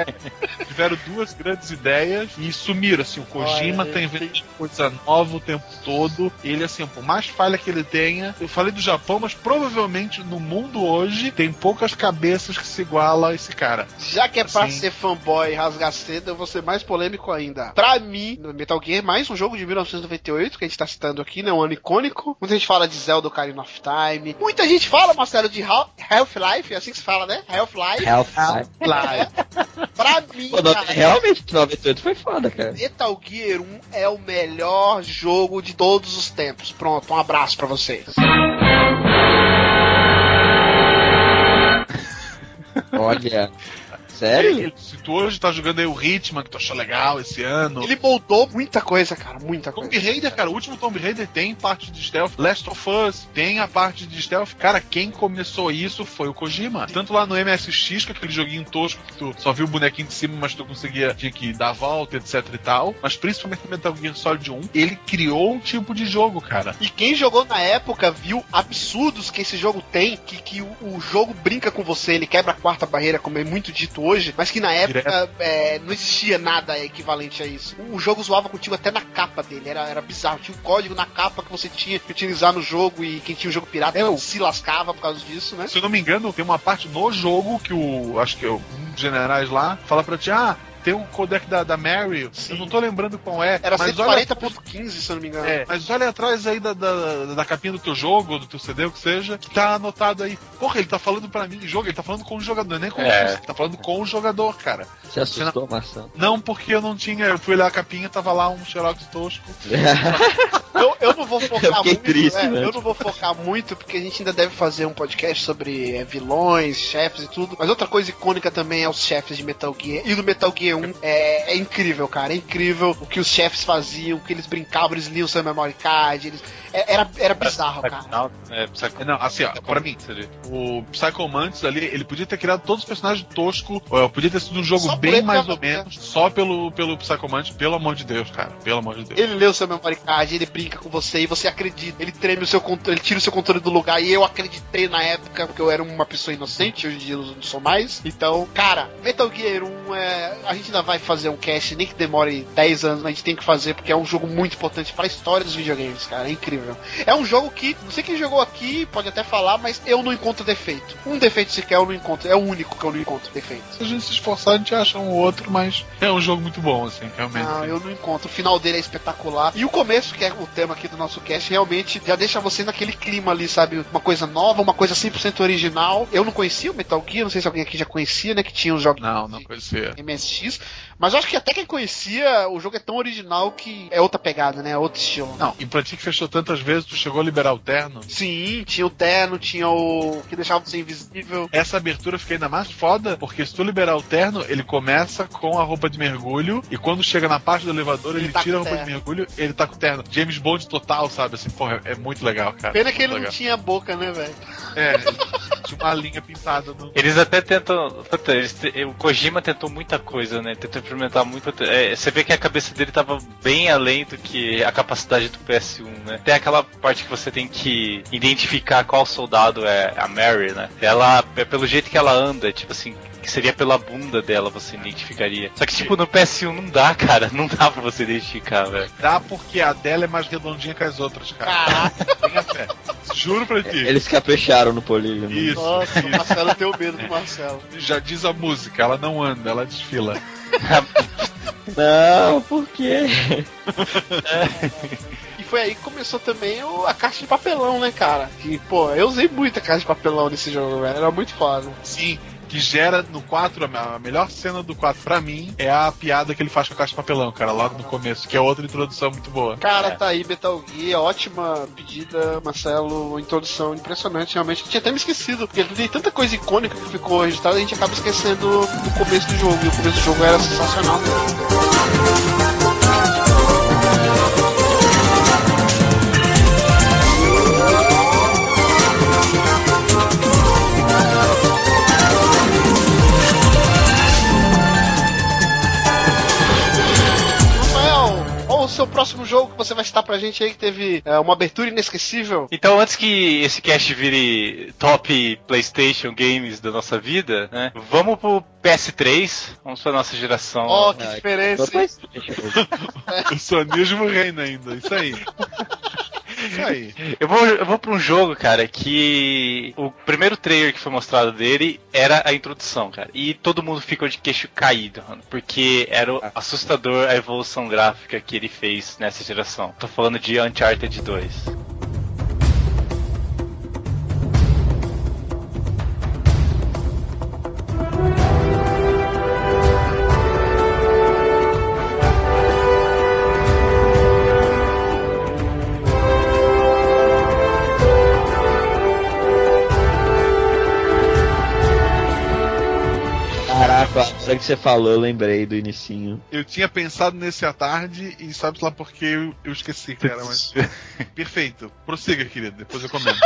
Speaker 4: tiveram duas grandes ideias e sumiram, assim. O Kojima
Speaker 2: Olha,
Speaker 4: tá inventando coisa nova o tempo todo. Ele, assim, por mais falha que ele tenha, eu falei do Japão, mas provavelmente no mundo hoje tem poucas cabeças que se igualam a esse cara.
Speaker 2: Já que é
Speaker 4: assim,
Speaker 2: pra ser fanboy e rasgar cedo, eu vou ser mais polêmico ainda. Pra mim, no Metal Gear, mais um jogo de mil novecentos e noventa e oito, que a gente tá citando aqui, né? Um ano icônico. Muita gente fala de Zelda Ocarina of Time. Muita gente fala, Marcelo, de Half-Life, é assim que se fala, né? Half-Life.
Speaker 5: Half-Life.
Speaker 2: É. Pra mim,
Speaker 5: Pô, não,
Speaker 2: cara,
Speaker 5: realmente, noventa e oito foi foda, cara.
Speaker 2: Metal Gear um é o melhor jogo de todos os tempos. Pronto, um abraço pra vocês.
Speaker 5: Olha, sério?
Speaker 4: Ele, se tu hoje tá jogando aí o Hitman, que tu achou legal esse ano.
Speaker 2: Ele moldou muita coisa, cara, muita
Speaker 4: Tomb
Speaker 2: coisa.
Speaker 4: Raider, cara, o último Tomb Raider tem parte de stealth. Last of Us tem a parte de stealth. Cara, quem começou isso foi o Kojima. Tanto lá no M S X, que é aquele joguinho tosco que tu só viu o bonequinho de cima, mas tu conseguia, tinha que dar a volta, etc e tal. Mas principalmente no Metal Gear Solid um, ele criou um tipo de jogo, cara.
Speaker 2: E quem jogou na época viu absurdos que esse jogo tem, que, que o, o jogo brinca com você, ele quebra a quarta barreira, como é muito dito hoje, mas que na época é, não existia nada equivalente a isso. O jogo zoava contigo até na capa dele, era, era bizarro. Tinha um código na capa que você tinha que utilizar no jogo e quem tinha o jogo pirata
Speaker 4: é,
Speaker 2: se lascava por causa disso, né?
Speaker 4: Se eu não me engano, tem uma parte no jogo que o, acho que é um dos generais lá, fala pra ti, ah, tem o codec da, da Mary, eu não tô lembrando qual é.
Speaker 2: Era
Speaker 4: mas
Speaker 2: cento e quarenta ponto quinze, se eu não me engano.
Speaker 4: É, mas olha atrás aí da, da, da capinha do teu jogo, do teu C D, o que seja, que tá anotado aí. Porra, ele tá falando pra mim, jogo, ele tá falando com o jogador, nem com
Speaker 3: é.
Speaker 4: o ele tá falando com o jogador, cara.
Speaker 5: Você assustou, Marcelo?
Speaker 4: Não, porque eu não tinha, eu fui olhar a capinha, tava lá um Xerox tosco.
Speaker 2: eu, eu não vou focar
Speaker 5: eu
Speaker 2: muito,
Speaker 5: triste,
Speaker 2: é,
Speaker 5: né?
Speaker 2: eu não vou focar muito, porque a gente ainda deve fazer um podcast sobre é, vilões, chefes e tudo, mas outra coisa icônica também é os chefes de Metal Gear, e do Metal Gear um é, é incrível, cara, é incrível o que os chefes faziam, o que eles brincavam, eles liam seu memory card, eles, é, era, era bizarro, cara.
Speaker 3: Não, é, Psycho...
Speaker 4: não, assim, ó, pra mim, o Psycho Mantis ali, ele podia ter criado todos os personagens toscos, podia ter sido um jogo
Speaker 2: só
Speaker 4: bem mais ou menos, só pelo, pelo Psycho Mantis, pelo amor de Deus, cara, pelo amor de Deus.
Speaker 2: Ele lê o seu memory card, ele brinca com você e você acredita, ele treme o seu controle, ele tira o seu controle do lugar, e eu acreditei na época, porque eu era uma pessoa inocente, hoje em dia eu não sou mais. Então, cara, Metal Gear um, é, a gente ainda vai fazer um cast, nem que demore dez anos, a gente tem que fazer, porque é um jogo muito importante para a história dos videogames, cara, é incrível. É um jogo que, não sei quem jogou aqui, pode até falar, mas eu não encontro defeito. Um defeito sequer eu não encontro, é o único que eu não encontro defeito.
Speaker 4: Se a gente se esforçar, a gente acha um outro, mas é um jogo muito bom, assim, realmente.
Speaker 2: Não,
Speaker 4: sim.
Speaker 2: eu não encontro. O final dele é espetacular. E o começo, que é o tema aqui do nosso cast, realmente já deixa você naquele clima ali, sabe? Uma coisa nova, uma coisa cem por cento original. Eu não conhecia o Metal Gear, não sei se alguém aqui já conhecia, né? Que tinha os jogos
Speaker 4: Não, não conhecia.
Speaker 2: M S X, mas eu acho que até quem conhecia, o jogo é tão original que é outra pegada, né? É outro estilo.
Speaker 4: Não, e pra ti que fechou tantas vezes, tu chegou a liberar o terno?
Speaker 2: Sim, tinha o terno, tinha o que deixava você invisível.
Speaker 4: Essa abertura fica ainda mais foda, porque se tu liberar o terno, ele começa com a roupa de mergulho, e quando chega na parte do elevador, ele,
Speaker 2: Ele tá
Speaker 4: tira a
Speaker 2: com
Speaker 4: roupa de mergulho, ele tá com o terno. James Bond total, sabe? Assim, porra, é muito legal, cara.
Speaker 2: Pena que
Speaker 4: muito
Speaker 2: ele
Speaker 4: legal.
Speaker 2: não tinha boca, né, velho?
Speaker 4: É, ele tinha uma linha pintada no...
Speaker 3: Eles até tentam. Puta, eles, o Kojima tentou muita coisa, né? Tentou implementar muita. É, você vê que a cabeça dele tava bem além do que a capacidade do P S um, né? Tem aquela parte que você tem que identificar qual soldado é a Mary, né? Ela, é pelo jeito que ela anda, tipo assim, que seria pela bunda dela você identificaria. Só que, tipo, no P S um não dá, cara. Não dá pra você identificar, velho.
Speaker 4: Dá porque a dela é mais redondinha que as outras, cara.
Speaker 2: Caraca!
Speaker 4: Tenha fé. Juro pra ti.
Speaker 5: Eles capricharam no polígono.
Speaker 4: Isso.
Speaker 2: Nossa,
Speaker 4: isso.
Speaker 2: o Marcelo tem o medo do Marcelo.
Speaker 4: Já diz a música, ela não anda, ela desfila.
Speaker 5: Não, por quê?
Speaker 2: E foi aí que começou também o, a caixa de papelão, né, cara? Que, pô, eu usei muita caixa de papelão nesse jogo, velho. Era muito foda.
Speaker 4: Sim, que gera no quatro, a melhor cena do quatro pra mim é a piada que ele faz com a caixa de papelão, cara, logo no começo, que é outra introdução muito boa.
Speaker 2: Cara, é. Tá aí Metal Gear, ótima pedida, Marcelo, introdução impressionante, realmente. Eu tinha até me esquecido, porque tem tanta coisa icônica que ficou registrada, a gente acaba esquecendo do começo do jogo, e o começo do jogo era sensacional mesmo. Qual o seu próximo jogo que você vai citar pra gente aí que teve é, uma abertura inesquecível?
Speaker 3: Então, antes que esse cast vire top PlayStation games da nossa vida, né? Vamos pro P S três, vamos pra nossa geração.
Speaker 2: Oh, que diferença!
Speaker 4: O sonismo reina ainda, isso aí. Isso aí.
Speaker 3: Eu vou, eu vou pra um jogo, cara, que o primeiro trailer que foi mostrado dele era a introdução, cara. E todo mundo ficou de queixo caído, mano, porque era assustador a evolução gráfica que ele fez nessa geração. Tô falando de Uncharted dois.
Speaker 5: Caraca, a hora que você falou, eu lembrei do inicinho.
Speaker 4: Eu tinha pensado nesse à tarde e sabe lá por que eu, eu esqueci, cara, mas... Perfeito. Prossiga, querido, depois eu comento.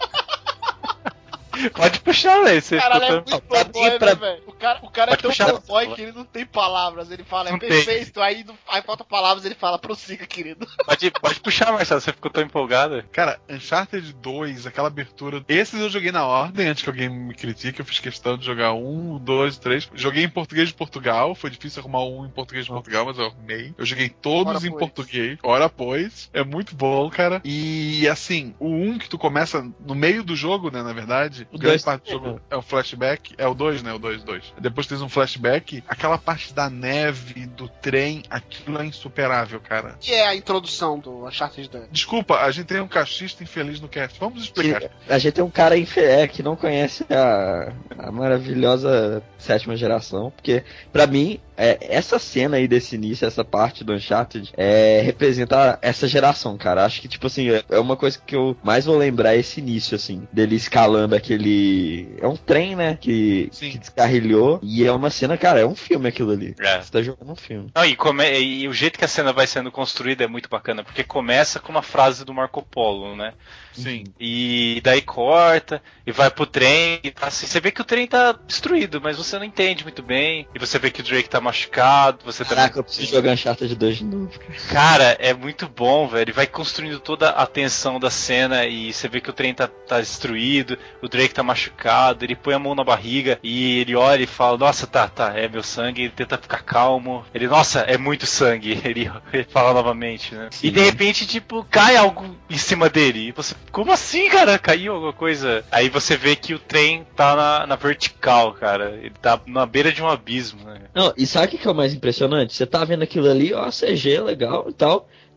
Speaker 3: Pode puxar, velho.
Speaker 2: Caralho, é muito fanboy,
Speaker 5: pra...
Speaker 2: né, velho? O cara, o cara é tão fanboy que ele não tem palavras. Ele fala, é não perfeito, aí, aí falta palavras, ele fala, prossiga, querido.
Speaker 3: Pode, pode puxar, Marcelo, você ficou tão empolgado.
Speaker 4: Cara, Uncharted dois, aquela abertura... Esses eu joguei na ordem, antes que alguém me critique, eu fiz questão de jogar um, dois, três. Joguei em português de Portugal, foi difícil arrumar um em português de Portugal, mas eu arrumei. Eu joguei todos
Speaker 2: Ora
Speaker 4: em
Speaker 2: pois.
Speaker 4: português, ora pois. É muito bom, cara. E, assim, o um que tu começa no meio do jogo, né, na verdade...
Speaker 5: O
Speaker 4: grande
Speaker 5: dois
Speaker 4: parte do jogo é o flashback, é o dois, né, o dois, dois. Depois tens um flashback, aquela parte da neve, do trem, aquilo é insuperável, cara.
Speaker 2: Que é a introdução do Uncharted dois?
Speaker 4: Desculpa, a gente tem um cachista infeliz no cast, vamos explicar.
Speaker 5: Que a gente tem um cara infe- é, que não conhece a, a maravilhosa sétima geração, porque pra mim é, essa cena aí desse início, essa parte do Uncharted, é, representa essa geração, cara. Acho que, tipo assim, é, é uma coisa que eu mais vou lembrar, esse início, assim, dele escalando aquele... É um trem, né, que, que descarrilhou, e é uma cena, cara, é um filme aquilo ali.
Speaker 3: É.
Speaker 5: Você tá jogando um filme.
Speaker 3: Não, e, come... e o jeito que a cena vai sendo construída é muito bacana, porque começa com uma frase do Marco Polo, né?
Speaker 4: Sim.
Speaker 3: E daí corta, e vai pro trem, e assim, você vê que o trem tá destruído, mas você não entende muito bem, e você vê que o Drake tá machucado, você
Speaker 5: Caraca,
Speaker 3: também...
Speaker 5: eu preciso jogar Uncharted dois de novo, cara.
Speaker 3: Cara, é muito bom, velho. Ele vai construindo toda a tensão da cena e você vê que o trem tá, tá destruído, o Drake tá machucado, ele põe a mão na barriga e ele olha e fala, nossa, tá, tá, é meu sangue, ele tenta ficar calmo. Ele, nossa, é muito sangue. Ele, ele fala novamente, né?
Speaker 5: Sim.
Speaker 3: E de repente, tipo, cai algo em cima dele. E você, como assim, cara? Caiu alguma coisa? Aí você vê que o trem tá na, na vertical, cara. Ele tá na beira de um abismo, né?
Speaker 5: Não, e sabe o que é o mais impressionante? Você tá vendo aquilo ali, ó, C G legal e tal.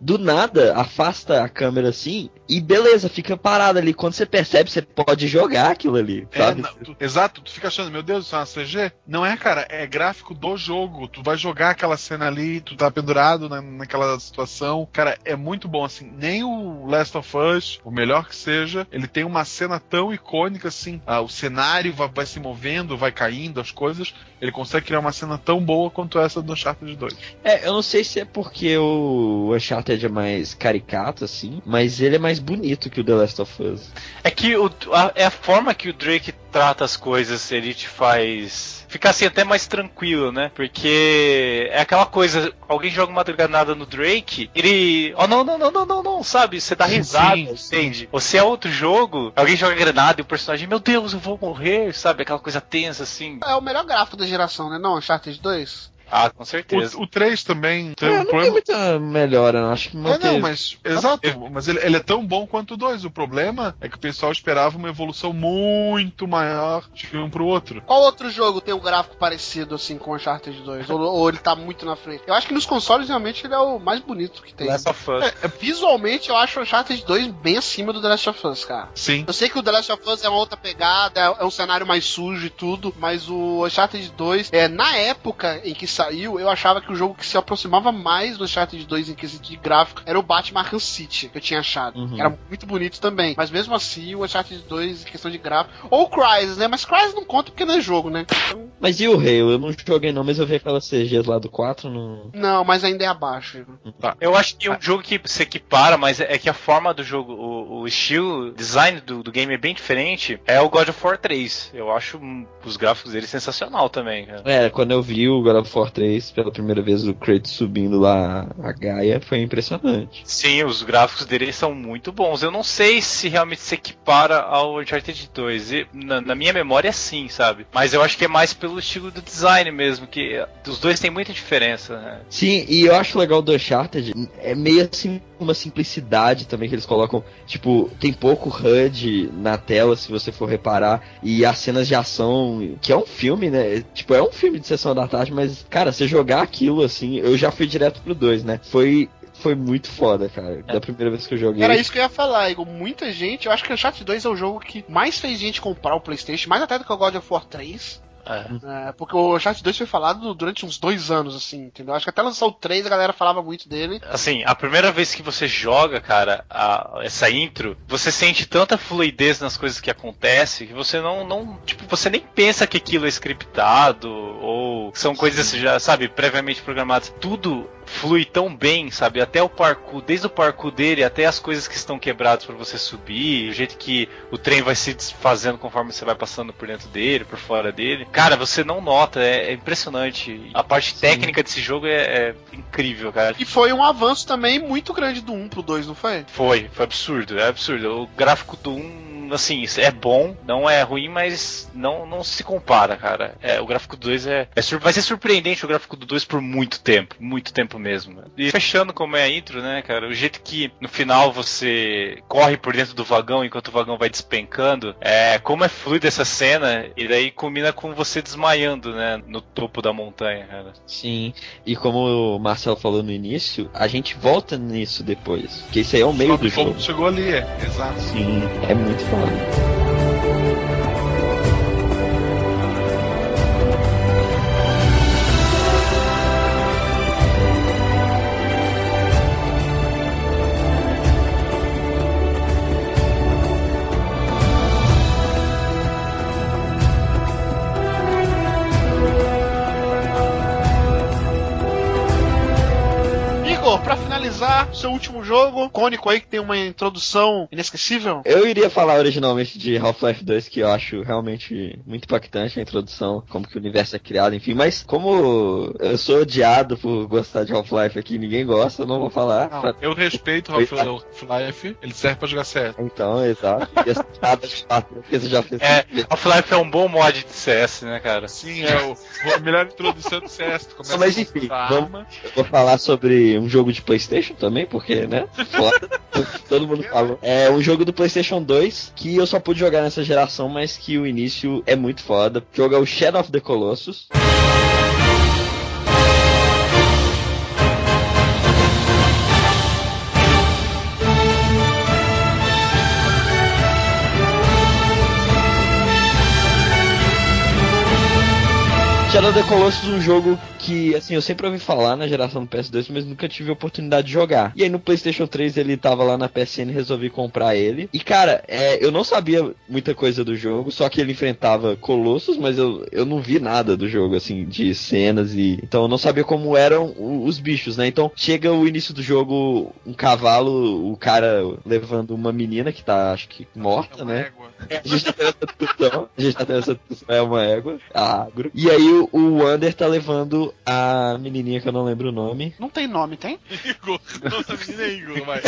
Speaker 5: do nada, afasta a câmera assim e beleza, fica parada ali. Quando você percebe, você pode jogar aquilo ali, sabe?
Speaker 4: É, não, tu, exato, tu fica achando, meu Deus, isso é uma C G? Não é, cara, é gráfico do jogo. Tu vai jogar aquela cena ali, tu tá pendurado na, naquela situação. Cara, é muito bom, assim. Nem o Last of Us, o melhor que seja, ele tem uma cena tão icônica assim. Ah, o cenário vai, vai se movendo, vai caindo, as coisas. Ele consegue criar uma cena tão boa quanto essa do Uncharted dois.
Speaker 5: É, eu não sei se é porque o Uncharted é mais caricato, assim, mas ele é mais bonito que o The Last of Us.
Speaker 3: É que o, a, é a forma que o Drake trata as coisas, ele te faz ficar assim até mais tranquilo, né? Porque é aquela coisa, alguém joga uma granada no Drake, ele... Oh, não, não, não, não, não, não, sabe? Você dá risada, sim, entende? Sim. Ou se é outro jogo, alguém joga granada e o personagem, meu Deus, eu vou morrer, sabe? Aquela coisa tensa, assim.
Speaker 2: É o melhor gráfico da geração, né? Não, Uncharted dois?
Speaker 3: Ah, com certeza.
Speaker 4: O, o três também tem
Speaker 5: é,
Speaker 4: um
Speaker 5: não
Speaker 4: problema.
Speaker 5: tem muita melhora, não. Acho que manteve.
Speaker 4: É, não, mas. Exato, mas ele, ele é tão bom quanto o dois. O problema é que o pessoal esperava uma evolução muito maior de um pro outro.
Speaker 2: Qual outro jogo tem um gráfico parecido assim com o Uncharted dois? ou, ou ele tá muito na frente? Eu acho que nos consoles realmente ele é o mais bonito que tem.
Speaker 3: Last of Us.
Speaker 2: É, é, visualmente eu acho o Uncharted dois bem acima do The Last of Us, cara.
Speaker 4: Sim.
Speaker 2: Eu sei que o The Last of Us é uma outra pegada, é, é um cenário mais sujo e tudo, mas o Uncharted dois, é, na época em que saiu, eu achava que o jogo que se aproximava mais do Uncharted dois em quesito de gráfico era o Batman Arkham City, que eu tinha achado. Uhum. Era muito bonito também. Mas mesmo assim, o Uncharted dois, em questão de gráfico... Ou o Crysis, né? Mas Crysis não conta porque não é jogo, né? Então...
Speaker 5: Mas e o Halo? Eu não joguei não, mas eu vi aquelas C Gs lá do quatro no...
Speaker 2: Não, mas ainda é abaixo.
Speaker 3: Tá. Eu acho que um jogo que se equipara, mas é que a forma do jogo, o, o estilo, design do, do game é bem diferente, é o God of War três. Eu acho os gráficos dele sensacional também, cara.
Speaker 5: É, quando eu vi o God of War três pela primeira vez, o Kratos subindo lá a Gaia, foi impressionante.
Speaker 3: Sim, os gráficos dele são muito bons. Eu não sei se realmente se equipara ao Uncharted dois. E, na, na minha memória, sim, sabe? Mas eu acho que é mais pelo estilo do design mesmo, que os dois têm muita diferença, né?
Speaker 5: Sim, e eu acho legal do Uncharted, é meio assim uma simplicidade também que eles colocam, tipo, tem pouco H U D na tela, se você for reparar, e as cenas de ação, que é um filme, né? Tipo, é um filme de sessão da tarde, mas, cara, você jogar aquilo assim, eu já fui direto pro dois, né? Foi... Foi muito foda, cara. Da primeira vez que eu joguei.
Speaker 2: Era isso que eu ia falar, Igor. Muita gente... Eu acho que o Uncharted dois é o jogo que mais fez gente comprar o PlayStation. Mais até do que o God of War três. É. É, porque o Uncharted dois foi falado durante uns dois anos, assim, entendeu? Acho que até lançou o três a galera falava muito dele.
Speaker 3: Assim, a primeira vez que você joga, cara, a, essa intro, você sente tanta fluidez nas coisas que acontecem que você não, não, tipo, você nem pensa que aquilo é scriptado ou são coisas já, sabe, previamente programadas. Tudo flui tão bem, sabe? Até o parkour, desde o parkour dele até as coisas que estão quebradas pra você subir, o jeito que o trem vai se desfazendo conforme você vai passando por dentro dele, por fora dele. Cara, você não nota, é, é impressionante. A parte Sim. técnica desse jogo é, é incrível, cara.
Speaker 2: E foi um avanço também muito grande do um pro dois, não foi?
Speaker 3: Foi, foi absurdo, é absurdo. O gráfico do um, assim, é bom, não é ruim, mas não, não se compara, cara. É, o gráfico do dois é, é sur- vai ser surpreendente o gráfico do dois por muito tempo, muito tempo mesmo. E fechando como é a intro, né, cara, o jeito que no final você corre por dentro do vagão enquanto o vagão vai despencando, é, como é fluida essa cena, e daí combina com você desmaiando, né, no topo da montanha, cara.
Speaker 5: Sim, e como o Marcelo falou no início, a gente volta nisso depois, porque isso aí é o meio do jogo.
Speaker 4: Chegou ali, é, exato.
Speaker 5: Sim, é muito foda.
Speaker 2: Pra finalizar, seu último jogo, cônico aí, que tem uma introdução inesquecível.
Speaker 5: Eu iria falar originalmente de Half-Life dois, que eu acho realmente muito impactante a introdução, como que o universo é criado, enfim, mas como eu sou odiado por gostar de Half-Life aqui, ninguém gosta, eu não vou falar.
Speaker 4: Não,
Speaker 5: pra...
Speaker 4: Eu respeito Half-Life, ele serve pra jogar C S.
Speaker 5: Então, exato. E as piadas de quatro, porque você já fez.
Speaker 3: É, Half-Life é um bom mod de C S, né, cara?
Speaker 4: Sim, é o, a melhor introdução do C S. Tu começa
Speaker 5: mas enfim, vamos, eu vou falar sobre um jogo de PlayStation também, porque, né? Foda. Todo mundo falou. É um jogo do PlayStation dois que eu só pude jogar nessa geração, mas que o início é muito foda. O jogo é o Shadow of the Colossus. of the Colossus, um jogo que, assim, eu sempre ouvi falar na geração do P S dois, mas nunca tive a oportunidade de jogar. E aí no PlayStation três ele tava lá na P S N e resolvi comprar ele. E cara, é, eu não sabia muita coisa do jogo, só que ele enfrentava Colossus, mas eu, eu não vi nada do jogo, assim, de cenas e... Então eu não sabia como eram os bichos, né? Então chega o início do jogo, um cavalo, o cara levando uma menina que tá, acho que, morta,
Speaker 4: É uma
Speaker 5: né?
Speaker 4: égua.
Speaker 5: A gente tá tendo essa discussão, a gente tá tendo essa discussão, é uma égua, a agro. E aí o, o Wander tá levando a menininha que eu não lembro o nome.
Speaker 2: Não tem nome, tem?
Speaker 4: Igor. Nossa, menina é Igor, vai.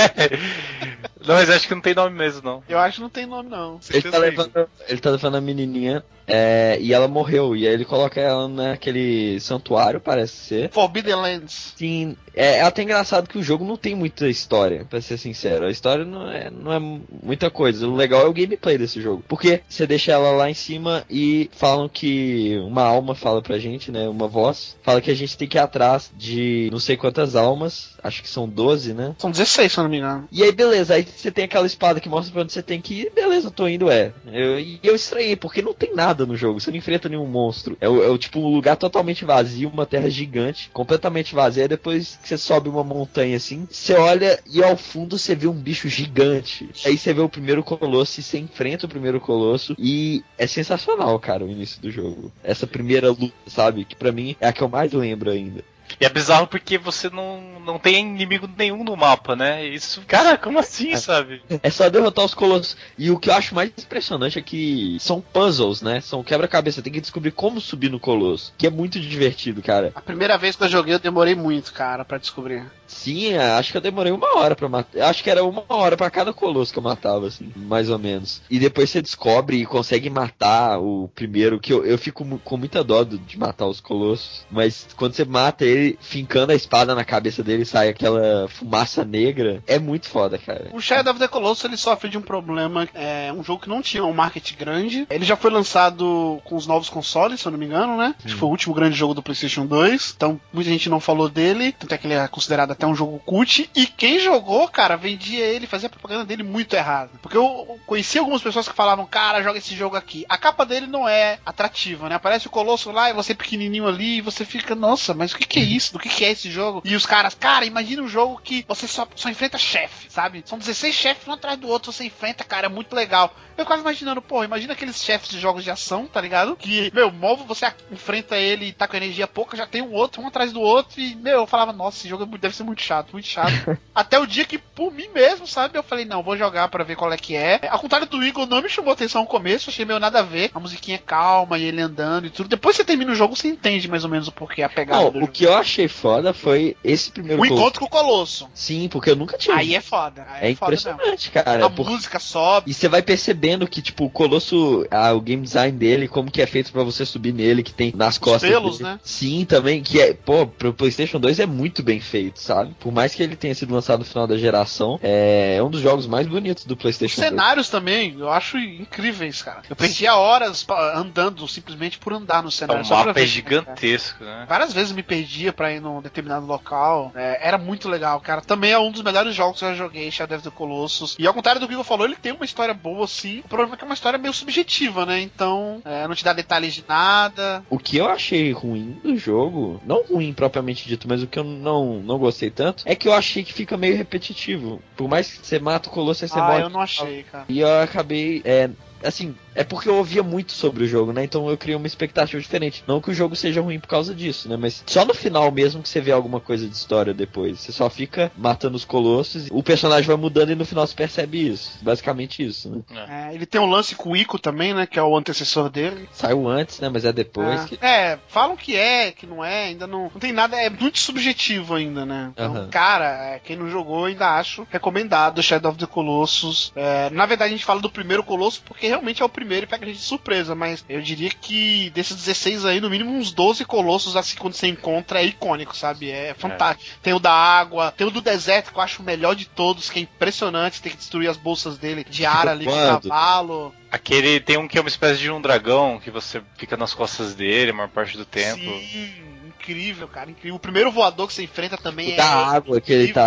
Speaker 3: Não, mas acho que não tem nome mesmo, não.
Speaker 2: Eu acho que não tem nome, não.
Speaker 5: Ele tá, levando, ele tá levando a menininha é, e ela morreu. E aí ele coloca ela naquele santuário, parece ser.
Speaker 2: Forbidden Lands.
Speaker 5: Sim, é, é até engraçado que o jogo não tem muita história, pra ser sincero. A história não é, não é muita coisa. O legal é o gameplay desse jogo. Porque você deixa ela lá em cima e falam que uma alma fala pra gente, né? Uma voz. Fala que a gente tem que ir atrás de não sei quantas almas. Acho que são doze, né?
Speaker 2: São dezesseis, se eu não me engano.
Speaker 5: E aí, beleza. Aí você tem aquela espada que mostra pra onde você tem que ir. Beleza, eu tô indo, é. Eu, e eu estranhei, porque não tem nada no jogo. Você não enfrenta nenhum monstro. É, o- é o tipo um lugar totalmente vazio, uma terra gigante, completamente vazia. Aí depois que você sobe uma montanha assim, você olha e ao fundo você vê um bicho gigante. Aí você vê o primeiro colosso e você enfrenta o primeiro colosso. E é sensacional, cara, o início do jogo. Essa primeira luta, sabe? Que pra mim é a que eu mais lembro ainda.
Speaker 3: E é bizarro porque você não, não tem inimigo nenhum no mapa, né? Isso, cara, como assim, sabe?
Speaker 5: É só derrotar os colossos. E o que eu acho mais impressionante é que são puzzles, né? São quebra-cabeça. Tem que descobrir como subir no colosso. Que é muito divertido, cara.
Speaker 2: A primeira vez que eu joguei, eu demorei muito, cara, pra descobrir.
Speaker 5: Sim, acho que eu demorei uma hora pra matar. Acho que era uma hora pra cada colosso que eu matava, assim, mais ou menos. E depois você descobre e consegue matar o primeiro, que eu, eu fico mu- com muita dó do- de matar os colossos. Mas quando você mata ele, fincando a espada na cabeça dele, sai aquela fumaça negra. É muito foda, cara.
Speaker 2: O Shadow of the Colossus, ele sofre de um problema. É um jogo que não tinha um marketing grande. Ele já foi lançado com os novos consoles, se eu não me engano, né? Acho que foi o último grande jogo do PlayStation dois. Então, muita gente não falou dele. Tanto é que ele é considerado até um jogo cult. E quem jogou, cara, vendia ele, fazia a propaganda dele muito errado. Porque eu conheci algumas pessoas que falavam, cara, joga esse jogo aqui. A capa dele não é atrativa, né? Aparece o Colosso lá e você pequenininho ali e você fica, nossa, mas o que que é isso? Do que que é esse jogo? E os caras, cara, imagina um jogo que você só, só enfrenta chefe, sabe? São dezesseis chefes um atrás do outro, você enfrenta, cara, é muito legal. Eu ficava imaginando, pô, imagina aqueles chefes de jogos de ação, tá ligado? Que, meu, movo, você enfrenta ele e tá com energia pouca, já tem um outro, um atrás do outro, e, meu, eu falava, nossa, esse jogo é muito- deve ser muito chato, muito chato. Até o dia que, por mim mesmo, sabe, eu falei, não, vou jogar pra ver qual é que é. Ao contrário do Igor, não me chamou atenção no começo, achei meio nada a ver. A musiquinha é calma e ele andando e tudo. Depois você termina o jogo, você entende mais ou menos o porquê, a pegada
Speaker 5: Não,
Speaker 2: do
Speaker 5: o
Speaker 2: jogo.
Speaker 5: que eu achei foda foi esse primeiro
Speaker 2: O
Speaker 5: colosso.
Speaker 2: encontro com o Colosso.
Speaker 5: Sim, porque eu nunca tinha
Speaker 2: Aí é foda. Aí
Speaker 5: É
Speaker 2: é, foda mesmo.
Speaker 5: impressionante, cara.
Speaker 2: A
Speaker 5: por-
Speaker 2: música sobe.
Speaker 5: E você vai percebendo que, tipo, o Colosso, ah, o game design dele, como que é feito pra você subir nele, que tem nas costas
Speaker 2: pelos,
Speaker 5: dele.
Speaker 2: né?
Speaker 5: Sim, também, que é, pô, pro PlayStation dois é muito bem feito, sabe? Por mais que ele tenha sido lançado no final da geração, é, é um dos jogos mais bonitos do
Speaker 2: Os
Speaker 5: PlayStation dois.
Speaker 2: cenários também, eu acho incríveis, cara. Eu perdia horas pa- andando, simplesmente por andar no
Speaker 3: O
Speaker 2: cenário. só pra
Speaker 3: mapa é
Speaker 2: ver,
Speaker 3: gigantesco, né?
Speaker 2: Várias vezes me perdia pra ir num determinado local. É, era muito legal, cara. Também é um dos melhores jogos que eu já joguei, Shadow of the Colossus. E ao contrário do que o Igor falou, ele tem uma história boa, sim. O problema é que é uma história meio subjetiva, né? Então, é, não te dá detalhes de nada.
Speaker 5: O que eu achei ruim do jogo, não ruim propriamente dito, mas o que eu não, não gostei tanto, é que eu achei que fica meio repetitivo. Por mais que você mata o Colosso, aí você
Speaker 2: Ah,
Speaker 5: morre.
Speaker 2: eu não achei, cara.
Speaker 5: E eu acabei, é, assim, é porque eu ouvia muito sobre o jogo, né? Então eu criei uma expectativa diferente. Não que o jogo seja ruim por causa disso, né? Mas só no final mesmo que você vê alguma coisa de história depois. Você só fica matando os colossos, o personagem vai mudando e no final você percebe isso. Basicamente isso, né?
Speaker 2: É, ele tem um lance com o Ico também, né? Que é o antecessor dele.
Speaker 5: Saiu antes, né? Mas é depois
Speaker 2: Ah,
Speaker 5: que...
Speaker 2: É, falam que é, que não é, ainda não. Não tem nada, é muito subjetivo ainda, né? Então,
Speaker 5: Aham.
Speaker 2: cara, é, quem não jogou, ainda acho recomendado Shadow of the Colossus. É, na verdade, a gente fala do primeiro Colosso porque realmente é o primeiro e pega a gente de surpresa, mas eu diria que desses dezesseis aí, no mínimo uns doze Colossos, assim, quando você encontra, é icônico, sabe? É fantástico. Tem o da água, tem o do deserto, que eu acho o melhor de todos, que é impressionante, tem que destruir as bolsas dele de ar ali com o
Speaker 5: Quando?
Speaker 2: cavalo.
Speaker 3: Aquele tem um que é uma espécie de um dragão que você fica nas costas dele a maior parte do tempo.
Speaker 2: Sim, incrível, cara, incrível. O primeiro voador que você enfrenta também
Speaker 5: O
Speaker 2: é
Speaker 5: da água que ele
Speaker 2: incrível.
Speaker 5: tá...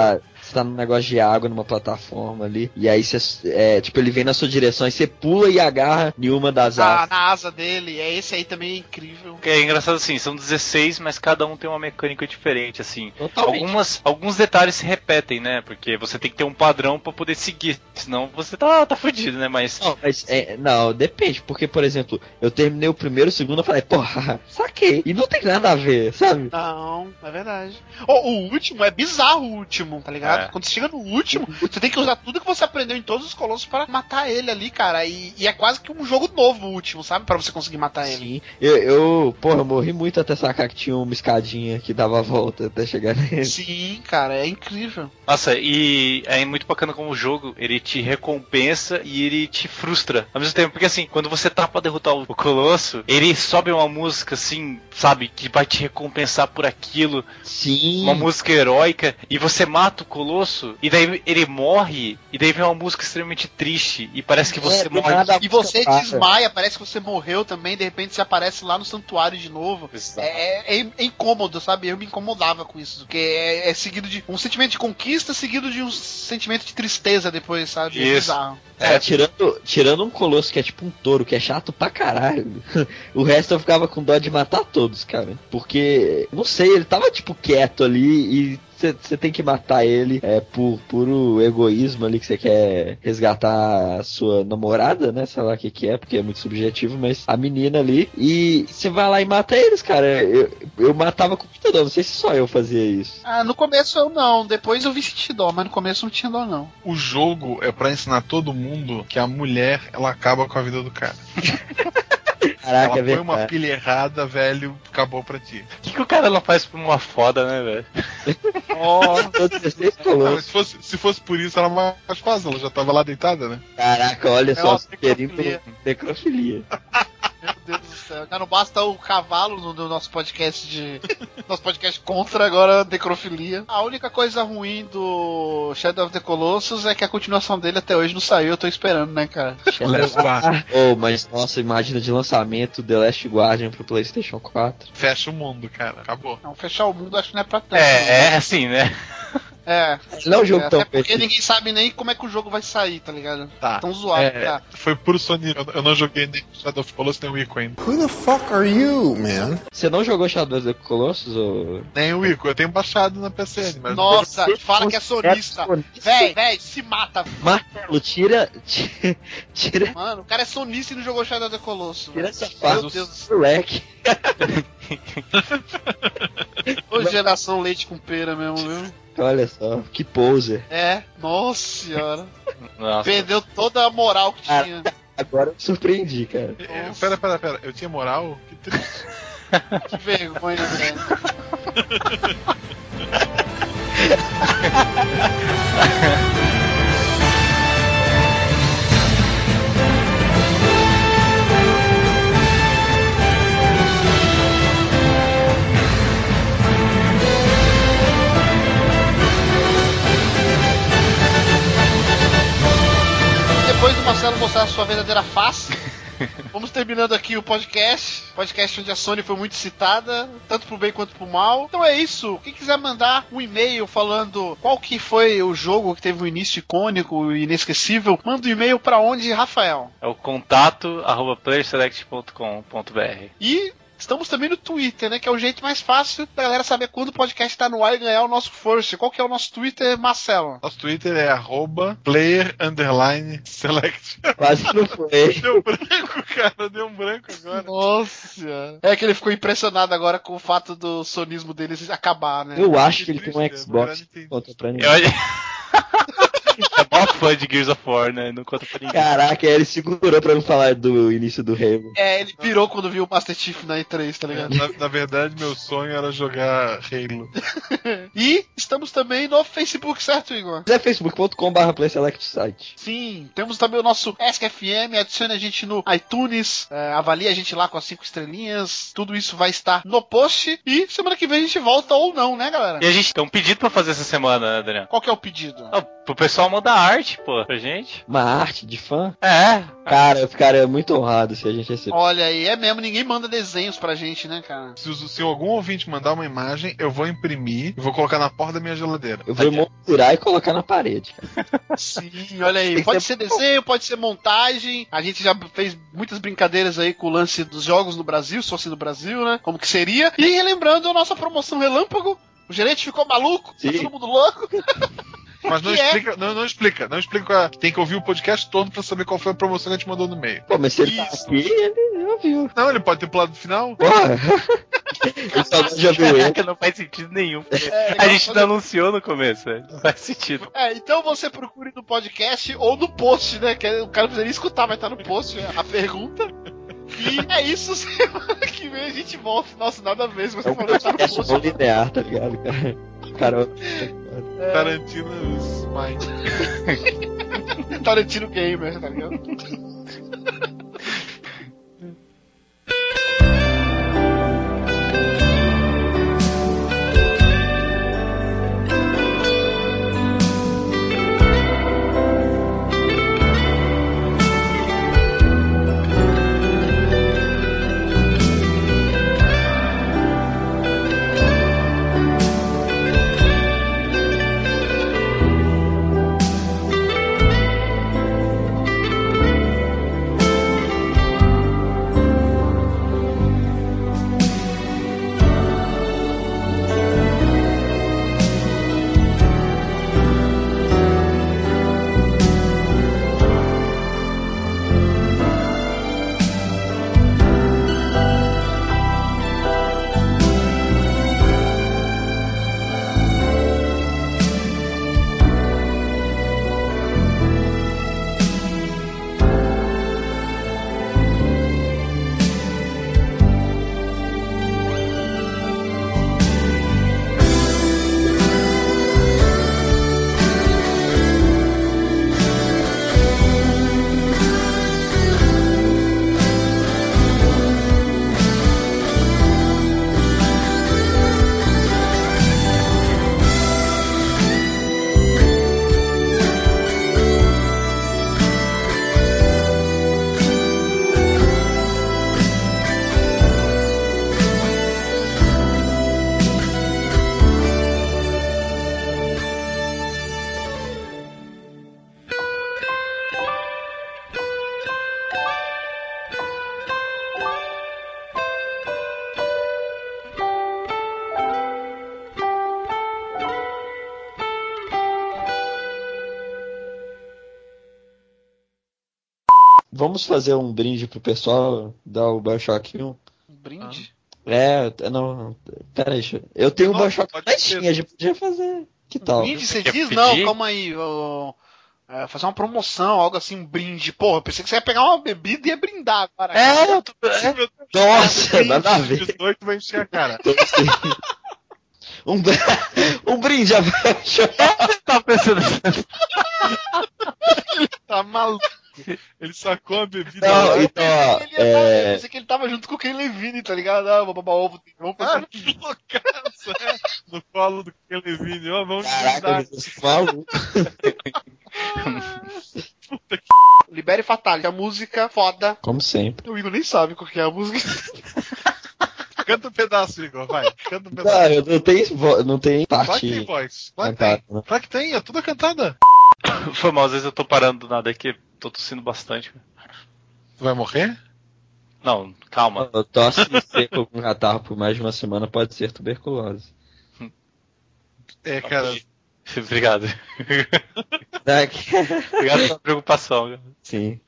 Speaker 5: você tá num negócio de água, numa plataforma ali, e aí você, é, tipo, ele vem na sua direção, e você pula e agarra em uma das
Speaker 2: Ah,
Speaker 5: asas.
Speaker 2: na asa dele, é esse aí também é incrível.
Speaker 3: É engraçado assim, são dezesseis, mas cada um tem uma mecânica diferente, assim.
Speaker 5: Totalmente.
Speaker 3: Algumas, alguns detalhes se repetem, né? Porque você tem que ter um padrão pra poder seguir, senão você tá, tá fudido, né? Mas...
Speaker 5: Não, mas é, não, depende, porque, por exemplo, eu terminei o primeiro, o segundo, eu falei, porra, saquei, e não tem nada a ver, sabe?
Speaker 2: Não, é verdade. Oh, o último é bizarro, o último, tá ligado?
Speaker 3: É.
Speaker 2: Quando você chega no último, você tem que usar tudo que você aprendeu em todos os colossos para matar ele ali, cara. E, e é quase que um jogo novo o último, sabe? Pra você conseguir matar ele.
Speaker 5: Sim, eu, eu, porra, eu morri muito até sacar que tinha uma escadinha que dava a volta até chegar nele.
Speaker 2: Sim, cara, é incrível.
Speaker 3: Nossa, e é muito bacana como o jogo, ele te recompensa e ele te frustra ao mesmo tempo, porque assim, quando você tá pra derrotar o Colosso, ele sobe uma música assim, sabe, que vai te recompensar por aquilo.
Speaker 5: Sim.
Speaker 3: Uma música heróica, e você mata o Colosso, e daí ele morre, e daí vem uma música extremamente triste, e parece que você
Speaker 5: É,
Speaker 3: morre.
Speaker 5: nada-
Speaker 2: E você
Speaker 5: Para.
Speaker 2: desmaia, parece que você morreu também, de repente você aparece lá no santuário de novo.
Speaker 3: Exato.
Speaker 2: É, é, é incômodo, sabe? Eu me incomodava com isso, porque é, é seguido de um sentimento de conquista, seguido de um sentimento de tristeza depois, sabe? É
Speaker 3: Isso.
Speaker 2: bizarro.
Speaker 5: É,
Speaker 3: É.
Speaker 5: tirando, tirando um colosso que é tipo um touro, que é chato pra caralho, o resto eu ficava com dó de matar todos, cara. Porque, não sei, ele tava tipo quieto ali e você tem que matar ele é, por puro egoísmo ali, que você quer resgatar a sua namorada, né? Sei lá o que que é, porque é muito subjetivo, mas a menina ali, e você vai lá e mata eles, cara. Eu, eu matava com muita dó, não sei se só eu fazia isso.
Speaker 2: Ah, no começo eu não, depois eu vi sentir dó, mas no começo não tinha dó, não.
Speaker 4: O jogo é pra ensinar todo mundo que a mulher, ela acaba com a vida do cara.
Speaker 5: Caraca,
Speaker 4: Ela
Speaker 5: é
Speaker 4: põe uma
Speaker 5: verdade.
Speaker 4: pilha errada, velho, acabou pra ti.
Speaker 3: O que, que o cara não faz por uma foda, né, velho?
Speaker 5: Todos esses
Speaker 4: Ah,
Speaker 5: colossos.
Speaker 4: mas se fosse, se fosse por isso, era mais fácil, ela já tava lá deitada, né?
Speaker 5: Caraca, olha
Speaker 2: É
Speaker 5: só,
Speaker 2: uma
Speaker 5: sugerindo
Speaker 2: necrofilia.
Speaker 5: necrofilia.
Speaker 2: Meu Deus do céu. Já não basta o cavalo no, no nosso podcast de. Nosso podcast contra agora a necrofilia. A única coisa ruim do Shadow of the Colossus é que a continuação dele até hoje não saiu, eu tô esperando, né, cara?
Speaker 4: Last Guardian.
Speaker 5: Oh, mas nossa, imagina de lançamento The Last Guardian pro PlayStation quatro.
Speaker 4: Fecha o mundo, cara. Acabou.
Speaker 2: Não, fechar o mundo acho que não é pra tanto.
Speaker 3: É, é assim, né?
Speaker 2: não. É.
Speaker 5: Não é um jogo
Speaker 2: É,
Speaker 5: tão
Speaker 2: até porque
Speaker 5: perfeito.
Speaker 2: ninguém sabe nem como é que o jogo vai sair, tá ligado?
Speaker 4: Tá.
Speaker 2: Tão zoado,
Speaker 4: É,
Speaker 2: tá?
Speaker 4: foi puro Sony. Eu, eu não joguei nem Shadow of Colossus nem o Ico ainda.
Speaker 6: Who the fuck are you, man?
Speaker 5: Você não jogou Shadow of the Colossus? Ou...
Speaker 4: Nem o Ico. Eu tenho baixado na P C N, mas
Speaker 2: Nossa,
Speaker 5: Você
Speaker 2: fala que é sonista.
Speaker 5: é sonista?
Speaker 2: Véi, véi, se mata.
Speaker 5: Martelo, tira. Tira. Tira,
Speaker 2: Mano, o cara é sonista e não jogou Shadow of the Colossus.
Speaker 5: tira
Speaker 2: velho.
Speaker 5: essa
Speaker 2: Meu
Speaker 5: fase
Speaker 2: Deus do céu.
Speaker 5: do moleque.
Speaker 2: Ô, geração leite com pera mesmo, viu?
Speaker 5: Olha só, que poser.
Speaker 2: É, nossa senhora.
Speaker 3: Nossa.
Speaker 2: Perdeu toda a moral que
Speaker 5: Ah.
Speaker 2: tinha.
Speaker 5: Agora eu me surpreendi, cara.
Speaker 4: É, pera, pera, pera. Eu tinha moral? Que triste.
Speaker 2: Que vergonha, velho. Depois do Marcelo mostrar a sua verdadeira face, vamos terminando aqui o podcast. Podcast onde a Sony foi muito citada, tanto pro bem quanto pro mal. Então é isso. Quem quiser mandar um e-mail falando qual que foi o jogo que teve um início icônico e inesquecível, manda um e-mail pra onde, Rafael?
Speaker 3: É o contato arroba playerselect ponto com ponto b r.
Speaker 2: E estamos também no Twitter, né? Que é o jeito mais fácil da galera saber quando o podcast tá no ar e ganhar o nosso first. Qual que é o nosso Twitter, Marcelo?
Speaker 4: Nosso Twitter é arroba player underline select.
Speaker 5: Quase não foi.
Speaker 4: Deu branco, cara. Deu um branco agora.
Speaker 2: Nossa. É que ele ficou impressionado agora com o fato do sonismo deles acabar, né?
Speaker 5: Eu acho que
Speaker 4: Que
Speaker 5: ele tem um
Speaker 4: triste,
Speaker 5: Xbox
Speaker 4: na verdade,
Speaker 5: que conta pra
Speaker 3: Eu...
Speaker 5: ninguém.
Speaker 3: É mó fã de Gears of War, né? Não conta pra ninguém.
Speaker 5: Caraca, ele segurou pra não falar do início do Halo.
Speaker 2: É, ele pirou quando viu o Master Chief na E três, tá ligado?
Speaker 4: Na, na verdade, meu sonho era jogar Halo.
Speaker 2: E estamos também no Facebook, certo, Igor?
Speaker 5: É facebook ponto com barra playselect site.
Speaker 2: Sim, temos também o nosso Ask F M, adicione a gente no iTunes, é, avalie a gente lá com as cinco estrelinhas, tudo isso vai estar no post e semana que vem a gente volta ou não, né, galera?
Speaker 3: E a gente tem um pedido pra fazer essa semana, né, Daniel?
Speaker 2: Qual que é o pedido?
Speaker 3: O Pro pessoal mandar arte, pô, pra gente.
Speaker 5: Uma arte de fã?
Speaker 3: É.
Speaker 5: Cara, eu ficaria muito honrado se a gente receber.
Speaker 2: Olha aí, é mesmo, ninguém manda desenhos pra gente, né, cara?
Speaker 4: Se, se algum ouvinte mandar uma imagem, eu vou imprimir e vou colocar na porta da minha geladeira.
Speaker 5: Eu vou moldurar e colocar na parede, cara.
Speaker 2: Sim, olha aí. Pode ser desenho, pode ser montagem. A gente já fez muitas brincadeiras aí com o lance dos jogos no Brasil, se fosse no Brasil, né? Como que seria. E relembrando a nossa promoção Relâmpago, o gerente ficou maluco,
Speaker 5: Sim.
Speaker 2: tá todo mundo louco.
Speaker 4: Mas não
Speaker 2: Que
Speaker 4: explica, é? não, não explica, não explica. Qual é. Tem que ouvir o podcast todo pra saber qual foi a promoção que a gente mandou no meio.
Speaker 5: Pô, mas se ele tá
Speaker 2: Isso.
Speaker 5: aqui, ele ouviu.
Speaker 4: Não, ele pode ter pulado no final.
Speaker 5: Porra! Ele só não já viu ele.
Speaker 3: Caraca, não faz sentido nenhum.
Speaker 2: É,
Speaker 3: a gente não anunciou no começo, né? Não faz sentido.
Speaker 2: É, então você procure no podcast ou no post, né? Que o cara não precisa nem escutar, vai estar no post né, a pergunta. E é isso, semana que vem a gente volta. Nossa, nada a ver, se você
Speaker 5: É um
Speaker 2: for vai estar no
Speaker 5: podcast
Speaker 2: post.
Speaker 5: bom linear, tá ligado, cara? Cara,
Speaker 2: É,
Speaker 4: Tarantino Smite.
Speaker 2: Tarantino Gamer, tá ligado?
Speaker 5: vamos fazer um brinde pro pessoal dar o Bioshock um?
Speaker 2: Um brinde?
Speaker 5: É, não. Pera aí, eu tenho o
Speaker 4: Nossa,
Speaker 5: Bioshock
Speaker 4: pode
Speaker 5: na
Speaker 4: ser.
Speaker 5: Steam, a gente podia fazer. Que
Speaker 2: Um
Speaker 5: tal?
Speaker 2: brinde, você
Speaker 3: Quer
Speaker 2: diz?
Speaker 3: pedir?
Speaker 2: Não, calma aí. ó, é, fazer uma promoção, algo assim, um brinde. Porra, eu pensei que você ia pegar uma bebida e ia brindar agora.
Speaker 3: É, eu tô. É.
Speaker 5: Nossa, nada a ver.
Speaker 4: dezoito vai encher a cara.
Speaker 5: Então, assim, um, br- um brinde a Bioshock.
Speaker 3: Tava pensando.
Speaker 4: Tá maluco. Ele sacou a bebida
Speaker 5: Não,
Speaker 4: lá.
Speaker 5: então, ó,
Speaker 2: Ele ia dar- eu
Speaker 5: é,
Speaker 2: pensei que ele tava junto com o Ken Levine, tá ligado? Ah, vou babar ovo, vamos
Speaker 4: Ah,
Speaker 2: fazer
Speaker 4: que loucaça, é. No colo do Ken Levine. Ó, vamos
Speaker 5: caraca,
Speaker 4: brindar.
Speaker 5: vocês são malucos.
Speaker 2: Libere Fatality, a música foda.
Speaker 5: Como sempre.
Speaker 2: O Igor nem sabe qual que é a música.
Speaker 4: Canta um pedaço, Igor, vai. Canta um
Speaker 5: Não,
Speaker 4: pedaço.
Speaker 5: eu não tem, vo- não tem
Speaker 4: Claro que tem
Speaker 5: parte
Speaker 4: voz. Claro que
Speaker 5: cantada,
Speaker 4: tem.
Speaker 5: né?
Speaker 4: Claro que tem, é tudo cantada.
Speaker 3: Foi mal, às vezes eu tô parando do nada aqui, tô tossindo bastante.
Speaker 4: Tu vai morrer?
Speaker 3: Não, calma.
Speaker 5: Eu tosse seco com catarro por mais de uma semana pode ser tuberculose.
Speaker 4: É, cara.
Speaker 3: Obrigado.
Speaker 5: É que-
Speaker 3: Obrigado pela preocupação. cara.
Speaker 5: Sim.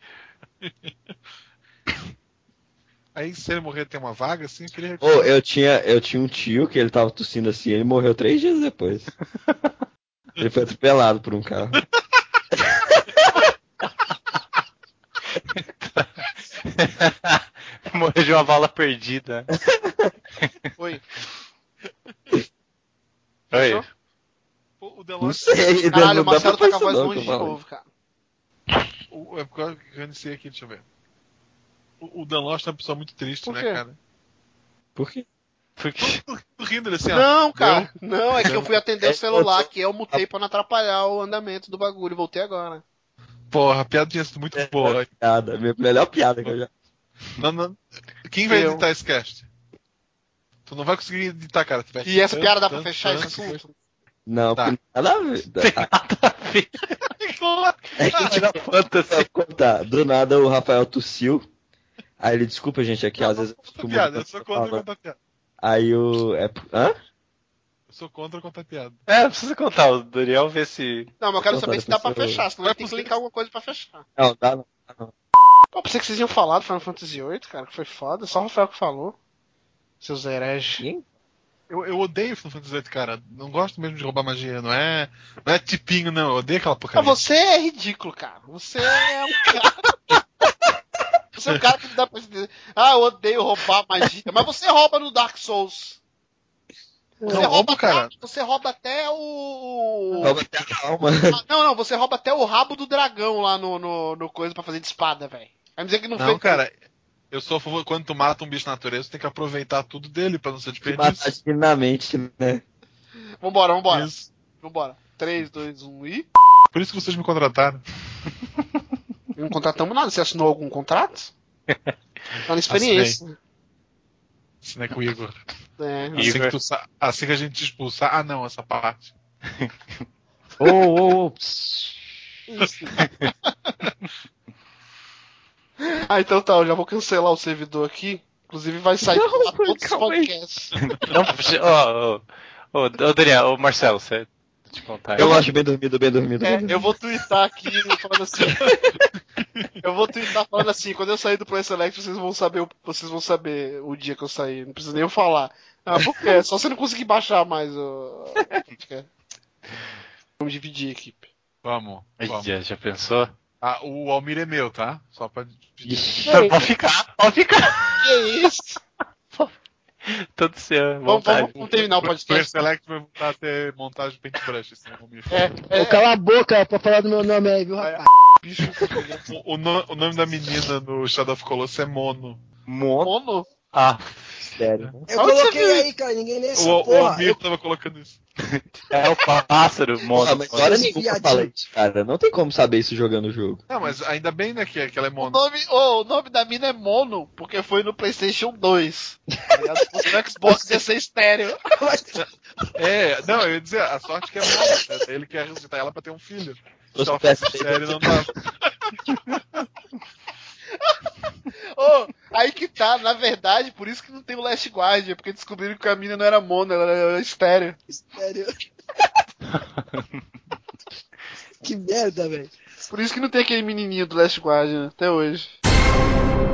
Speaker 4: Aí se ele morrer tem uma vaga, assim, eu queria.
Speaker 5: Ô, eu tinha, eu tinha um tio que ele tava tossindo assim, ele morreu três dias depois. Ele foi atropelado por um carro.
Speaker 3: Morreu de uma bala perdida.
Speaker 2: Oi.
Speaker 3: Oi.
Speaker 4: O, o The
Speaker 5: Não
Speaker 4: Lost.
Speaker 5: sei,
Speaker 2: Caralho,
Speaker 5: não
Speaker 2: o
Speaker 5: dá
Speaker 2: Marcelo
Speaker 5: pra
Speaker 2: tá com a voz
Speaker 5: pensar, não,
Speaker 2: longe
Speaker 5: que eu
Speaker 2: de
Speaker 5: falo.
Speaker 2: novo, cara.
Speaker 4: O, é porque eu iniciei aqui, deixa eu ver. O, o Dan Lost é uma pessoa muito triste,
Speaker 2: Por
Speaker 4: né,
Speaker 2: quê?
Speaker 4: cara?
Speaker 5: Por quê?
Speaker 3: Porque...
Speaker 4: Tô, tô rindo ele assim, ó.
Speaker 2: Não, cara. Não, é que eu fui atender o celular, que eu mutei
Speaker 5: Ah.
Speaker 2: pra não atrapalhar o andamento do bagulho. Voltei agora.
Speaker 4: Porra, a piada tinha sido muito boa.
Speaker 5: Piada, minha melhor piada que eu já.
Speaker 4: Não, não. Quem vai
Speaker 2: Eu.
Speaker 4: editar esse cast? Tu não vai conseguir editar, cara. Tu vai
Speaker 2: E essa
Speaker 4: tanto,
Speaker 2: piada dá pra
Speaker 4: tanto,
Speaker 2: fechar
Speaker 4: tanto,
Speaker 2: esse assunto?
Speaker 5: Não,
Speaker 4: Tá.
Speaker 5: porque nada a ver.
Speaker 3: Tem nada a ver.
Speaker 5: É que
Speaker 3: Final Fantasy.
Speaker 5: Vou contar. Do nada o Rafael tossiu. Aí ele, desculpa, gente, aqui às vezes eu
Speaker 4: Conta
Speaker 5: fico
Speaker 4: piada, eu
Speaker 5: muito
Speaker 4: sou contra
Speaker 5: falando.
Speaker 4: contar piada.
Speaker 5: Aí o. É... Hã?
Speaker 4: Eu sou contra contar piada.
Speaker 3: É, não precisa contar. O Daniel vê se...
Speaker 2: Não, mas eu quero
Speaker 5: Então,
Speaker 2: saber
Speaker 5: tá,
Speaker 2: se dá pra
Speaker 5: depois eu-
Speaker 2: fechar, senão a gente tem que linkar alguma coisa pra fechar.
Speaker 5: Não, dá não. Dá não.
Speaker 2: Pô, pensei que vocês iam falar do Final Fantasy oito, cara, que foi foda. Só o Rafael que falou. Seus hereges.
Speaker 5: Quem?
Speaker 4: Eu, eu odeio Final Fantasy oito, cara. Não gosto mesmo de roubar magia. Não é, não é tipinho, não. Eu odeio aquela
Speaker 2: Ah,
Speaker 4: porcaria.
Speaker 2: você é ridículo, cara. Você é um cara. Você é um cara que não dá pra dizer. Ah, eu odeio roubar magia. Mas você rouba no Dark Souls. Você
Speaker 4: Não
Speaker 2: rouba
Speaker 4: roubo,
Speaker 2: até,
Speaker 4: cara.
Speaker 2: Você rouba até o.
Speaker 5: Rouba até a alma.
Speaker 2: Ah, não, não, você rouba até o rabo do dragão lá no, no, no coisa pra fazer de espada, velho. Vai me dizer que não,
Speaker 4: Não,
Speaker 2: fez.
Speaker 4: cara. Eu sou a favor, quando tu mata um bicho na natureza, tu tem que aproveitar tudo dele pra não ser
Speaker 5: Que matar
Speaker 4: desperdício.
Speaker 5: dignamente, né?
Speaker 2: Vambora, vambora.
Speaker 4: Isso.
Speaker 2: Vambora. três, dois, um e.
Speaker 4: Por isso que vocês me contrataram.
Speaker 2: Não contratamos nada. Você assinou algum contrato? Tá na experiência.
Speaker 4: Assinei com o Igor.
Speaker 2: É,
Speaker 3: E-
Speaker 4: Assim que, tu sa- assim que a gente te expulsar. Ah, não, essa parte.
Speaker 5: Ô, ô, ô.
Speaker 2: isso. Ah, então tá, eu já vou cancelar o servidor aqui. Inclusive vai sair
Speaker 5: Não,
Speaker 2: pra todos os
Speaker 5: calma aí.
Speaker 2: podcasts.
Speaker 3: Não, ó, ó, ó, ô, Daniel, ô, Marcelo, você... Te contar.
Speaker 5: Eu acho bem dormido, bem dormido.
Speaker 2: É,
Speaker 5: bem dormido.
Speaker 2: eu vou twittar aqui falando assim. Eu vou twittar falando assim, quando eu sair do Play Select, vocês vão saber o, vocês vão saber o dia que eu sair. Não precisa nem eu falar. Ah, por quê? É só você não conseguir baixar mais o. Vamos dividir a equipe.
Speaker 4: Vamos. vamos.
Speaker 3: Já, já pensou?
Speaker 4: Ah, o Almir é meu, tá? Só pra pedir.
Speaker 5: Ixi.
Speaker 3: Pode ficar, pode ficar.
Speaker 2: Que isso?
Speaker 3: Todo seu,
Speaker 2: Vamos,
Speaker 3: vontade.
Speaker 2: vamos, vamos terminar o
Speaker 4: O Player
Speaker 2: podcast.
Speaker 4: Select vai voltar a ter montagem de paintbrush, assim, Almir.
Speaker 2: É, é,
Speaker 7: Ô, cala a boca pra falar do meu nome aí, viu, rapaz?
Speaker 2: bicho.
Speaker 4: O, o no- o nome da menina no Shadow of Colossus é Mono.
Speaker 3: Mono.
Speaker 2: Mono?
Speaker 3: Ah,
Speaker 5: Sério.
Speaker 7: Eu
Speaker 2: Onde você
Speaker 7: coloquei
Speaker 2: viu
Speaker 7: aí, cara, ninguém lê essa
Speaker 4: O, o
Speaker 7: porra.
Speaker 4: Almir
Speaker 7: Eu...
Speaker 4: tava colocando isso.
Speaker 3: é o pássaro, mono.
Speaker 5: Porra, mas
Speaker 3: mono.
Speaker 5: hora
Speaker 7: Esse
Speaker 5: nenhuma
Speaker 7: viadinho.
Speaker 5: fala isso, cara. Não tem como saber isso jogando o jogo.
Speaker 4: Não, mas ainda bem, né, que, que ela é
Speaker 2: O
Speaker 4: Mono.
Speaker 2: nome, oh, o nome da mina é Mono, porque foi no PlayStation dois. Tá ligado? Se fosse no Xbox ia ser estéreo.
Speaker 4: É, não, eu ia dizer, a sorte que é Mono, né? Ele quer ressuscitar ela pra ter um filho.
Speaker 5: Se
Speaker 4: Se ela
Speaker 5: fosse
Speaker 4: fosse sério, não dava.
Speaker 2: Oh, aí que tá, na verdade, por isso que não tem o Last Guardian, porque descobriram que a mina não era Mono, ela era estéreo.
Speaker 7: Sério. Que merda, velho.
Speaker 2: Por isso que não tem aquele menininho do Last Guardian até hoje.